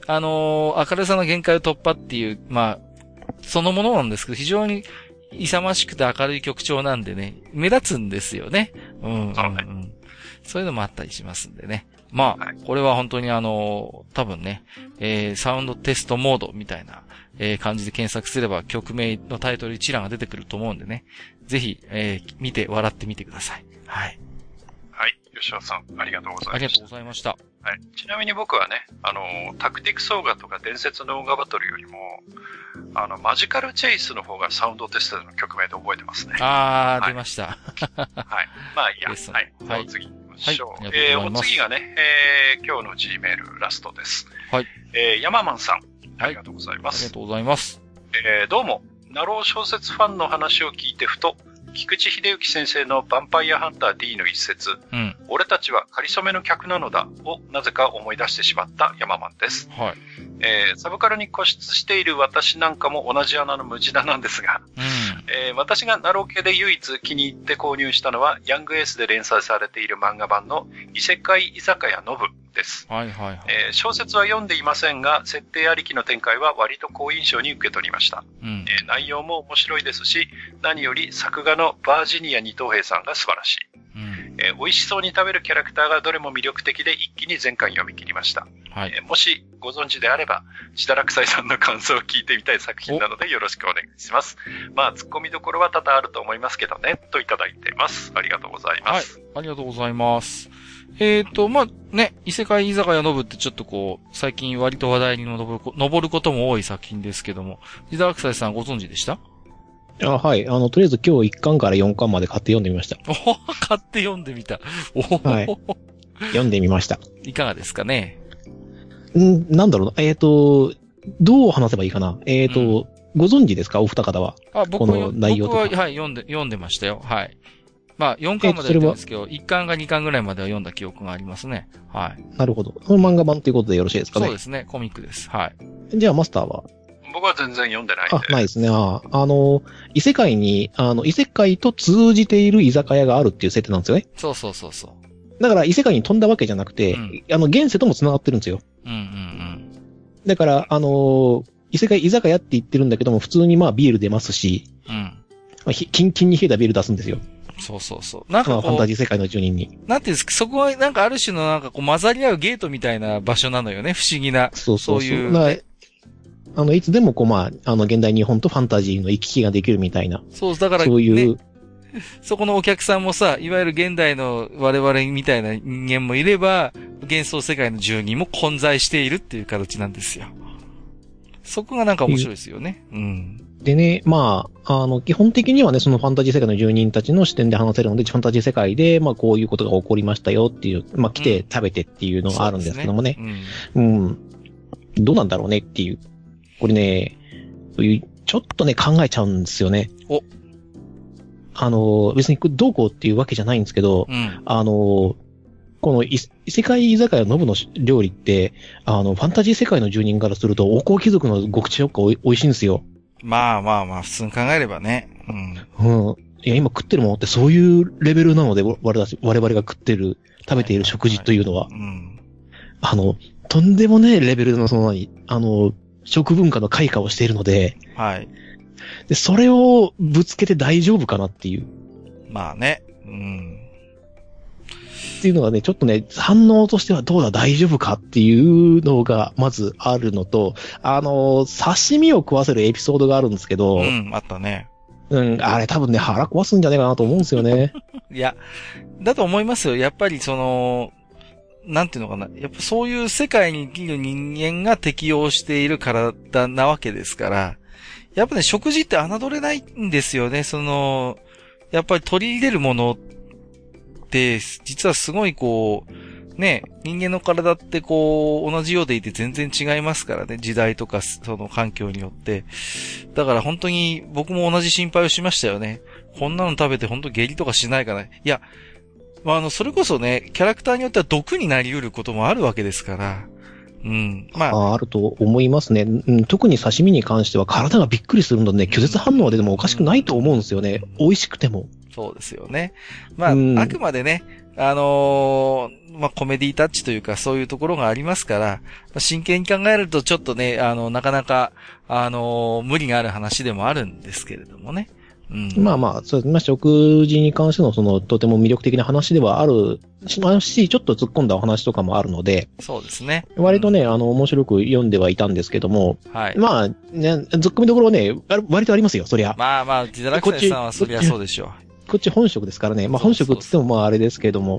明るさの限界を突破っていう、まあ、そのものなんですけど、非常に勇ましくて明るい曲調なんでね、目立つんですよね。そういうのもあったりしますんでね。まあ、これは本当に多分ね、サウンドテストモードみたいな、感じで検索すれば曲名のタイトル一覧が出てくると思うんでね。ぜひ、見て笑ってみてください。はい。 はい。吉尾さん、ありがとうございました。 ありがとうございました。 はい。ちなみに僕はね、タクティクスオーガとか伝説のオーガバトルよりも、マジカルチェイスの方がサウンドテストの曲名で覚えてますね。 はい、出ました。 はい。まあいいや。はい。次行きましょう。お次がね、今日の G メールラストです。 はい。 ヤママンさん。ありがとうございます。 ありがとうございます。 どうも、ナロー小説ファンの話を聞いてふと、菊池秀幸先生のヴァンパイアハンター D の一節、俺たちは仮初めの客なのだをなぜか思い出してしまったヤママンです。 はい。 サブカルに固執している私なんかも同じ穴の無地ななんですが、私がナロー系で唯一気に入って購入したのは、ヤングエースで連載されている漫画版の異世界居酒屋ノブです。 はいはいはい。 小説は読んでいませんが、設定ありきの展開は割と好印象に受け取りました。内容も面白いですし、何より作画のバージニア二等兵さんが素晴らしい。美味しそうに食べるキャラクターがどれも魅力的で一気に全巻読み切りました。 はい。 もしご存知であれば、しだらくさいさんの感想を聞いてみたい作品なのでよろしくお願いします。まあ、突っ込みどころは多々あると思いますけどね、といただいてます。ありがとうございます。 はい。ありがとうございます。まあ、ね、異世界居酒屋ノブってちょっとこう、最近割と話題に上ることも多い作品ですけども、しだらくさいさんご存知でした？ はい。とりあえず今日1巻から4巻まで買って読んでみました。 買って読んでみた。 はい。読んでみました。 いかがですかね？ なんだろうな。どう話せばいいかな。ご存知ですかお二方は。 僕は、はい、読んでましたよ。はい。まあ、4巻までやってるんですけど、1巻か2巻ぐらいまでは読んだ記憶がありますね。はい。 なるほど。その漫画版ということでよろしいですかね？ そうですね。コミックです。はい。 じゃあ、マスターは？ 僕は全然読んでないんで。 ないですね。異世界に、異世界と通じている居酒屋があるっていう設定なんですよね。 そう。 だから異世界に飛んだわけじゃなくて、現世とも繋がってるんですよ。だから、異世界居酒屋って言ってるんだけども、普通にまあビール出ますし、キンキンに冷えたビール出すんですよ。 そう。 なんかファンタジー世界の住人に。 なんていうんですか、そこはなんかある種のなんかこう混ざり合うゲートみたいな場所なのよね、不思議な。そういう。 いつでもこうまあ、現代日本とファンタジーの行き来ができるみたいな。 そう、だから、ね、 そういう。 そこのお客さんもさ、いわゆる現代の我々みたいな人間もいれば、幻想世界の住人も混在しているっていう形なんですよ。そこがなんか面白いですよね。 でね、まあ、基本的にはね、そのファンタジー世界の住人たちの視点で話せるので、ファンタジー世界で、まあ、こういうことが起こりましたよっていう、まあ、来て食べてっていうのがあるんですけどもね。どうなんだろうねっていう。これね、ちょっとね、考えちゃうんですよね。別にどうこうっていうわけじゃないんですけど、この異世界居酒屋ノブの料理って、ファンタジー世界の住人からすると、王侯貴族の極地食感美味しいんですよ。 まあ、普通に考えればね。 いや、今食ってるものってそういうレベルなので、我々が食べている食事というのは。とんでもねえレベルの食文化の開花をしているので、 はい。 で、それをぶつけて大丈夫かなっていう。 まあね。 っていうのがね、ちょっとね、反応としてはどうだ大丈夫かっていうのがまずあるのと、刺身を食わせるエピソードがあるんですけど、 あったね。 あれ多分ね、腹壊すんじゃないかなと思うんですよね。 いや、だと思いますよ。やっぱりなんていうのかな。やっぱそういう世界に生きる人間が適応している体なわけですから、やっぱね、食事って侮れないんですよね。やっぱり取り入れるものって、実はすごいこう、ね、人間の体ってこう、同じようでいて全然違いますからね。時代とかその環境によって。だから本当に僕も同じ心配をしましたよね。こんなの食べて本当下痢とかしないかな。いや、それこそね、キャラクターによっては毒になり得ることもあるわけですから。 あると思いますね。特に刺身に関しては体がびっくりするのでね、拒絶反応が出てもおかしくないと思うんですよね。美味しくても。 そうですよね。まあ、あくまでね、まあ、コメディタッチというか、そういうところがありますから、真剣に考えるとちょっとね、なかなか、無理がある話でもあるんですけれどもね。うん、 まあまあ、そうですね。食事に関してのとても魅力的な話ではあるし、ちょっと突っ込んだお話とかもあるので。 そうですね。 割とね、面白く読んではいたんですけども。 はい。 まあ、ね、突っ込みどころはね、割とありますよ、そりゃ。 まあまあ、自堕落斎さんはそりゃそうでしょう。 こっち本職ですからね。まあ本職って言ってもまああれですけども、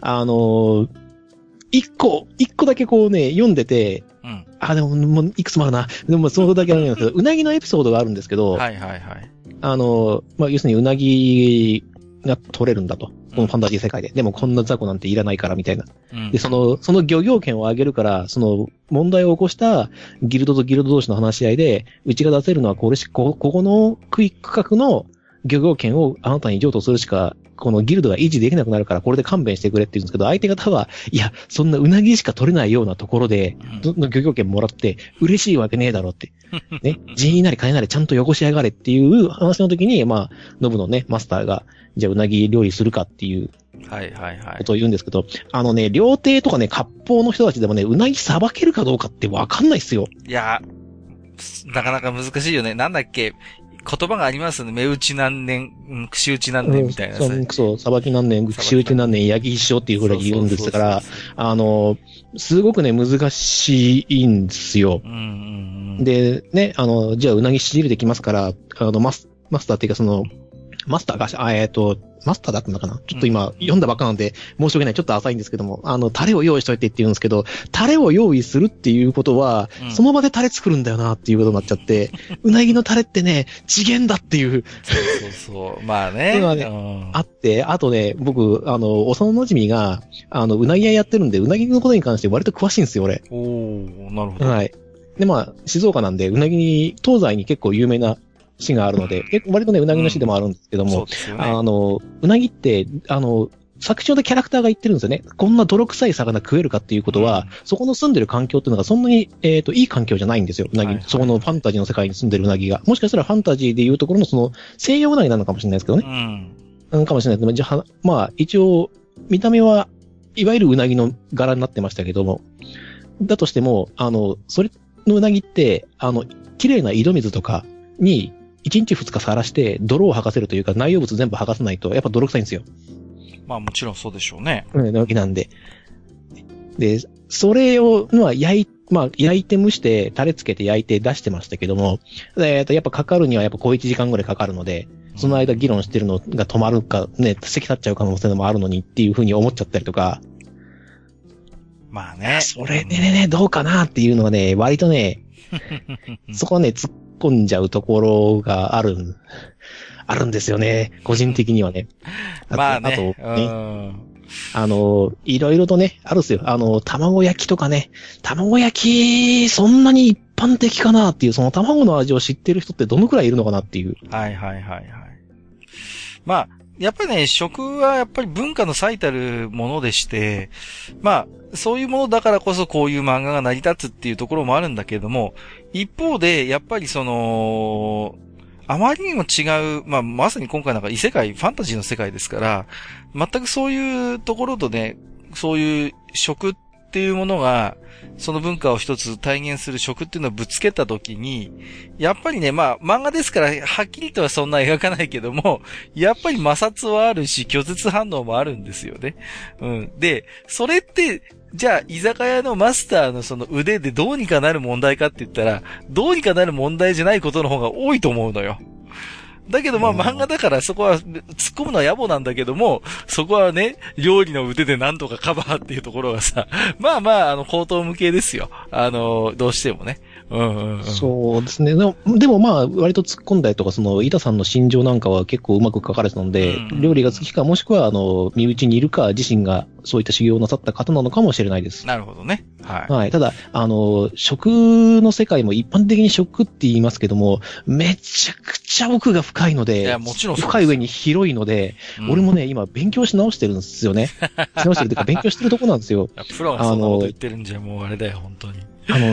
一個だけこうね、読んでて、 うん。 でも、もういくつもあるな。でも、そのだけあるんですけど、うなぎのエピソードがあるんですけど、 はいはいはい。 まあ、要するにうなぎが取れるんだと。このファンタジー世界で。でもこんな雑魚なんていらないからみたいな。 うん、 で、その漁業権を上げるから、その問題を起こしたギルドとギルド同士の話し合いで、うちが出せるのはここの区画の漁業権をあなたに譲渡するしか、このギルドが維持できなくなるからこれで勘弁してくれって言うんですけど、相手方は、いや、そんなうなぎしか取れないようなところで、どんどん漁業権もらって嬉しいわけねえだろって。ね。人員なり金なりちゃんとよこしやがれっていう話の時に、まあ、ノブのね、マスターが、じゃあうなぎ料理するかっていう、 はいはいはい。 ことを言うんですけど、料亭とかね、割烹の人たちでもね、うなぎさばけるかどうかってわかんないっすよ。 いや、なかなか難しいよね。なんだっけ、言葉がありますね。目打ち何年、串打ち何年みたいな。 そう、さばき何年、串打ち何年、焼き一生っていうぐらい言うんですから、すごくね、難しいんですよ。で、ね、じゃあうなぎ仕入れてきますから、マスターっていうかマスターが、マスターだったのかなちょっと今、読んだばっかなんで、申し訳ない。ちょっと浅いんですけども、タレを用意しといてって言うんですけど、タレを用意するっていうことは、その場でタレ作るんだよなっていうことになっちゃって、うなぎのタレってね、次元だっていう。 そう。まあね。 のがね、あって、あとね、僕、幼馴染が、うなぎ屋やってるんで、うなぎのことに関して割と詳しいんですよ、俺。 なるほど。 はい。で、まあ、静岡なんで、うなぎに、東西に結構有名な、市があるので、割とね、うなぎの市でもあるんですけども、うなぎって、作中でキャラクターが言ってるんですよね。こんな泥臭い魚食えるかっていうことは、そこの住んでる環境っていうのがそんなに、いい環境じゃないんですよ、うなぎ。そこのファンタジーの世界に住んでるうなぎが。もしかしたらファンタジーでいうところの西洋うなぎなのかもしれないですけどね。かもしれないですけど、まあ、一応、見た目は、いわゆるうなぎの柄になってましたけども、だとしても、それのうなぎって、綺麗な井戸水とかに、1日2日さらして、泥を吐かせるというか、内容物全部吐かせないと、やっぱ泥臭いんですよ。 まあもちろんそうでしょうね。 わけなんで。で、それを、焼いて蒸して、タレつけて焼いて出してましたけども、やっぱかかるにはやっぱ小1時間ぐらいかかるので、その間議論してるのが止まるか、ね、席立っちゃう可能性もあるのにっていうふうに思っちゃったりとか。 まあね。 それでね、どうかなっていうのはね、割とね、そこはね、突っ込んじゃうところがあるんですよね。個人的にはね。 まあね。 あとね。いろいろとね、あるんですよ。卵焼きとかね。卵焼き、そんなに一般的かなっていう、その卵の味を知ってる人ってどのくらいいるのかなっていう。 はい。まあ、やっぱりね、食はやっぱり文化の最たるものでして、まあ、そういうものだからこそこういう漫画が成り立つっていうところもあるんだけれども、一方で、やっぱりあまりにも違う、まあ、まさに今回なんか異世界、ファンタジーの世界ですから、全くそういうところとね、そういう食っていうものが、その文化を一つ体現する食っていうのをぶつけたときに、やっぱりね、まあ、漫画ですから、はっきりとはそんな描かないけども、やっぱり摩擦はあるし、拒絶反応もあるんですよね。で、それって、じゃあ、居酒屋のマスターのその腕でどうにかなる問題かって言ったら、どうにかなる問題じゃないことの方が多いと思うのよ。だけどまあ漫画だからそこは突っ込むのは野暮なんだけども、そこはね、料理の腕でなんとかカバーっていうところがさ、まあ口頭無形ですよ。どうしてもね。 そうですね。でもまあ、割と突っ込んだりとか、板さんの心情なんかは結構うまく書かれてたので、料理が好きか、もしくは、身内にいるか、自身がそういった修行をなさった方なのかもしれないです。 なるほどね。はい。 はい。ただ、食の世界も一般的に食って言いますけども、めちゃくちゃ奥が深いので、 いや、もちろん深い上に広いので、俺もね、今勉強し直してるんですよね。し直してるというか、勉強してるとこなんですよ。 プロがそんなこと言ってるんじゃ、もうあれだよ、本当に。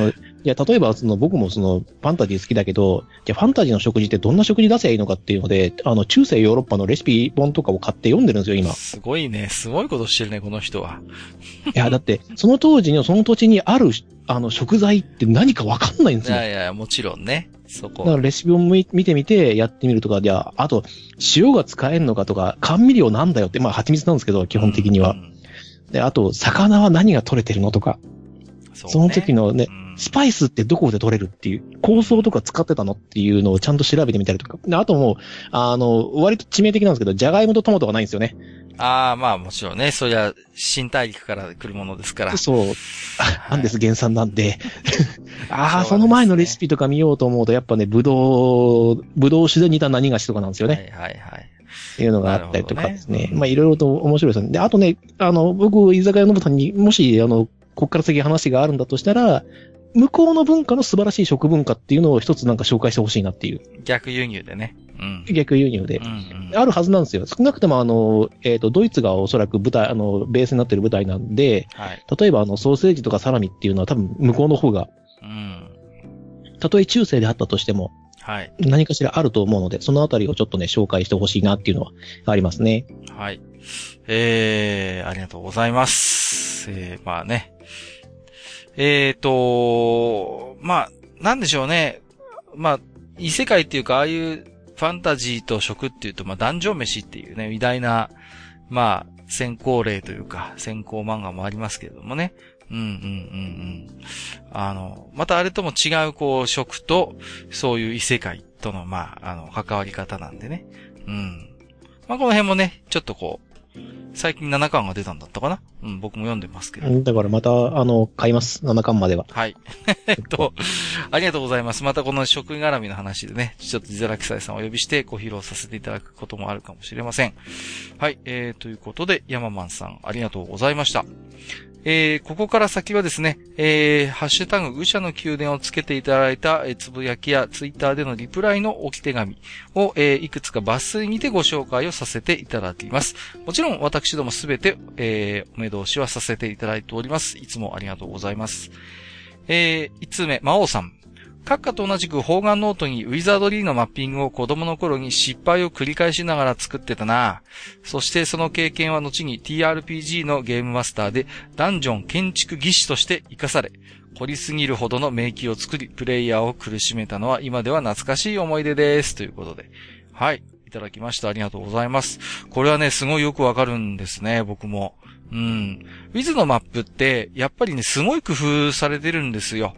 いや、例えば、僕もファンタジー好きだけど、じゃあファンタジーの食事ってどんな食事出せばいいのかっていうので、中世ヨーロッパのレシピ本とかを買って読んでるんですよ、今。 すごいね。すごいことしてるね、この人は。 いや、だって、その当時のその土地にある、食材って何かわかんないんですよ。 いやいや、もちろんね。そこ。 だからレシピ本見てみて、やってみるとか、じゃあ、あと、塩が使えるのかとか、甘味料なんだよって、まあ、蜂蜜なんですけど、基本的には。で、あと、魚は何が取れてるのとか。その時のね、スパイスってどこで取れるっていう、香草とか使ってたのっていうのをちゃんと調べてみたりとか。で、あともう、割と致命的なんですけど、じゃがいもとトマトがないんですよね。 ああ、まあもちろんね。そりゃ、新大陸から来るものですから。 そう。アンデス原産なんで。ああ、その前のレシピとか見ようと思うと、やっぱね、ぶどう酒で煮た何菓子とかなんですよね。 はいはいはい。 っていうのがあったりとかですね。まあいろいろと面白いですね。で、あとね、僕、居酒屋のぶさんに、もし、こっから先話があるんだとしたら、向こうの文化の素晴らしい食文化っていうのを一つなんか紹介してほしいなっていう。 逆輸入でね。 うん。逆輸入で。あるはずなんですよ。少なくともドイツがおそらくベースになってる舞台なんで、はい、例えばソーセージとかサラミっていうのは多分向こうの方が、たとえ中世であったとしても、はい。何かしらあると思うので、そのあたりをちょっとね、紹介してほしいなっていうのはありますね。 はい。ありがとうございます。まあね。まあ、なんでしょうね。まあ、異世界っていうか、ああいうファンタジーと食っていうと、まあ、ダンジョン飯っていうね、偉大な、まあ、先行例というか、先行漫画もありますけれどもね。またあれとも違う、こう、食と、そういう異世界との、まあ、関わり方なんでね。まあ、この辺もね、ちょっとこう、最近7巻が出たんだったかな？僕も読んでますけど。 だからまた、買います。7巻までは。 はい。ありがとうございます。またこの食絡みの話でね、ちょっと自堕落斎さんをお呼びしてご披露させていただくこともあるかもしれません。はい。ということで、ヤママンさん、ありがとうございました。ここから先はですね、ハッシュタグ、愚者の宮殿をつけていただいた、つぶやきやツイッターでのリプライの置き手紙を、いくつか抜粋にてご紹介をさせていただきます。もちろん、私どもすべて、お目通しはさせていただいております。いつもありがとうございます。1つ目、魔王さん。閣下と同じく方眼ノートにウィザードリーのマッピングを子供の頃に失敗を繰り返しながら作ってたな。そしてその経験は後に TRPG のゲームマスターでダンジョン建築技師として活かされ、凝りすぎるほどの迷宮を作り、プレイヤーを苦しめたのは今では懐かしい思い出です。ということで。はい。いただきました。ありがとうございます。これはね、すごいよくわかるんですね、僕も。ウィズのマップって、やっぱりね、すごい工夫されてるんですよ。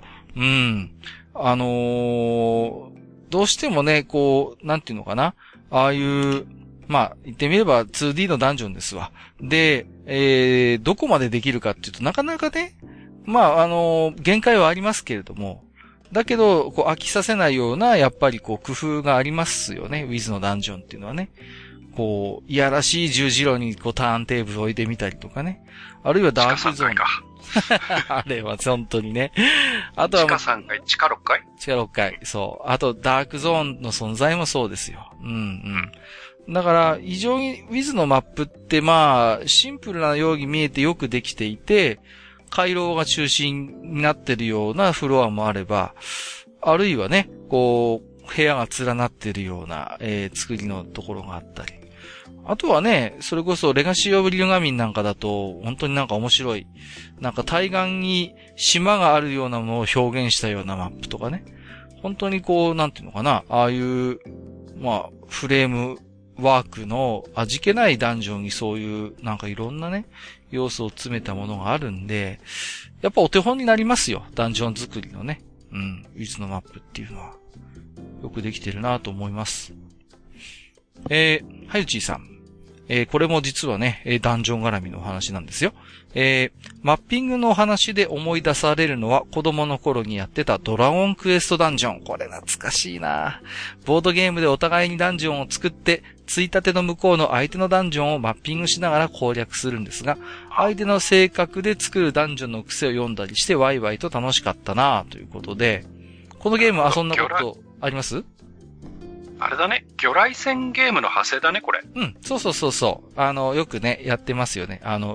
どうしてもね、こう、なんていうのかな。ああいう、まあ、言ってみれば 2D のダンジョンですわ。で、どこまでできるかっていうと、なかなかね、まあ、限界はありますけれども、だけど、こう、飽きさせないような、やっぱりこう、工夫がありますよね。ウィズのダンジョンっていうのはね。こう、いやらしい十字路にこう、ターンテーブルを置いてみたりとかね。あるいはダークゾーン。あれは本当にね。あとは。 地下3階、地下6階？ 地下6階。そう。あと、ダークゾーンの存在もそうですよ。だから、非常にウィズのマップって、まあ、シンプルなように見えてよくできていて、回廊が中心になってるようなフロアもあれば、あるいはね、こう、部屋が連なってるような、作りのところがあったり。あとはね、それこそレガシー・オブ・リルガミンなんかだと、本当になんか面白い。なんか対岸に島があるようなものを表現したようなマップとかね。本当にこう、なんていうのかな、ああいう、まあ、フレームワークの味気ないダンジョンにそういう、なんかいろんなね、要素を詰めたものがあるんで、やっぱお手本になりますよ。ダンジョン作りのね。ウィズのマップっていうのは。よくできてるなと思います。はゆちーさん。これも実はね、ダンジョン絡みのお話なんですよ。マッピングのお話で思い出されるのは子供の頃にやってたドラゴンクエストダンジョン。これ懐かしいな。ボードゲームでお互いにダンジョンを作って、ついたての向こうの相手のダンジョンをマッピングしながら攻略するんですが、相手の性格で作るダンジョンの癖を読んだりしてワイワイと楽しかったなということで、このゲーム遊んだことあります？ あれだね。魚雷戦ゲームの派生だね、これ。 そう。よくね、やってますよね。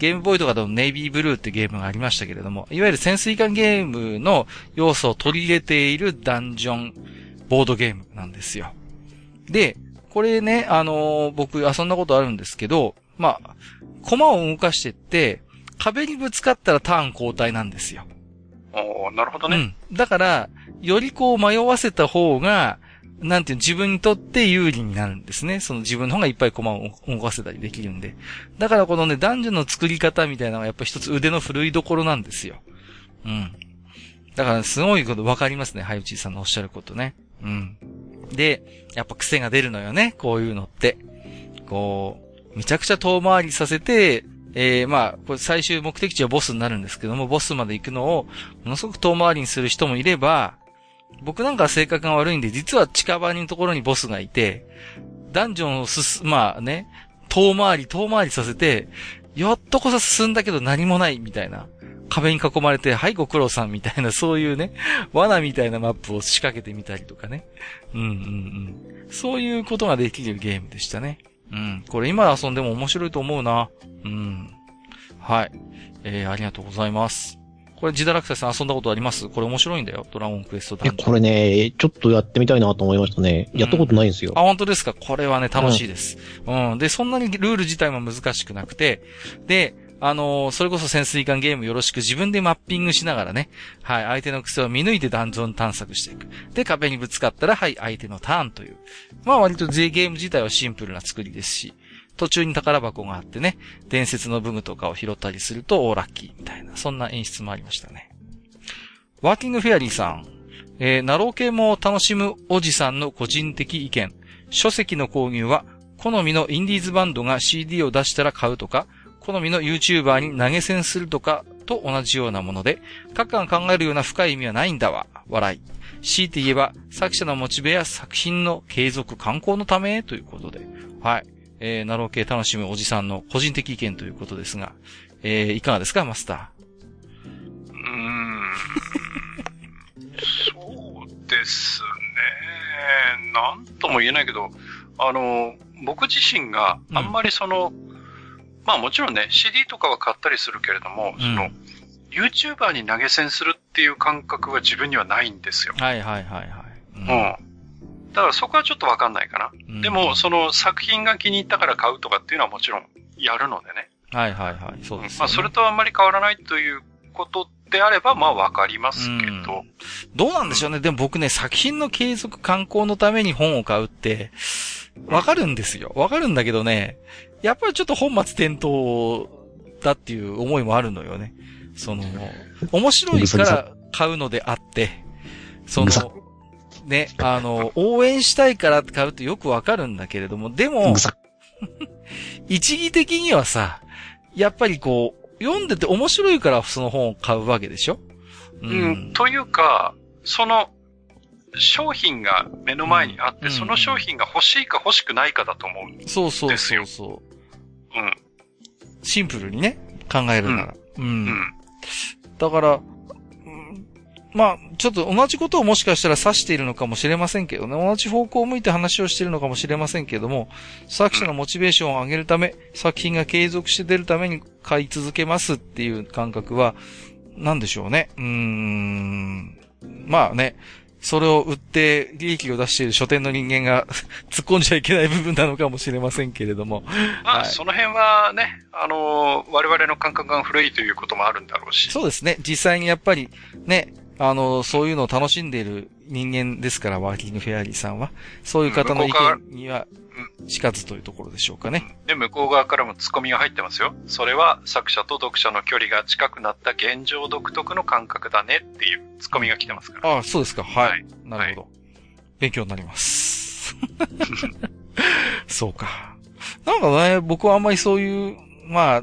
ゲームボーイとかでもネイビーブルーってゲームがありましたけれども、いわゆる潜水艦ゲームの要素を取り入れているダンジョンボードゲームなんですよ。で、これね、僕遊んだことあるんですけど、まあ、駒を動かしてって、壁にぶつかったらターン交代なんですよ。 なるほどね。 うん。だから、よりこう迷わせた方が、なんていう自分にとって有利になるんですね。その自分の方がいっぱい駒を動かせたりできるんで。だからこのね、ダンジョンの作り方みたいなのがやっぱ一つ腕の振るいどころなんですよ。うん。だからすごいことわかりますね、ハイウチーさんのおっしゃることね。うん。で、やっぱ癖が出るのよね、こういうのって。こう、めちゃくちゃ遠回りさせて、まあ、これ最終目的地はボスになるんですけども、ボスまで行くのを、ものすごく遠回りにする人もいれば、僕なんかは性格が悪いんで、実は近場のところにボスがいて、ダンジョンをまあね、遠回りさせて、やっとこそ進んだけど何もないみたいな。壁に囲まれて、はいご苦労さんみたいな、そういうね、罠みたいなマップを仕掛けてみたりとかね。そういうことができるゲームでしたね。うん。これ今遊んでも面白いと思うな。うん。はい。ありがとうございます。これ、ジダラクサさん遊んだことあります？これ面白いんだよ。ドラゴンクエストダンジョン。 これね、ちょっとやってみたいなと思いましたね。やったことないんですよ。 本当ですか？これはね、楽しいです。で、そんなにルール自体も難しくなくて、で、それこそ潜水艦ゲームよろしく自分でマッピングしながらね、はい、相手の癖を見抜いてダンジョン探索していく。で、壁にぶつかったら、はい、相手のターンという。まあ割とゲーム自体はシンプルな作りですし、途中に宝箱があってね、伝説の武具とかを拾ったりすると、ラッキーみたいな、そんな演出もありましたね。ワーキングフェアリーさん、ナロー系も楽しむおじさんの個人的意見。書籍の購入は、好みのインディーズバンドが CD を出したら買うとか、好みの YouTuber に投げ銭するとかと同じようなもので、各館考えるような深い意味はないんだわ。笑い。強いて言えば、作者のモチベや作品の継続観光のためということで。はい。ナロー系楽しむおじさんの個人的意見ということですが、いかがですか、マスター。 そうですね。なんとも言えないけど、僕自身があんまりまあもちろんね、CD とかは買ったりするけれども、YouTuber に投げ銭するっていう感覚は自分にはないんですよ。 はい。 だからそこはちょっとわかんないかな。でも、作品が気に入ったから買うとかっていうのはもちろんやるのでね。 はい。そうですね。 まあそれとあんまり変わらないということであれば、まあわかりますけど。 どうなんでしょうね。でも僕ね、作品の継続観光のために本を買うって、わかるんですよ。わかるんだけどね、やっぱりちょっと本末転倒だっていう思いもあるのよね。面白いから買うのであって、ね、応援したいから買うってよくわかるんだけれども、でも、一義的にはさ、やっぱりこう、読んでて面白いからその本を買うわけでしょ？ というか、商品が目の前にあって、その商品が欲しいか欲しくないかだと思うんですよ。 そう。シンプルにね、考えるなら。だから、まあ、ちょっと同じことをもしかしたら指しているのかもしれませんけどね。同じ方向を向いて話をしているのかもしれませんけども、作者のモチベーションを上げるため、作品が継続して出るために買い続けますっていう感覚は、なんでしょうね。まあね、それを売って利益を出している書店の人間が突っ込んじゃいけない部分なのかもしれませんけれども。 まあ、その辺はね、我々の感覚が古いということもあるんだろうし。 そうですね。実際にやっぱりね、そういうのを楽しんでいる人間ですから、ワーキングフェアリーさんは。そういう方の意見には近づというところでしょうかね。 で、向こう側からもツッコミが入ってますよ。それは作者と読者の距離が近くなった現状独特の感覚だねっていうツッコミが来てますから。 ああ、そうですか。はい。なるほど。勉強になります。そうか。なんかね、僕はあんまりそういう、ま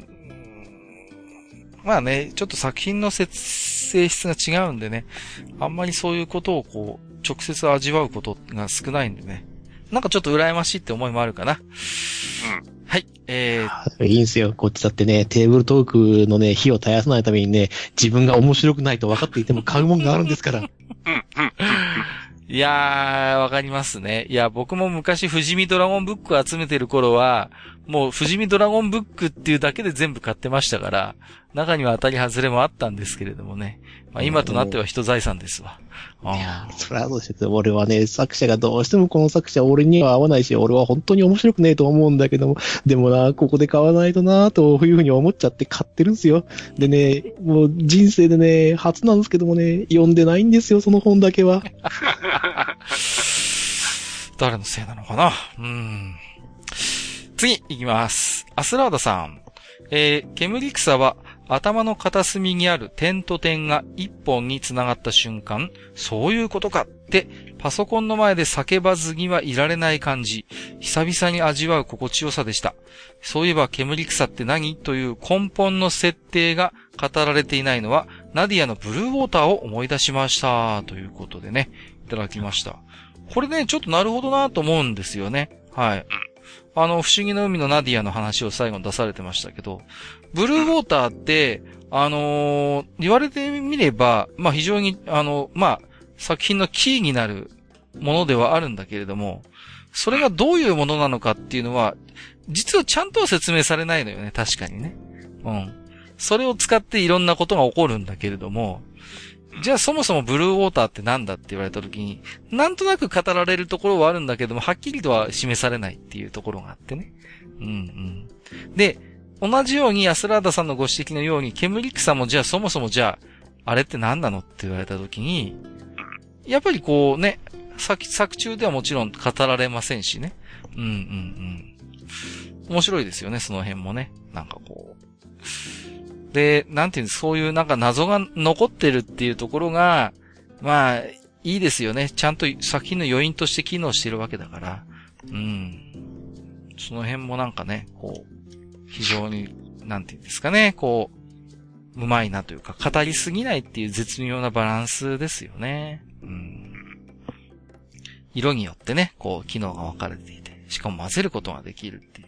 あね、ちょっと作品の性質が違うんでね、あんまりそういうことをこう、直接味わうことが少ないんでね。なんかちょっと羨ましいって思いもあるかな。はい。 いいんすよ。こっちだってね、テーブルトークのね、火を絶やさないためにね、自分が面白くないと分かっていても買うもんがあるんですから。 いやー、わかりますね。いや、僕も昔、富士見ドラゴンブックを集めてる頃は、 もう、富士見ドラゴンブックっていうだけで全部買ってましたから、中には当たり外れもあったんですけれどもね。まあ、今となっては人財産ですわ。 いや、それはどうして俺はね、作者がどうしてもこの作者俺には合わないし、俺は本当に面白くねえと思うんだけども、でもな、ここで買わないとな、というふうに思っちゃって買ってるんですよ。でね、もう人生でね、初なんですけどもね、読んでないんですよ、その本だけは。 誰のせいなのかな。次、行きます。アスラーダさん。煙草は頭の片隅にある点と点が一本に繋がった瞬間、そういうことかってパソコンの前で叫ばずにはいられない感じ、久々に味わう心地よさでした。そういえば煙草って何という根本の設定が語られていないのは、ナディアのブルーウォーターを思い出しました。ということでね、いただきました。これね、ちょっとなるほどなと思うんですよね。はい。不思議の海のナディアの話を最後に出されてましたけど、ブルーウォーターって、言われてみれば、まあ、非常に、作品のキーになるものではあるんだけれども、それがどういうものなのかっていうのは、実はちゃんとは説明されないのよね、確かにね。それを使っていろんなことが起こるんだけれども、じゃあそもそもブルーウォーターってなんだって言われたときに、なんとなく語られるところはあるんだけども、はっきりとは示されないっていうところがあってね。で、同じようにアスラーダさんのご指摘のように、煙草もじゃあそもそもじゃあ、あれって何なのって言われたときに、やっぱりこうね、作中ではもちろん語られませんしね。面白いですよね、その辺もね。なんかこう。で、なんていうんです、そういうなんか謎が残ってるっていうところが、まあ、いいですよね。ちゃんと作品の余韻として機能してるわけだから。その辺もなんかね、こう、非常に、なんていうんですかね、こう、うまいなというか、語りすぎないっていう絶妙なバランスですよね。色によってね、こう、機能が分かれていて、しかも混ぜることができるっていう。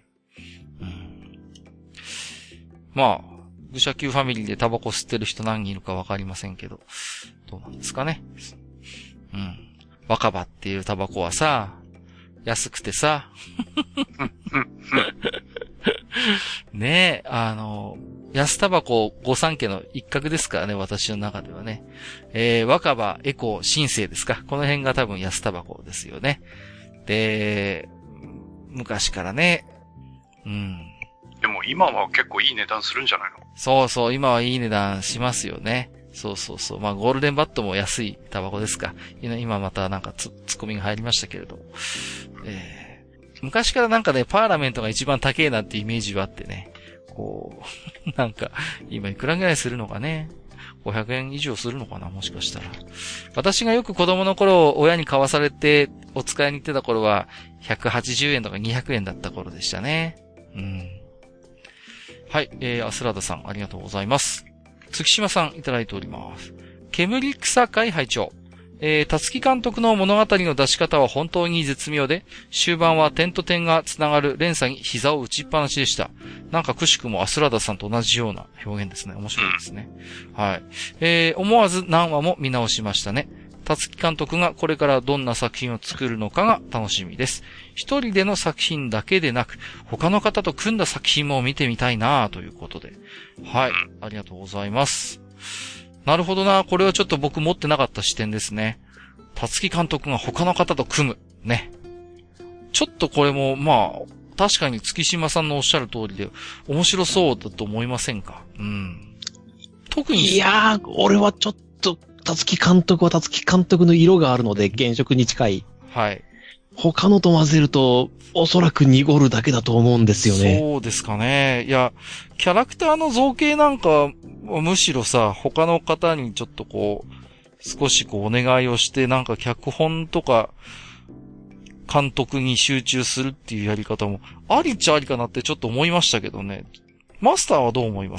まあ、愚者級ファミリーでタバコ吸ってる人何人いるかわかりませんけど、どうなんですかね。若葉っていうタバコはさ、安くてさ、ねえ、安タバコ御三家の一角ですからね、私の中ではね。若葉、エコー、新生ですか。この辺が多分安タバコですよね。で、昔からね、 でも今は結構いい値段するんじゃないの？ そうそう、今はいい値段しますよね。そう。まあ、ゴールデンバットも安いタバコですか。今またなんかツッコミが入りましたけれど。昔からなんかね、パーラメントが一番高いなってイメージはあってね。こう、なんか、今いくらぐらいするのかね。500円以上するのかな、もしかしたら。私がよく子供の頃、親に買わされて、お使いに行ってた頃は、180円とか200円だった頃でしたね。はい、アスラーダさん、ありがとうございます。月島さん、いただいております。煙草会拝聴。辰木監督の物語の出し方は本当に絶妙で、終盤は点と点がつながる連鎖に膝を打ちっぱなしでした。なんかくしくもアスラーダさんと同じような表現ですね。面白いですね。はい。思わず何話も見直しましたね。辰木監督がこれからどんな作品を作るのかが楽しみです。一人での作品だけでなく、他の方と組んだ作品も見てみたいなということで。はい。ありがとうございます。なるほどな。これはちょっと僕持ってなかった視点ですね。辰木監督が他の方と組む。ね。ちょっとこれも、まあ、確かに月島さんのおっしゃる通りで、面白そうだと思いませんか？特に。 いやー、俺はちょっと、辰木監督は辰木監督の色があるので、原色に近い。 はい。 他のと混ぜると、おそらく濁るだけだと思うんですよね。 そうですかね。いや、キャラクターの造形なんか、むしろさ、他の方にちょっとこう、少しこうお願いをして、なんか脚本とか、監督に集中するっていうやり方も、ありっちゃありかなってちょっと思いましたけどね。マスターはどう思います？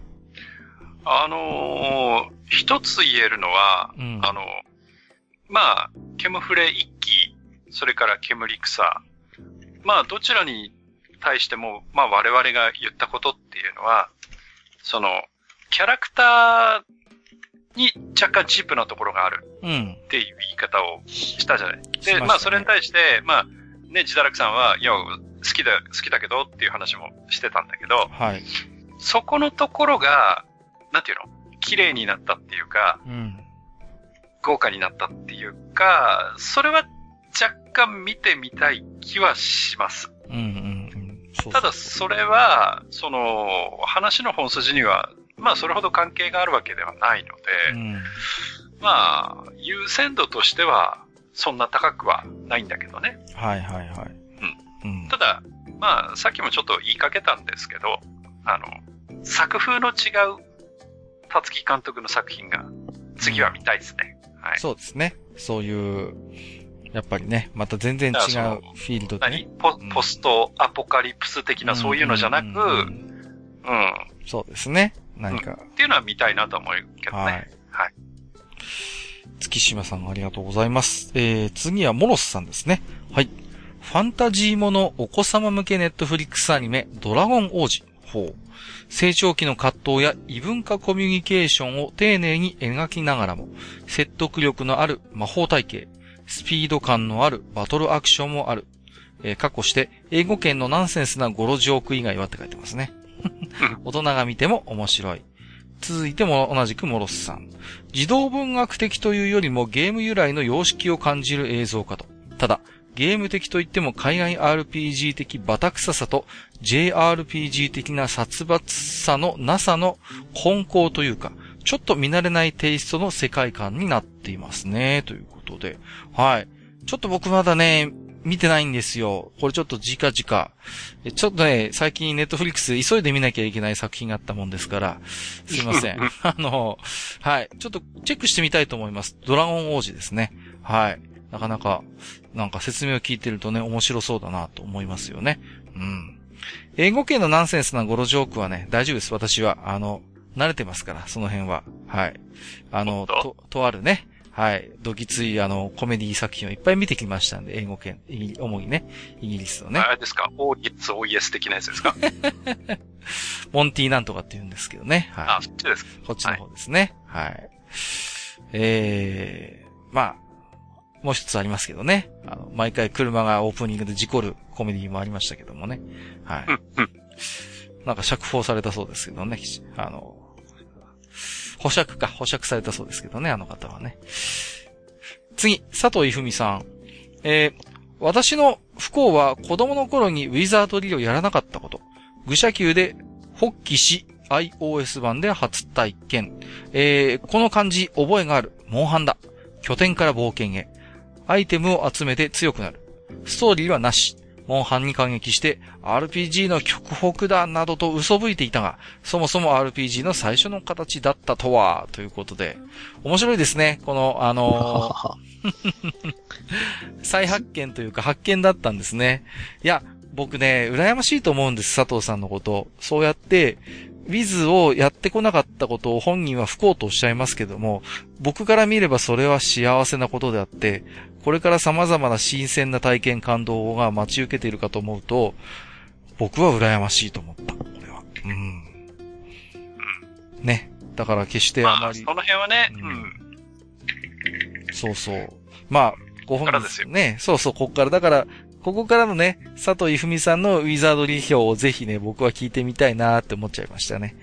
一つ言えるのは、まあ、ケムフレ一期、それから煙草。まあ、どちらに対しても、まあ、我々が言ったことっていうのは、その、キャラクターに若干チープなところがあるっていう言い方をしたじゃない。で、まあ、それに対して、まあ、ね、自堕落さんは、いや、 好きだけどっていう話もしてたんだけど、 はい。 そこのところが、なんていうの、綺麗になったっていうか、 うん、 豪華になったっていうか、それは若干見てみたい気はします。 うんうんうん。そうそう、 ただそれは、話の本筋には、まあそれほど関係があるわけではないので、 うん、 まあ、優先度としては、そんな高くはないんだけどね。 はいはいはい。 うん。ただ、まあ、さっきもちょっと言いかけたんですけど、作風の違う、辰木監督の作品が、次は見たいですね。はい。 そうですね。そういう、やっぱりね、また全然違うフィールドで、ね。 ポストアポカリプス的なそういうのじゃなく、 そうですね。何か、 っていうのは見たいなと思うけどね。はい。はい。 月島さんありがとうございます。次はモロスさんですね。はい。ファンタジーものお子様向けネットフリックスアニメ、ドラゴン王子。成長期の葛藤や異文化コミュニケーションを丁寧に描きながらも、説得力のある魔法体系、スピード感のあるバトルアクションもある。括弧して、英語圏のナンセンスなゴロジョーク以外はって書いてますね。大人が見ても面白い。続いても同じくモロスさん。児童文学的というよりもゲーム由来の様式を感じる映像化と。ただ、ゲーム的といっても海外 RPG 的バタ臭さと JRPG 的な殺伐さのなさの混交というか、ちょっと見慣れないテイストの世界観になっていますね。ということで。はい。ちょっと僕まだね、見てないんですよ。これちょっと近々。ちょっとね、最近ネットフリックスで急いで見なきゃいけない作品があったもんですから、すいません。はい。ちょっとチェックしてみたいと思います。ドラゴン王子ですね。はい。なかなか、なんか説明を聞いてるとね、面白そうだなと思いますよね。うん。英語系のナンセンスなゴロジョークはね、大丈夫です。私は、慣れてますから、その辺は。はい。とあるね。はい。どぎつい、コメディ作品をいっぱい見てきましたんで、英語圏、主にね、イギリスのね。 あれですか？ OES 的なやつですか？ モンティなんとかって言うんですけどね。はい。 あ、そっちですか？ こっちの方ですね。はい。まあ、もう一つありますけどね。毎回車がオープニングで事故るコメディもありましたけどもね。はい。なんか釈放されたそうですけどね。保釈されたそうですけどね、あの方はね。次、佐藤いふみさん。私の不幸は子供の頃にウィザードリーをやらなかったこと。愚者級で発起し iOS 版で初体験。この漢字覚えがある。モンハンだ。拠点から冒険へ。アイテムを集めて強くなる。ストーリーはなし。モンハンに感激して RPG の極北だなどと嘘吹いていたが、そもそも RPG の最初の形だったとは、ということで。面白いですね。この、再発見というか発見だったんですね。いや、僕ね、羨ましいと思うんです、佐藤さんのこと。そうやって、Wiz をやってこなかったことを本人は不幸とおっしゃいますけども、僕から見ればそれは幸せなことであって、これから様々な新鮮な体験感動が待ち受けているかと思うと、僕は羨ましいと思った、これは。ね。だから決してあまり。 その辺はね、 そうそう。まあ、ご本人ですよね。そうそう、こっから。だから、ここからのね、佐藤いふみさんのウィザードリー表をぜひね、僕は聞いてみたいなーって思っちゃいましたね。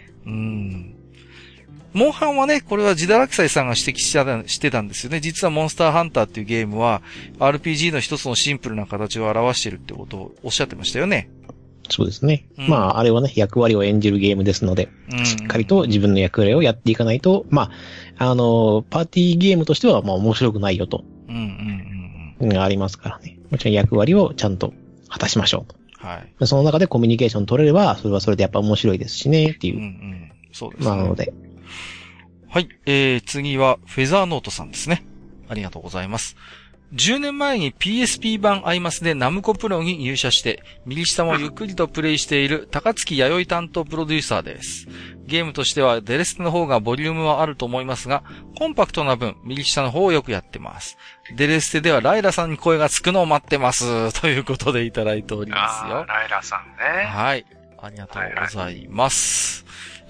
モンハンはね、これはジダラクサイさんが指摘してたんですよね。実はモンスターハンターっていうゲームは RPG の一つのシンプルな形を表しているってことをおっしゃってましたよね。 そうですね。まあ、あれはね、役割を演じるゲームですので、しっかりと自分の役割をやっていかないと、まあ、パーティーゲームとしては、まあ、面白くないよと。ありますからね。もちろん役割をちゃんと果たしましょうと。はい。その中でコミュニケーション取れれば、それはそれでやっぱ面白いですしね、っていう。 そうですね。 なので。 はい。次は、フェザーノートさんですね。ありがとうございます。10年前に PSP 版アイマスでナムコプロに入社して、右下もゆっくりとプレイしている高槻弥生担当プロデューサーです。ゲームとしてはデレステの方がボリュームはあると思いますが、コンパクトな分、右下の方をよくやってます。デレステではライラさんに声がつくのを待ってます。ということでいただいておりますよ。 ライラさんね。 はい。ありがとうございます。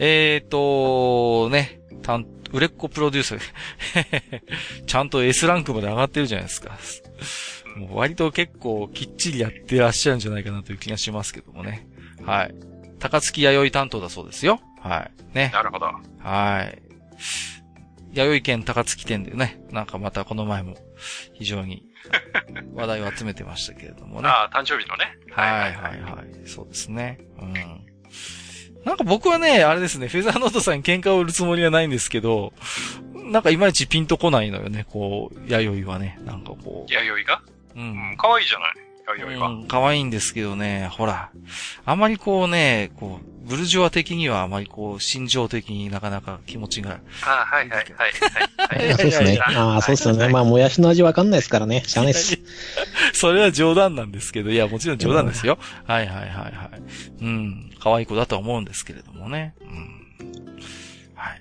売れっ子プロデューサー。ちゃんと S ランクまで上がってるじゃないですか。 もう割と結構きっちりやってらっしゃるんじゃないかなという気がしますけどもね。はい。高槻弥生担当だそうですよ。はい。ね。 なるほど。 はい。弥生県高槻店でね、なんかまたこの前も非常に話題を集めてましたけれどもね。 ああ、誕生日のね。 はいはいはい。そうですね。うん。なんか僕はね、あれですね、フェザーノートさんに喧嘩を売るつもりはないんですけど、なんかいまいちピンとこないのよね、こう、弥生はね。なんかこう。 弥生がうん。 可愛いじゃない。弥生は。 うん、可愛いんですけどね、ほら。あまりこうね、こう、ブルジョワ的にはあまりこう、心情的になかなか気持ちが。 はいはいはい。 そうですね。そうですよね。まあ、もやしの味わかんないですからね。しゃあないです。 それは冗談なんですけど、いや、もちろん冗談ですよ。はいはいはいはい。うん。可愛い子だとは思うんですけれどもね。うん。はい。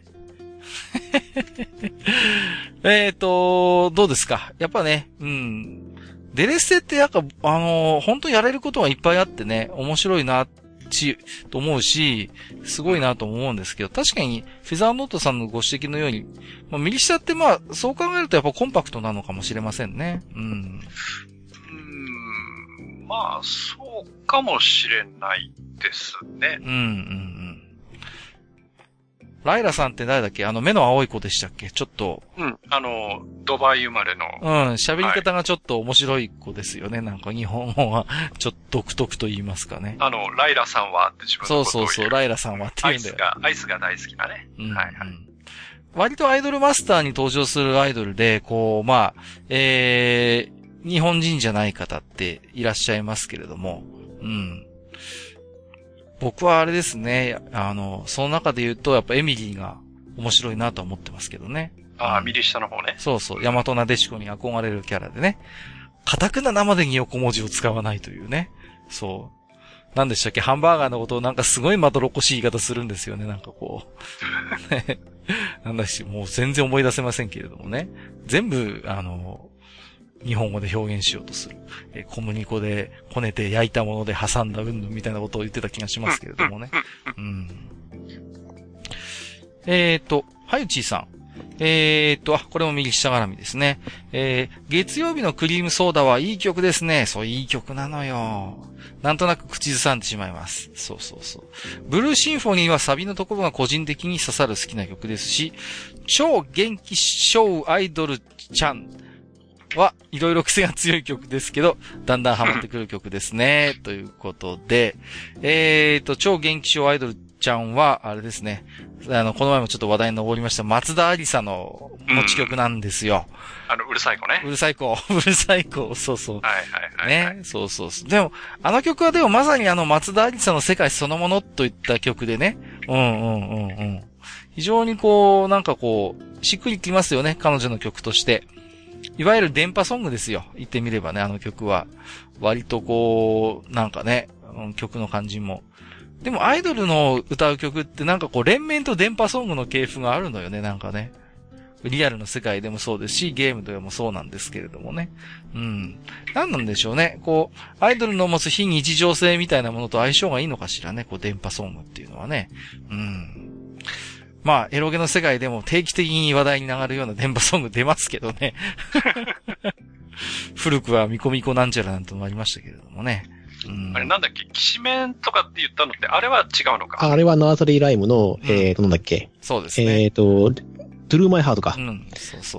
どうですか？やっぱね、うん。デレステってやっぱ、本当にやれることはいっぱいあってね、面白いな、と思うし、すごいなと思うんですけど、確かに、フェザーノートさんのご指摘のように、まあ、右下ってまあ、そう考えるとやっぱコンパクトなのかもしれませんね。うん。 まあ、そうかもしれないですね。 うん。ライラさんって誰だっけ？目の青い子でしたっけ？ちょっと。 うん。ドバイ生まれの。 うん。喋り方がちょっと面白い子ですよね。なんか日本語はちょっと独特と言いますかね。 ライラさんはって自分のことを言う。 そう、ライラさんはって言うんだよ。 アイスが大好きなね。 うん。はいはい。割とアイドルマスターに登場するアイドルで、こう、まあ、日本人じゃない方っていらっしゃいますけれども、うん。僕はあれですね、その中で言うと、やっぱエミリーが面白いなと思ってますけどね。 ああ、右下の方ね。 そう、大和なでしこに憧れるキャラでね。堅くな生でに横文字を使わないというね。そう。なんでしたっけ、ハンバーガーのことをなんかすごいまどろっこしい言い方するんですよね、なんかこう。なんだし、もう全然思い出せませんけれどもね。全部、日本語で表現しようとする。小麦粉でこねて焼いたもので挟んだうんぬみたいなことを言ってた気がしますけれどもね。うん。はゆちーさん。これも右下絡みですね。月曜日のクリームソーダはいい曲ですね。そう、いい曲なのよ。なんとなく口ずさんでしまいます。そう。ブルーシンフォニーはサビのところが個人的に刺さる好きな曲ですし、超元気小アイドルちゃんはいろいろ癖が強い曲ですけど、だんだんハマってくる曲ですね。ということで、超元気小アイドルちゃんは、あれですね。この前もちょっと話題に上りました松田ありさの持ち曲なんですよ。 うるさい子ね。 うるさい子。そう。 はい。 ね。そう。でも、あの曲はでもまさに松田ありさの世界そのものといった曲でね。うん。非常にこう、なんかこう、しっくりきますよね。彼女の曲として。いわゆる電波ソングですよ。言ってみればね、あの曲は。割とこう、なんかね、曲の感じも。でもアイドルの歌う曲ってなんかこう連綿と電波ソングの系譜があるのよね、なんかね。リアルの世界でもそうですし、ゲームでもそうなんですけれどもね。うん。なんなんでしょうね。こう、アイドルの持つ非日常性みたいなものと相性がいいのかしらね、こう電波ソングっていうのはね。うん。まあ、エロゲの世界でも定期的に話題に上がるような電波ソング出ますけどね。古くはミコミコなんちゃらなんてのもありましたけれどもね。 うん、あれなんだっけ、きしめんとかって言ったのって、あれは違うのか。 あれはナーザリーライムの、なんだっけ。 そうですね。 トゥルーマイハートか。 うん、そう。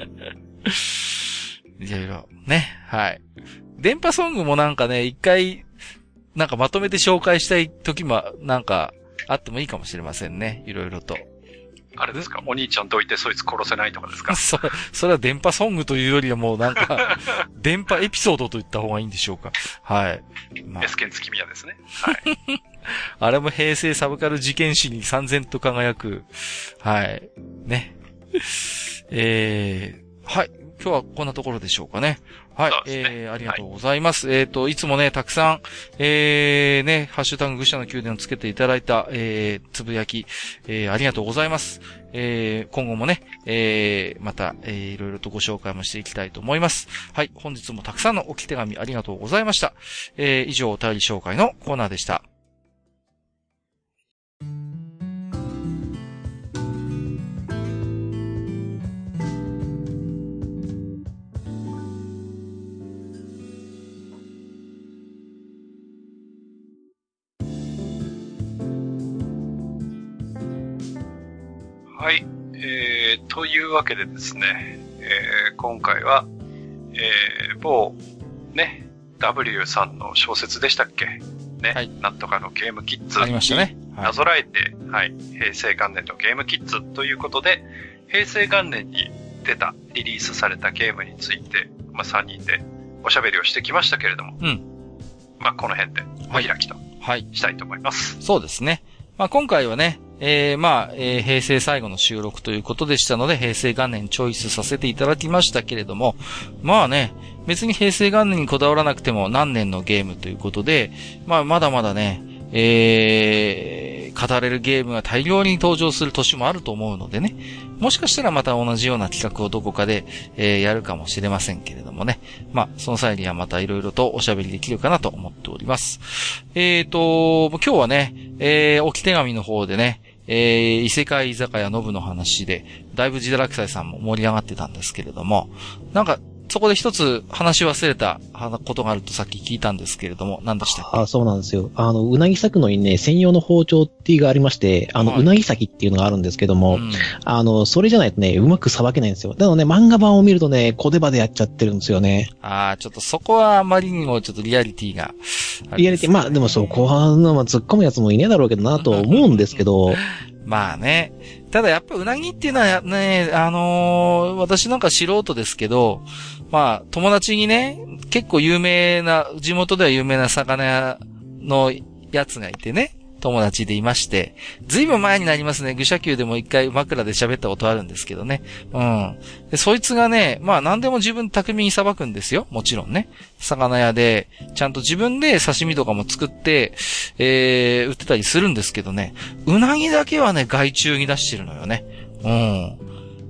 いろいろ、ね、はい。電波ソングもなんかね、一回、なんかまとめて紹介したい時も、なんか、あってもいいかもしれませんね。いろいろと。 あれですか、お兄ちゃんどいてそいつ殺せないとかですか。 それは電波ソングというよりはもうなんか、電波エピソードと言った方がいいんでしょうか。はい。 エスケン月宮ですね。はい。 あれも平成サブカル事件史に燦然と輝く。はい。ね。はい。今日はこんなところでしょうかね。はい。ありがとうございます。はい、いつもね、たくさん、ね、ハッシュタグ愚者の宮殿をつけていただいた、つぶやき、ありがとうございます。今後もね、また、いろいろとご紹介もしていきたいと思います。はい。本日もたくさんの置き手紙ありがとうございました。以上、お便り紹介のコーナーでした。 はい。というわけでですね、今回は、某、ね、W さんの小説でしたっけね、はい、なんとかのゲームキッズ。 ありましたね。 なぞらえて、はい、平成元年のゲームキッズということで、平成元年に出た、リリースされたゲームについて、まあ、3人でおしゃべりをしてきましたけれども、うん。まあ、この辺でお開きと、はい、したいと思います。 そうですね。まあ、今回はね、平成最後の収録ということでしたので、平成元年チョイスさせていただきましたけれども、まあね、別に平成元年にこだわらなくても何年のゲームということで、まあ、まだまだね、語れるゲームが大量に登場する年もあると思うのでね、もしかしたらまた同じような企画をどこかで、やるかもしれませんけれどもね。まあ、その際にはまたいろいろとおしゃべりできるかなと思っております。今日はね、置き手紙の方でね、異世界居酒屋ノブの話で、だいぶ自堕落斎さんも盛り上がってたんですけれども、なんか、そこで一つ話し忘れたことがあるとさっき聞いたんですけれども、何でしたっけ？ そうなんですよ。うなぎ裂くのにね、専用の包丁っていうがありまして、はい、うなぎ裂きっていうのがあるんですけども、それじゃないとね、うまくさばけないんですよ。だからね、漫画版を見るとね、小手羽でやっちゃってるんですよね。 ちょっとそこはあまりにもちょっとリアリティが。 リアリティ、まあでもそう、後半の突っ込むやつもいねえだろうけどなと思うんですけど。 まあね。ただやっぱうなぎっていうのはね、私なんか素人ですけど、まあ友達にね、結構有名な、地元では有名な魚屋のやつがいてね、友達でいまして、ずいぶん前になりますね。愚者級でも一回枕で喋ったことあるんですけどね。うん。で、そいつがね、まあ何でも自分巧みにさばくんですよ。もちろんね。魚屋で、ちゃんと自分で刺身とかも作って、売ってたりするんですけどね。うなぎだけはね、外注に出してるのよね。うん。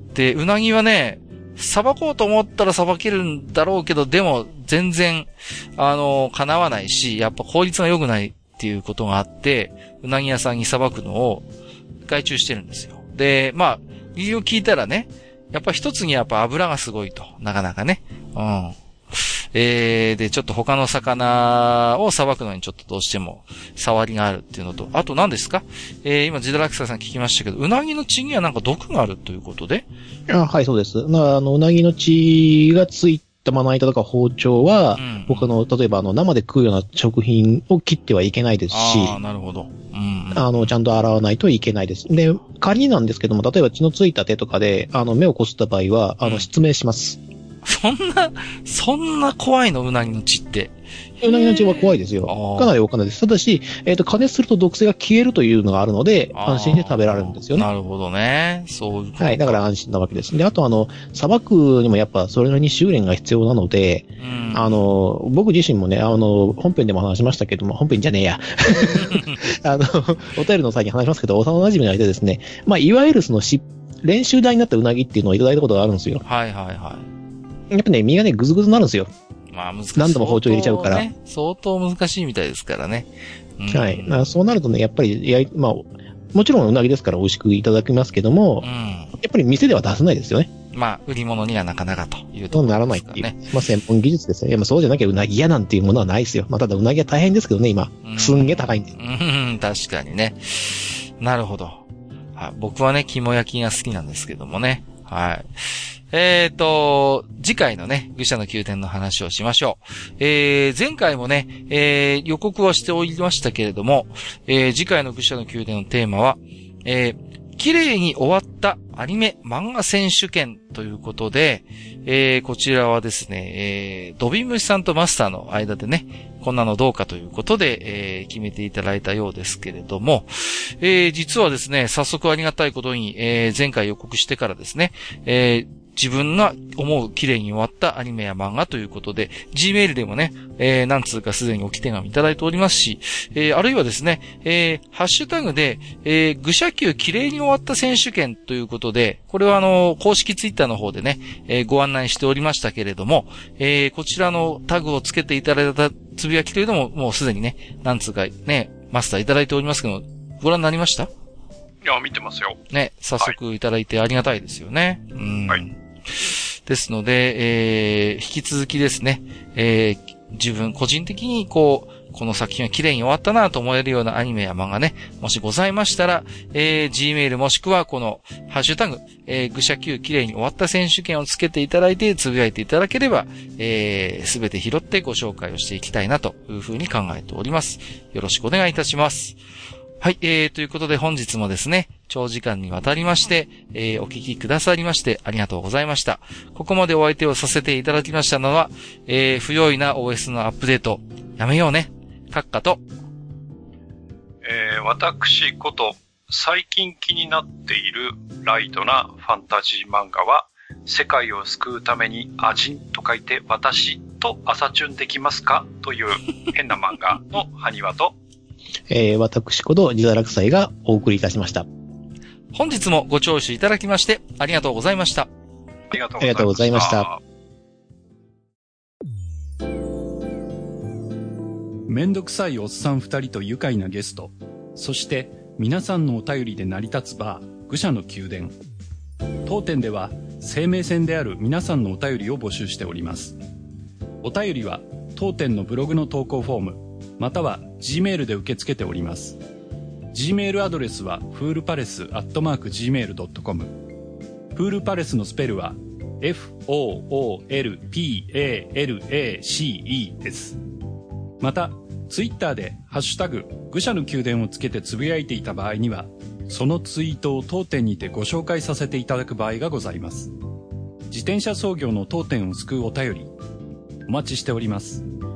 で、うなぎはね、さばこうと思ったらさばけるんだろうけど、でも全然、叶わないし、やっぱ効率が良くないっていうことがあって、うなぎ屋さんにさばくのを外注してるんですよ。で、まあ、理由を聞いたらね、やっぱ一つにやっぱ油がすごいと。なかなかね。うん。で、ちょっと他の魚をさばくのにちょっとどうしても触りがあるっていうのと、あと何ですか？今、ジダラクサさん聞きましたけど、うなぎの血にはなんか毒があるということで？ はい、そうです。うなぎの血がついたまな板とか包丁は、他の、例えば生で食うような食品を切ってはいけないですし、 なるほど。 ちゃんと洗わないといけないです。で、仮になんですけども、例えば血のついた手とかで、目をこすった場合は、失明します。 そんな怖いの？うなぎの血って。 うなぎの血は怖いですよ。かなりお金です。ただし、加熱すると毒性が消えるというのがあるので、安心して食べられるんですよね。 なるほどね。そういうこと。 はい。だから安心なわけです。で、あと砂漠にもやっぱそれなりに修練が必要なので、僕自身もね、本編でも話しましたけども、本編じゃねえや。お便りの際に話しますけど、幼馴染がいてですね、まあ、いわゆる練習台になったうなぎっていうのをいただいたことがあるんですよ。 はいはいはい。 やっぱね、身がね、ぐずぐずになるんですよ。 まあ難しい。 何度も包丁入れちゃうから。 相当難しいみたいですからね。 はい。そうなるとね、やっぱり、まあ、もちろんうなぎですから美味しくいただきますけども、やっぱり店では出せないですよね。 まあ、売り物にはなかなかというところですかね。 ならないっていう。まあ、専門技術ですよ。いや、まあそうじゃなきゃうなぎ屋なんていうものはないですよ。まあ、ただうなぎは大変ですけどね、今。すんげえ高いんで。 確かにね。なるほど。僕はね、肝焼きが好きなんですけどもね。はい。次回のね、愚者の宮殿の話をしましょう。前回もね、予告はしておりましたけれども、次回の愚者の宮殿のテーマは、綺麗に終わったアニメ漫画選手権ということで、こちらはですね、ドビムシさんとマスターの間でね、こんなのどうかということで、決めていただいたようですけれども、実はですね、早速ありがたいことに、前回予告してからですね、自分が思う綺麗に終わったアニメや漫画ということで、Gmail でもね、何通かすでに置き手紙いただいておりますし、あるいはですね、ハッシュタグで、愚者級綺麗に終わった選手権ということで、これは公式ツイッターの方でね、ご案内しておりましたけれども、こちらのタグをつけていただいたつぶやきというのも、もうすでにね、何通かね、マスターいただいておりますけど、ご覧になりました？ いや、見てますよ。 ね、早速いただいてありがたいですよね。 はい。 ですので、引き続きですね、自分個人的にこの作品は綺麗に終わったなと思えるようなアニメや漫画ね、もしございましたら、Gmail もしくはこのハッシュタグ、愚者級綺麗に終わった選手権をつけていただいて、つぶやいていただければ、すべて拾ってご紹介をしていきたいなというふうに考えております。よろしくお願いいたします。はい、ということで本日もですね、長時間にわたりまして、お聞きくださりましてありがとうございました。ここまでお相手をさせていただきましたのは、不用意な OS のアップデート、やめようね。閣下と、 私こと、最近気になっているライトなファンタジー漫画は、世界を救うためにアジンと書いて私と朝チュンできますかという変な漫画の埴輪と、 私こと自堕落斎がお送りいたしました。 本日もご聴取いただきましてありがとうございました。 ありがとうございました。 めんどくさいおっさん二人と愉快なゲスト、そして皆さんのお便りで成り立つバー、愚者の宮殿。当店では生命線である皆さんのお便りを募集しております。お便りは当店のブログの投稿フォーム、または Gmail で受け付けております。Gmail アドレスは foolpalace@gmail.com。 フールパレスのスペルは FOOLPALACE です。またツイッターでハッシュタグ愚者の宮殿をつけてつぶやいていた場合には、そのツイートを当店にてご紹介させていただく場合がございます。自転車操業の当店を救うお便りお待ちしております。